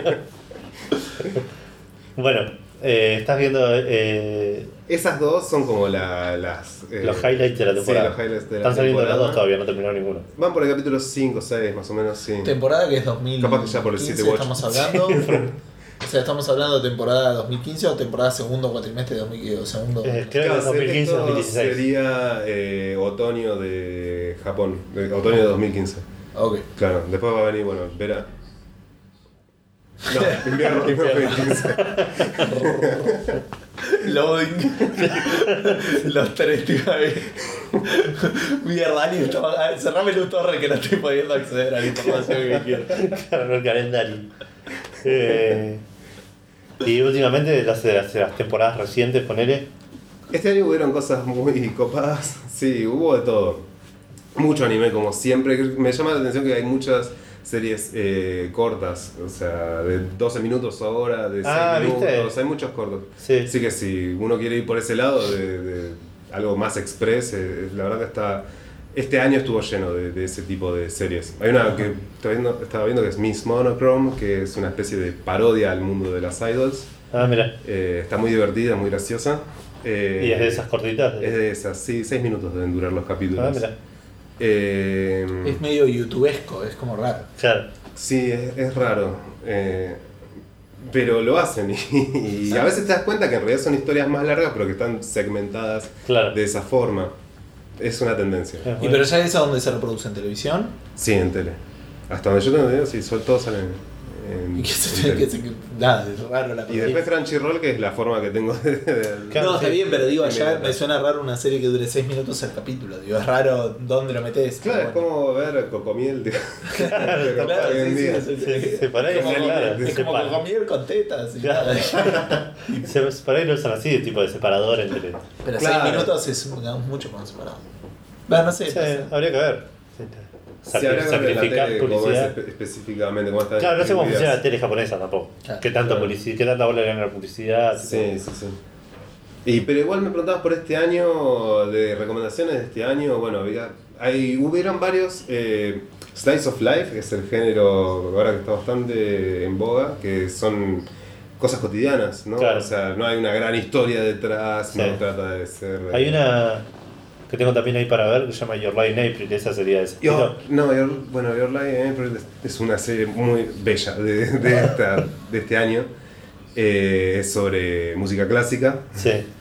Bueno, estás viendo Esas dos son como las... los highlights de la temporada. Sí, los highlights de la Están saliendo las temporada. dos todavía, no terminó ninguno. Van por el capítulo 5 o 6 más o menos, sí. Temporada que es 2015. Capaz que ya por el 7 watch. estamos hablando. O sea, estamos hablando de temporada 2015 o temporada segundo cuatrimestre de 2015 o segundo. Creo que es Esto 2015-2016. sería otoño de Japón, otoño de 2015. Ok. Claro, después va a venir, bueno, no, invierno 2015. Loading. Los tres, tío. Mierda, Dani, cerrame el torre que no estoy pudiendo acceder a la información que quiero. Claro, el calendario. Y últimamente, las temporadas recientes, ponele. Este año hubieron cosas muy copadas, sí, hubo de todo. Mucho anime como siempre, me llama la atención que hay muchas series cortas, o sea, de 12 minutos ahora, de 6 ¿viste? minutos, hay muchos cortos. Sí. Así que si uno quiere ir por ese lado de algo más express, la verdad que este año estuvo lleno de ese tipo de series. Hay una que estaba viendo que es Miss Monochrome, que es una especie de parodia al mundo de las idols. Ah, mira. Está muy divertida, muy graciosa. Y es de esas cortitas. Es de esas, sí, 6 minutos deben durar los capítulos. Ah, mira. Es medio youtubesco, es como raro. Claro. Sí, es raro. Pero lo hacen y a veces te das cuenta que en realidad son historias más largas pero que están segmentadas Claro. de esa forma. Es una tendencia. Es ¿Y bueno. pero ya es a donde se reproduce en televisión? Sí, en tele. Hasta donde yo tengo entendido, sí, todos salen en Y que se tele. tiene que nada, es raro la Y después Crunchyroll, que es la forma que tengo Claro, No, está sí. bien, pero digo, Sí, allá mira. me suena raro una serie que dure 6 minutos el capítulo. Digo, es raro dónde lo metes. Claro, es como ver Cocomiel, tío. Pero Claro, hoy en sí, día. sí, Sí, por ahí como, es claro. es como separa. comier con tetas y Claro. nada. Por ahí lo usan así, de tipo de separador entre. Pero Claro. 6 minutos es digamos, mucho más separado. Bueno, no sé. Sí, no sé. habría que ver. Sí, habrá que ver en la Sacrificar tele cómo es publicidad. específicamente cómo está Claro, no sé cómo distribuidas. funciona la tele japonesa tampoco. Claro. ¿Qué tanta Claro. publicidad, qué tanta bola le dan a la publicidad? Sí, sí, sí. Pero igual me preguntabas por este año, de recomendaciones de este año. Bueno, hubieron varios. Slice of Life, que es el género ahora que está bastante en boga, que son cosas cotidianas, ¿no? Claro. O sea, no hay una gran historia detrás, Sí. no trata de ser. Hay una que tengo también ahí para ver que se llama Your Lie in April, esa sería ese estilo. Your Lie in April es una serie muy bella de este año. Es sobre música clásica. Sí.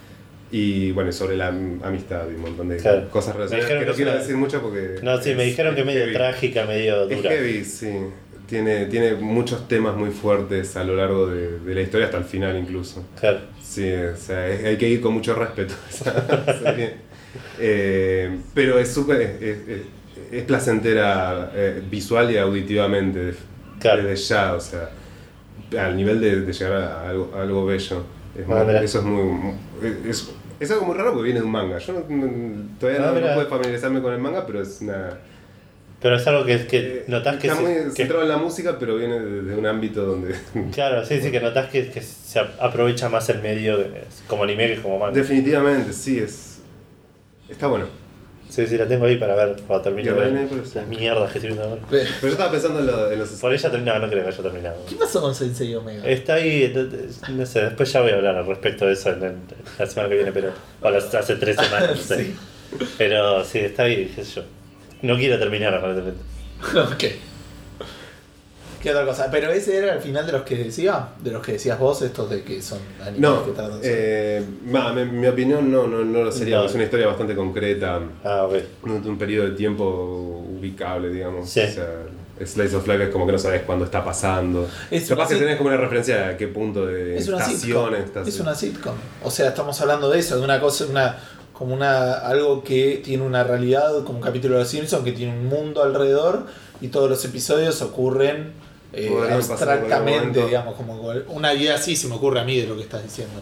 Y bueno, sobre la amistad y un montón de Claro. cosas relacionadas que no quiero decir mucho porque... No, sí, me dijeron que es medio heavy. trágica, medio dura. Es heavy, sí. Tiene muchos temas muy fuertes a lo largo de la historia, hasta el final incluso. Claro. Sí, o sea, hay que ir con mucho respeto a esa serie. Pero es súper... Es placentera visual y auditivamente, Claro. desde ya, o sea, al nivel de llegar a algo bello. Mira. Eso es muy... Es algo muy raro porque viene de un manga. Yo todavía no Mira. puedo familiarizarme con el manga, pero es una... Pero es algo que notás que... Está muy que centrado en la música, pero viene de un ámbito donde... claro, sí, que notás que se aprovecha más el medio como anime que como manga. Definitivamente, sí, está bueno. Sí, la tengo ahí para ver cuando termine Y de ver René, pero sí. las mierdas que estoy viendo ahora. Pero yo estaba pensando en los... Por ella terminaba, no creo que haya terminado. ¿Qué pasó con Sensei Omega? Está ahí, no sé, después ya voy a hablar al respecto de eso en la semana que viene, pero... O hace 3 semanas, no sé. Sí. Pero sí, está ahí, qué sé yo. No quiero terminar aparentemente. Ok. ¿Qué otra cosa? Pero ese era el final de los que decías vos, estos de que son animes No, que tratan sobre... mi opinión no lo sería, No. porque es una historia bastante concreta, Ah, ok. un periodo de tiempo ubicable, digamos. Sí. O sea, Slice of Life es como que no sabes cuándo está pasando. Es Capaz una que sit- tenés como una referencia a qué punto de Es una estación sitcom. estás. Es una sitcom. O sea, estamos hablando de eso, de una cosa, algo que tiene una realidad, como un capítulo de Los Simpsons, que tiene un mundo alrededor y todos los episodios ocurren Podrían pasar en cualquier abstractamente, momento. digamos, como una idea así se me ocurre a mí de lo que estás diciendo.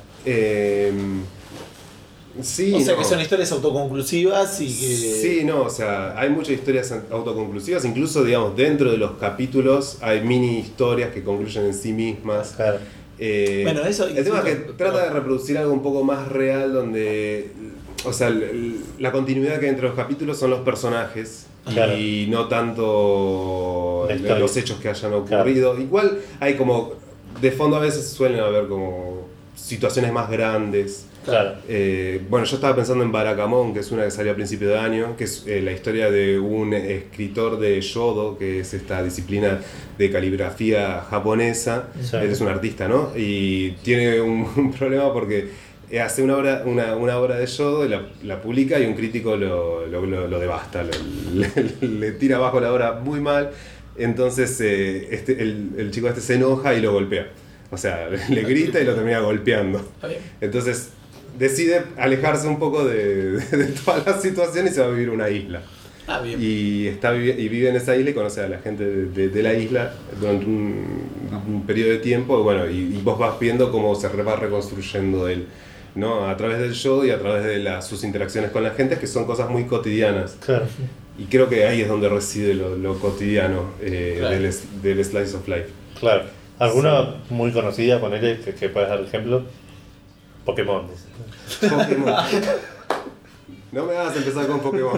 Sí, O sea, no. que son historias autoconclusivas y que... Sí, no, o sea, hay muchas historias autoconclusivas, incluso, digamos, dentro de los capítulos hay mini historias que concluyen en sí mismas. Claro. Bueno, eso... El tema es que trata de reproducir algo un poco más real donde, o sea, la continuidad que hay entre los capítulos son los personajes Claro. y no tanto La historia. los hechos que hayan ocurrido. Igual hay como, de fondo a veces suelen haber como situaciones más grandes. Claro. Bueno, yo estaba pensando en Barakamon, que es una que salió a principio de año, que es la historia de un escritor de Shodo, que es esta disciplina de caligrafía japonesa. Sí. Él es un artista, ¿no? Y tiene un problema porque hace una obra de Shodo, la publica y un crítico lo devasta, le tira abajo la obra muy mal. Entonces el chico este se enoja y lo golpea. O sea, le grita y lo termina golpeando. Está bien. Entonces decide alejarse un poco de toda la situación y se va a vivir a una isla. Ah, bien. Y vive en esa isla y conoce a la gente de la isla durante un periodo de tiempo. Bueno, y vos vas viendo cómo se va reconstruyendo él, ¿no? A través del show y a través de sus interacciones con la gente, que son cosas muy cotidianas. Claro. Y creo que ahí es donde reside lo cotidiano Claro. del Slice of Life. Claro. ¿Alguna muy conocida, ponele, que puedas dar ejemplo? Pokémon. Pokémon. No me hagas empezar con Pokémon.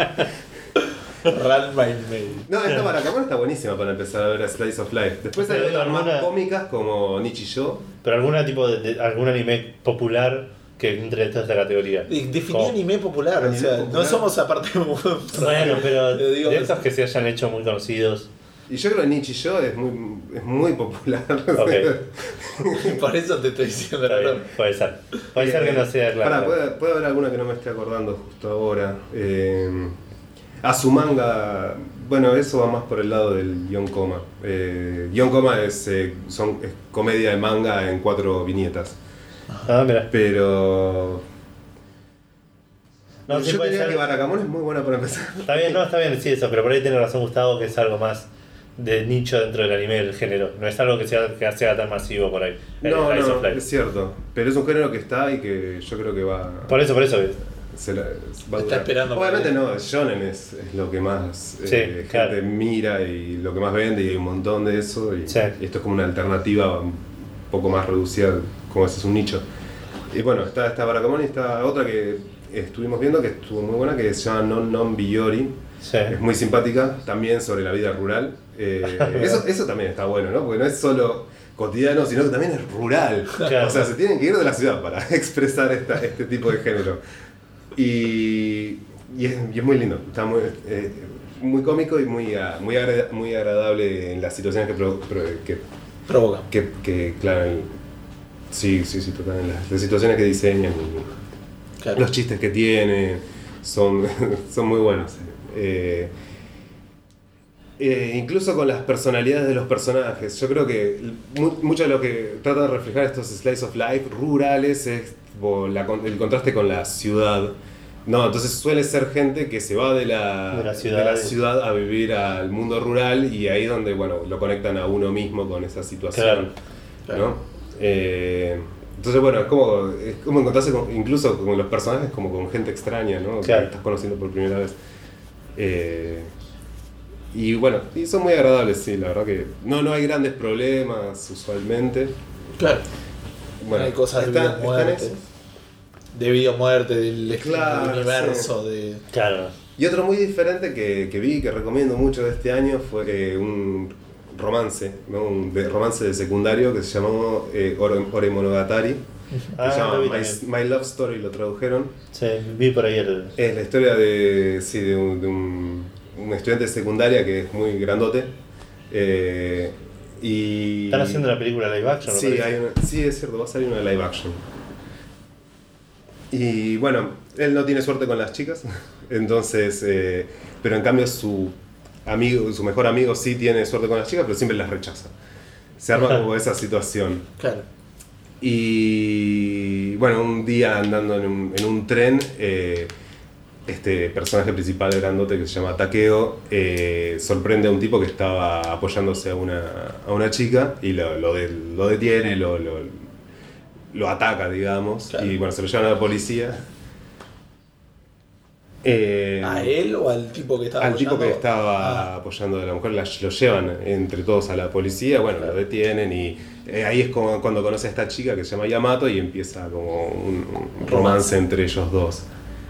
Run by Mail. No, esta Barakamon está buenísima para empezar a ver a Slice of Life. Después hay Pero otras más alguna- cómicas como Nichijou. Pero alguna tipo de algún anime popular que entre en toda esta categoría. Definí Como- anime popular, o Anime sea, popular. no somos aparte Bueno, pero Te digo de que- estos que se hayan hecho muy conocidos. Y yo creo que Nichijou es muy popular. Ok. Por eso te estoy diciendo Está la bien, verdad. puede ser. Puede ser que no sea claro. Puede haber alguna que no me esté acordando justo ahora. Azumanga, bueno, eso va más por el lado del guión coma. Guión coma es comedia de manga en 4 viñetas. Ah, mira. Pero No, sí yo puede diría ser. que Barakamon es muy buena para empezar. Está bien, no, está bien, sí, eso, pero por ahí tiene razón Gustavo que es algo más de nicho dentro del anime del género. No es algo que sea tan masivo por ahí. el No, Slice of no, Life. es cierto. Pero es un género que está y que yo creo que va. Por eso. Va a Está durar. esperando Obviamente para- no, Shonen es lo que más Sí, gente claro. mira y lo que más vende, y hay un montón de eso. Y, Sí. y esto es como una alternativa un poco más reducida, como ese es un nicho. Y bueno, está Barakamon y está otra que estuvimos viendo que estuvo muy buena, que se llama Non Non Biyori. Sí. Es muy simpática, también sobre la vida rural. Eso también está bueno, ¿no? Porque no es solo cotidiano, sino que también es rural. Claro. O sea, se tienen que ir de la ciudad para expresar este tipo de género. Y es muy lindo, está muy cómico y muy agradable en las situaciones Provoca. que claro, sí, total, en las situaciones que diseñan Claro. Los chistes que tiene son muy buenos. Incluso con las personalidades de los personajes. Yo creo que mucho de lo que trata de reflejar estos slice of life rurales es el contraste con la ciudad. No, entonces suele ser gente que se va de la ciudad a vivir al mundo rural, y ahí donde lo conectan a uno mismo con esa situación. Claro. ¿No? Entonces es como encontrarse incluso con los personajes como con gente extraña, ¿no? Claro. Que estás conociendo por primera vez. Y son muy agradables, sí, la verdad que no hay grandes problemas usualmente. Claro. Bueno, hay cosas de vida o muerte. De vida o muerte, del universo. Sí. De... Claro. Y otro muy diferente que vi, que recomiendo mucho de este año, fue un romance, ¿no? Un romance de secundario que se llamó Ore Monogatari. Que se llama My Love Story, lo tradujeron. Sí, vi por ahí Es la historia de un estudiante de secundaria que es muy grandote. ¿Están haciendo una película live action? Sí, es cierto, va a salir una live action. Y bueno, él no tiene suerte con las chicas, entonces, pero en cambio su mejor amigo sí tiene suerte con las chicas, pero siempre las rechaza. Se arma como esa situación. Claro. Y bueno, un día andando en un tren, este personaje principal grandote que se llama Takeo sorprende a un tipo que estaba apoyándose a una chica y lo detiene, lo ataca, digamos, claro. Y bueno, se lo llevan a la policía. ¿A él o al tipo que estaba apoyando? Al tipo que estaba apoyando a la mujer, lo llevan entre todos a la policía, bueno, claro. Lo detienen y ahí es como cuando conoce a esta chica que se llama Yamato y empieza como un romance entre ellos dos.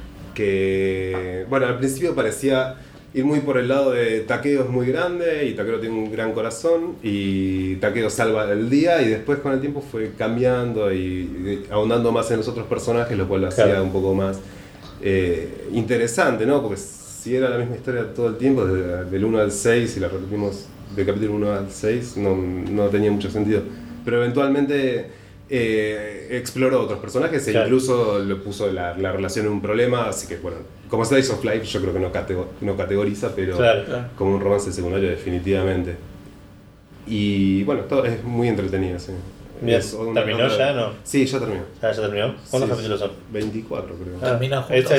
Que, bueno, al principio parecía ir muy por el lado de Takeo es muy grande y Takeo tiene un gran corazón y Takeo salva el día, y después con el tiempo fue cambiando y ahondando más en los otros personajes, lo cual lo hacía un poco más interesante, ¿no? Porque si era la misma historia todo el tiempo, del 1 al 6, y la repetimos del capítulo 1 al 6, no tenía mucho sentido. Pero eventualmente exploró otros personajes e incluso le puso la relación en un problema, así que bueno, como Slice of Life yo creo que no categoriza, pero como un romance secundario definitivamente. Y bueno, todo es muy entretenido, sí. Bien. ¿Terminó ya, no? Sí, ya terminó. ¿Ya terminó? ¿Cuántos capítulos son? 24 creo. Terminan juntos.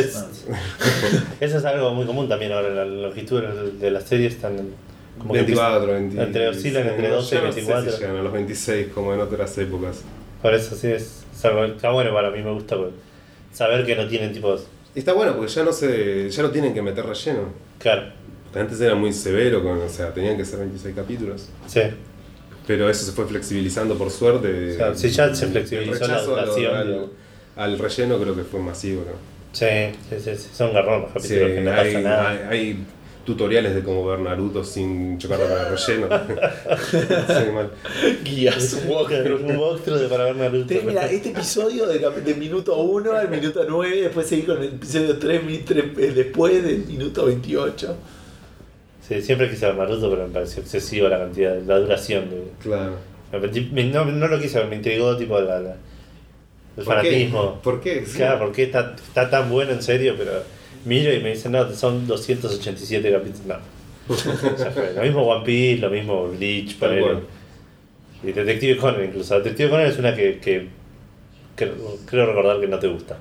Eso es algo muy común también ahora, la longitud de las series están como 24, 26. Oscilan entre 12 y 24. No sé si llegan a los 26 como en otras épocas. Por eso sí, está bueno, para mí me gusta saber que no tienen tipos. Está bueno porque ya no tienen que meter relleno. Claro. Antes era muy severo, tenían que ser 26 capítulos. Sí. Pero eso se fue flexibilizando por suerte. O sea, sí, ya se flexibilizó la duración. Al relleno creo que fue masivo, ¿no? Sí, son garrón los capítulos que no pasa nada. Hay tutoriales de cómo ver Naruto sin chocarlo con el relleno. Sí, mal. Guías, un walkthrough para ver Naruto. Mira, este episodio de minuto 1 al minuto 9, después seguí con el episodio 3 después del minuto 28. Sí, siempre quise ver Naruto, pero me pareció excesiva la cantidad, la duración. Claro. No lo quise ver, me intrigó tipo el fanatismo. ¿Por qué? Claro, porque está tan bueno en serio, pero miro y me dicen, no, son 287 capítulos. No. Ya fue. Lo mismo One Piece, lo mismo Bleach, bueno. Y Detective Conan incluso. Detective Conan es una que creo recordar que no te gusta.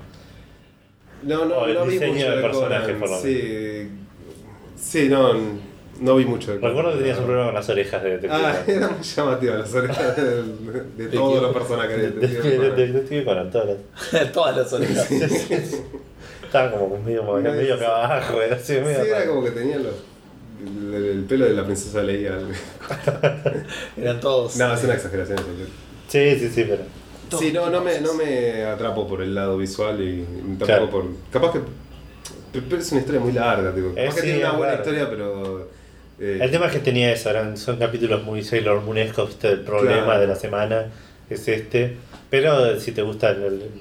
No el vi diseño mucho de personajes, Conan. por lo menos. Sí, no vi mucho de Conan. Recuerdo que tenías un problema con las orejas de Detective Conan. Era muy llamativa las orejas de todos los personajes de Detective Conan. Todas las orejas. Estaban como medio acá abajo. Era como que tenían el pelo de la princesa Leia. Eran todos. No, es una exageración. Sí, pero. Sí, no me atrapo por el lado visual y tampoco por. Capaz que. Pero es una historia muy larga, tipo. Capaz que tiene una buena historia, pero. El tema es que tenía eso, son capítulos muy Sailor Moonescos, el problema de la semana es este. Pero si te gusta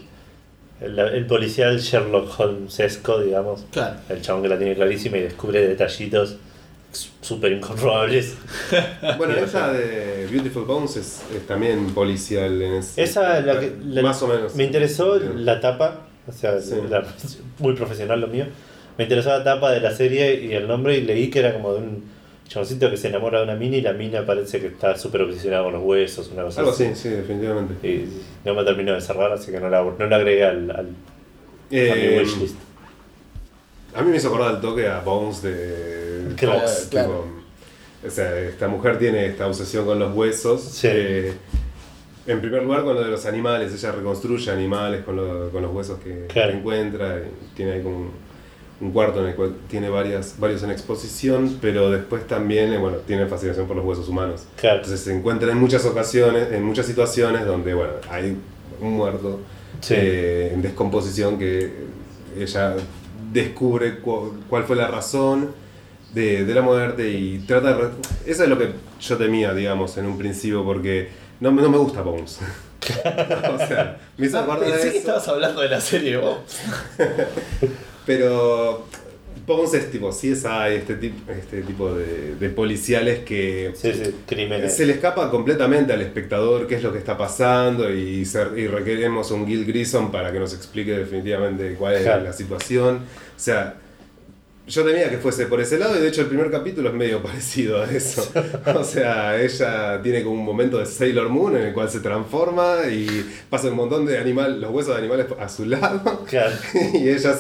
el policial Sherlock Holmesesco, digamos, el chabón que la tiene clarísima y descubre detallitos súper incomprobables. Bueno, esa de Beautiful Bones es también policial. Esa, más o menos. Me interesó la tapa, O sea, Sí. muy profesional lo mío. Me interesó la tapa de la serie y el nombre y leí que era como de un chaboncito que se enamora de una mina y la mina parece que está súper obsesionada con los huesos, una cosa Algo así. así, sí, definitivamente. Y no me terminó de cerrar, así que no la agregué a mi wishlist. A mí me hizo acordar al toque a Bones de Claro, Fox. claro. Tipo, o sea, esta mujer tiene esta obsesión con los huesos. Sí. En primer lugar, con lo de los animales, ella reconstruye animales con los huesos que Claro. encuentra. Y tiene ahí como un cuarto en el cual tiene varios en exposición, pero después también bueno, tiene fascinación por los huesos humanos. Claro. Entonces se encuentra en muchas ocasiones, en muchas situaciones donde bueno, hay un muerto Sí. en descomposición que ella descubre cuál fue la razón de la muerte y trata de... Eso es lo que yo temía, digamos, en un principio, porque no me gusta Bones. O sea, me hizo acordar de Pensé que eso. estabas hablando de la serie vos. Pero Bones es tipo CSI, este tipo de policiales que Sí, crímenes. se le escapa completamente al espectador qué es lo que está pasando y requeremos un Gil Grissom para que nos explique definitivamente cuál es Claro. la situación. O sea, yo temía que fuese por ese lado y de hecho el primer capítulo es medio parecido a eso. O sea, ella tiene como un momento de Sailor Moon en el cual se transforma y pasa un montón de los huesos de animales a su lado Claro. y ella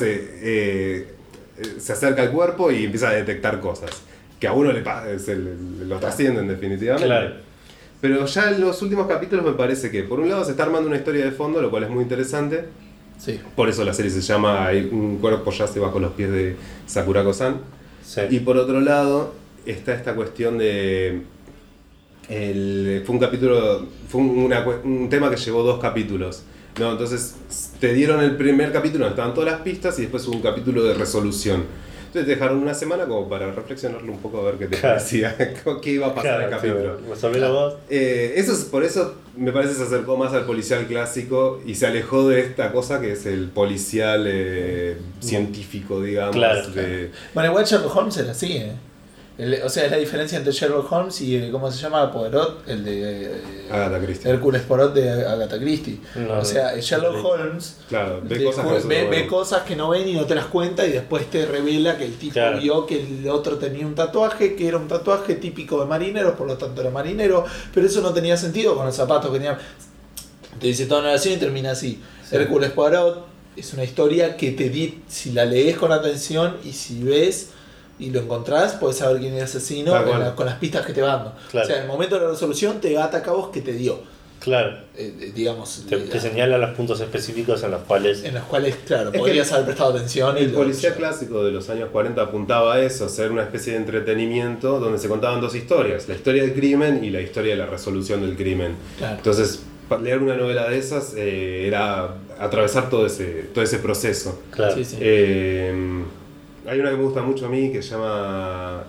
se acerca al cuerpo y empieza a detectar cosas que a uno lo trascienden definitivamente. Claro. Pero ya en los últimos capítulos me parece que por un lado se está armando una historia de fondo, lo cual es muy interesante. Sí. Por eso la serie se llama Hay un cuerpo yace bajo los pies de Sakurako-san. Sí. Y por otro lado está esta cuestión de... fue un capítulo, fue un tema que llevó 2 capítulos. No, entonces te dieron el primer capítulo donde estaban todas las pistas y después hubo un capítulo de resolución. Entonces te dejaron una semana como para reflexionarlo un poco a ver qué te Claro. parecía, qué iba a pasar en el capítulo. Resolvelo vos. Por eso me parece se acercó más al policial clásico y se alejó de esta cosa que es el policial científico, digamos. Claro. Bueno, igual Sherlock Holmes era así, ¿eh? O sea, es la diferencia entre Sherlock Holmes y, ¿cómo se llama? Poirot, el de Agatha Christie. Hércules Poirot de Agatha Christie. No, o sea, Sherlock Holmes Claro, ve cosas que nosotros ve no vemos. cosas que no ven y no te las cuenta y después te revela que el tipo Claro. vio que el otro tenía un tatuaje, que era un tatuaje típico de marineros, por lo tanto era marinero, pero eso no tenía sentido con los zapatos que tenía. Te dice toda una oración y termina así. Sí. Hércules Poirot es una historia que si la lees con atención y si ves y lo encontrás, podés saber quién es el asesino Tal cual. con las pistas que te va dando. Claro. O sea, en el momento de la resolución te ata cabos que te dio. Claro. Digamos, Te señala los puntos específicos en los cuales. en los cuales, claro, que podrías haber prestado atención. El policía clásico de los años 40 apuntaba a eso, ser una especie de entretenimiento donde se contaban 2 historias, la historia del crimen y la historia de la resolución del crimen. Claro. Entonces, leer una novela de esas era atravesar todo ese proceso. Claro. Sí, sí. Hay una que me gusta mucho a mí que se llama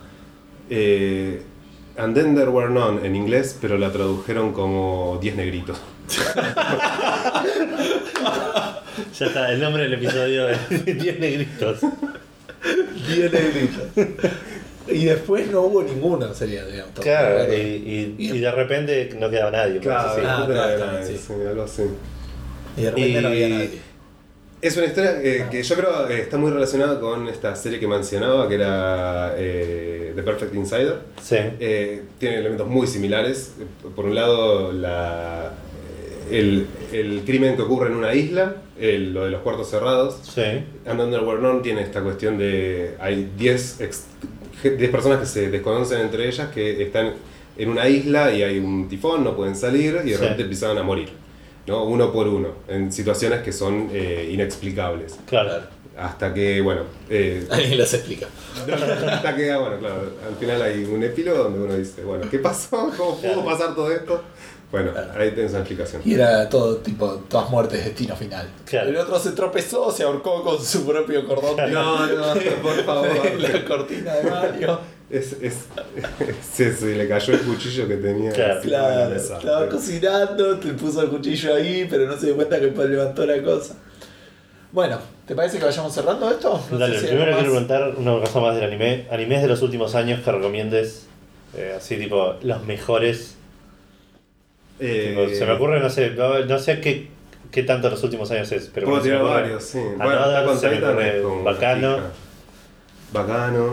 And Then There Were None en inglés, pero la tradujeron como 10 negritos. Ya está, el nombre del episodio es 10 negritos. 10 negritos. Y después no hubo ninguno, sería, digamos. Claro, Pero- y de repente no quedaba nadie. Claro, sí. Ah, era- claro, era- sí. sí, algo así. Y de repente Y- no había nadie. Es una historia que yo creo está muy relacionada con esta serie que mencionaba, que era The Perfect Insider. Sí. Tiene elementos muy similares. Por un lado, el crimen que ocurre en una isla, lo de los cuartos cerrados. Sí. And Under Where None tiene esta cuestión de... Hay 10 personas que se desconocen entre ellas que están en una isla y hay un tifón, no pueden salir y de Sí. repente empiezan a morir, ¿no? Uno por uno, en situaciones que son inexplicables. Claro. Hasta que, bueno... Alguien las explica. hasta que, bueno, claro, al final hay un epílogo donde uno dice, bueno, ¿qué pasó? ¿Cómo pudo pasar todo esto? Bueno, ahí tenés una explicación. Y era todo tipo, todas muertes, destino final. Claro. El otro se tropezó, se ahorcó con su propio cordón. No, por favor. La cortina de Mario. Se le cayó el cuchillo que tenía. Claro. encima de la Claro, mesa. estaba cocinando, te puso el cuchillo ahí, pero no se dio cuenta que después levantó la cosa. Bueno, ¿te parece que vayamos cerrando esto? No Dale, sé si hay primero algo quiero más. preguntar una cosa más del anime. Animes de los últimos años que recomiendes, así tipo, los mejores. Tipo, se me ocurre, no sé qué tanto en los últimos años es. Pero Puedo bueno, tirar se me ocurre varios, sí. Another, Bueno, se me Titan ocurre es como Bacano. fija. Bacano.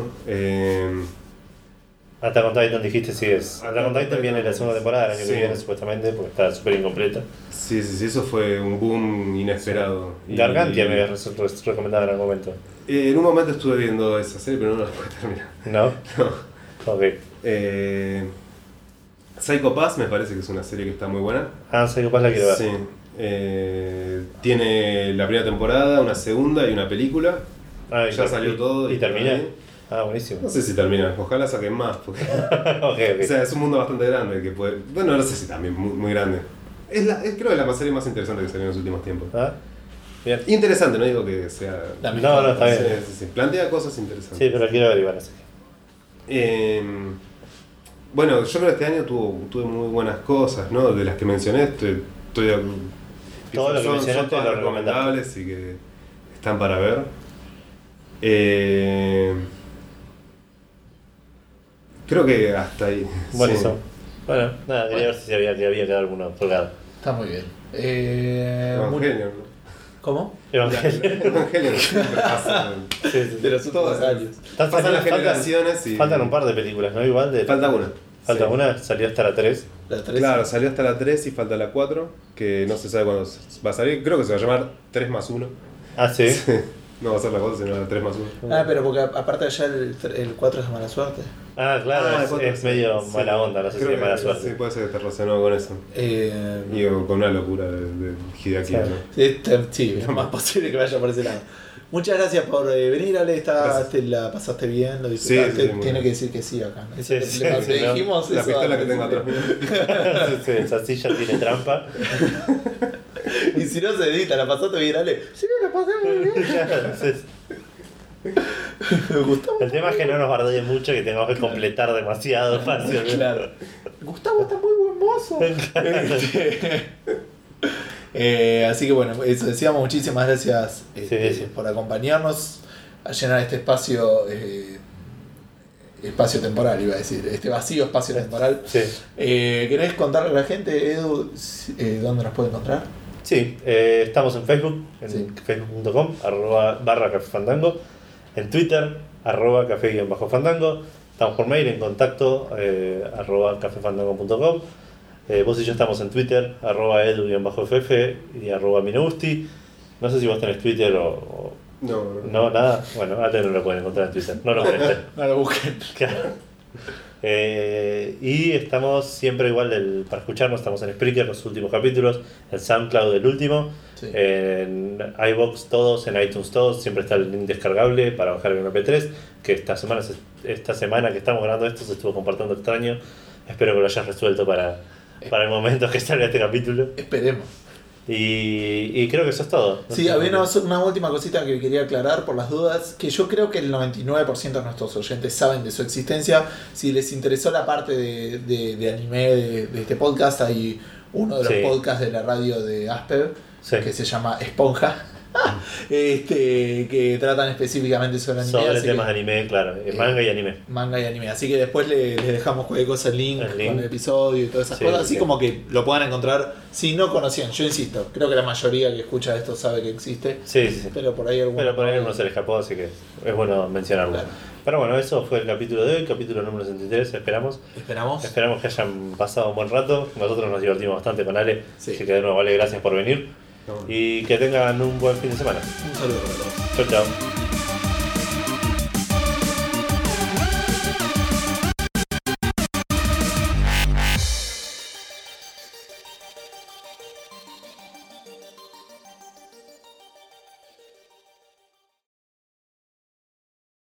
Attack on Titan dijiste sí es. Attack on Titan viene la segunda temporada el año Sí. que viene supuestamente porque está súper incompleta. Sí, eso fue un boom inesperado. Gargantia me habías recomendado en algún momento. En un momento estuve viendo esa serie, pero no la pude terminar. ¿No? No. Ok. Psycho Pass me parece que es una serie que está muy buena. Ah, Psycho Pass la quiero ver. Sí. Tiene la primera temporada, una segunda y una película. Ah, Ya salió todo. ¿Y termina? ahí. Ah, buenísimo. No sé si termina, ojalá saquen más. Porque... Ok. O sea, es un mundo bastante grande que puede. Bueno, no sé si también muy grande. Creo que es la serie más interesante que salió en los últimos tiempos. Ah, bien. Interesante, no digo que sea. La No, mejor. está bien. Sí. Plantea cosas interesantes. Sí, pero quiero ver igual así. Bueno, yo creo que este año tuve muy buenas cosas, ¿no? De las que mencioné, estoy Todo lo que son mencionaste todas lo recomendables y que están para ver. Creo que hasta ahí. Buenísimo. Sí. Bueno, nada, quería ver si había quedado alguno colgado. Está muy bien. Evangelion, ¿no? ¿Cómo? Evangelion. Evangelion siempre pasa. Sí. De los últimos años. Pasan las generaciones y. Faltan un par de películas, ¿no? Igual de. Falta una. Falta Sí. una, salió hasta la 3. La 3. Claro, salió hasta la 3 y falta la 4, que no se sabe cuándo va a salir. Creo que se va a llamar 3+1. Ah, sí. No va a ser la 4, sino la 3+1. Ah, pero porque aparte allá el 4 es de mala suerte. Ah, claro, Ah, el es 4, medio sí. mala onda, no sé si Creo es mala que suerte. Sí, puede ser que esté relacionado con eso. Y con una locura de Hideaki, Claro. ¿no? Sí, es más posible que vaya por ese lado. Muchas gracias por venir, Ale. Gracias. Te la pasaste bien, lo disfrutaste. Sí, muy Tiene bien. que decir que sí acá. ¿No? Sí, Eso sí, le sí, ¿no? dijimos La eso pistola que al tengo atrás principio. mío. Sí, esa silla tiene trampa. Y si no se edita, ¿la pasaste bien, Ale? Sí, la pasé muy bien. Entonces, Gustavo. el tema es que no nos bardee mucho, que tengamos que completar demasiado fácil. Claro. Gustavo está muy buen mozo. Así que bueno, eso decíamos, muchísimas gracias Sí. por acompañarnos a llenar este espacio temporal, iba a decir, este vacío espacio temporal. Sí. ¿Querés contarle a la gente, Edu, dónde nos puede encontrar? Sí, estamos en Facebook, en Sí. facebook.com/cafefandango, en Twitter, @café_fandango, estamos por mail en contacto, @cafefandango.com. Vos y yo estamos en Twitter, @edu_ff y @minousti. No sé si vos tenés Twitter o no, nada. Bueno, Ale no lo pueden encontrar en Twitter, no lo conecté. No lo busquen. Claro. Y estamos siempre igual para escucharnos, estamos en Spreaker, los últimos capítulos, en SoundCloud el último, Sí. en iVoox todos, en iTunes todos, siempre está el link descargable para bajar el MP3, que esta semana que estamos grabando esto se estuvo compartiendo extraño, espero que lo hayas resuelto para el momento que salga este capítulo. Esperemos. Y creo que eso es todo. No Sí, sé había si- una última cosita que quería aclarar por las dudas, que yo creo que el 99% de nuestros oyentes saben de su existencia. Si les interesó la parte de anime de este podcast, hay uno de los Sí. podcasts de la radio de Asper, Sí. que se llama Esponja, que tratan específicamente sobre anime. Sobre así temas que- de anime, claro, manga y anime. manga y anime. Así que después les dejamos cualquier cosa el link El link. con el episodio y todas esas Sí, cosas. sí, Así sí. como que lo puedan encontrar si no conocían. Yo insisto, creo que la mayoría que escucha esto sabe que existe. Sí, sí, sí. Pero por ahí alguno. Pero por ahí uno se le escapó, así que es bueno mencionarlo. Claro. Pero bueno, eso fue el capítulo de hoy, capítulo número 63, esperamos. Esperamos. Esperamos que hayan pasado un buen rato. Nosotros nos divertimos bastante con Ale, Sí. así que de nuevo, vale, gracias por venir. No. Y que tengan un buen fin de semana. Un saludo para todos. Chau, chau.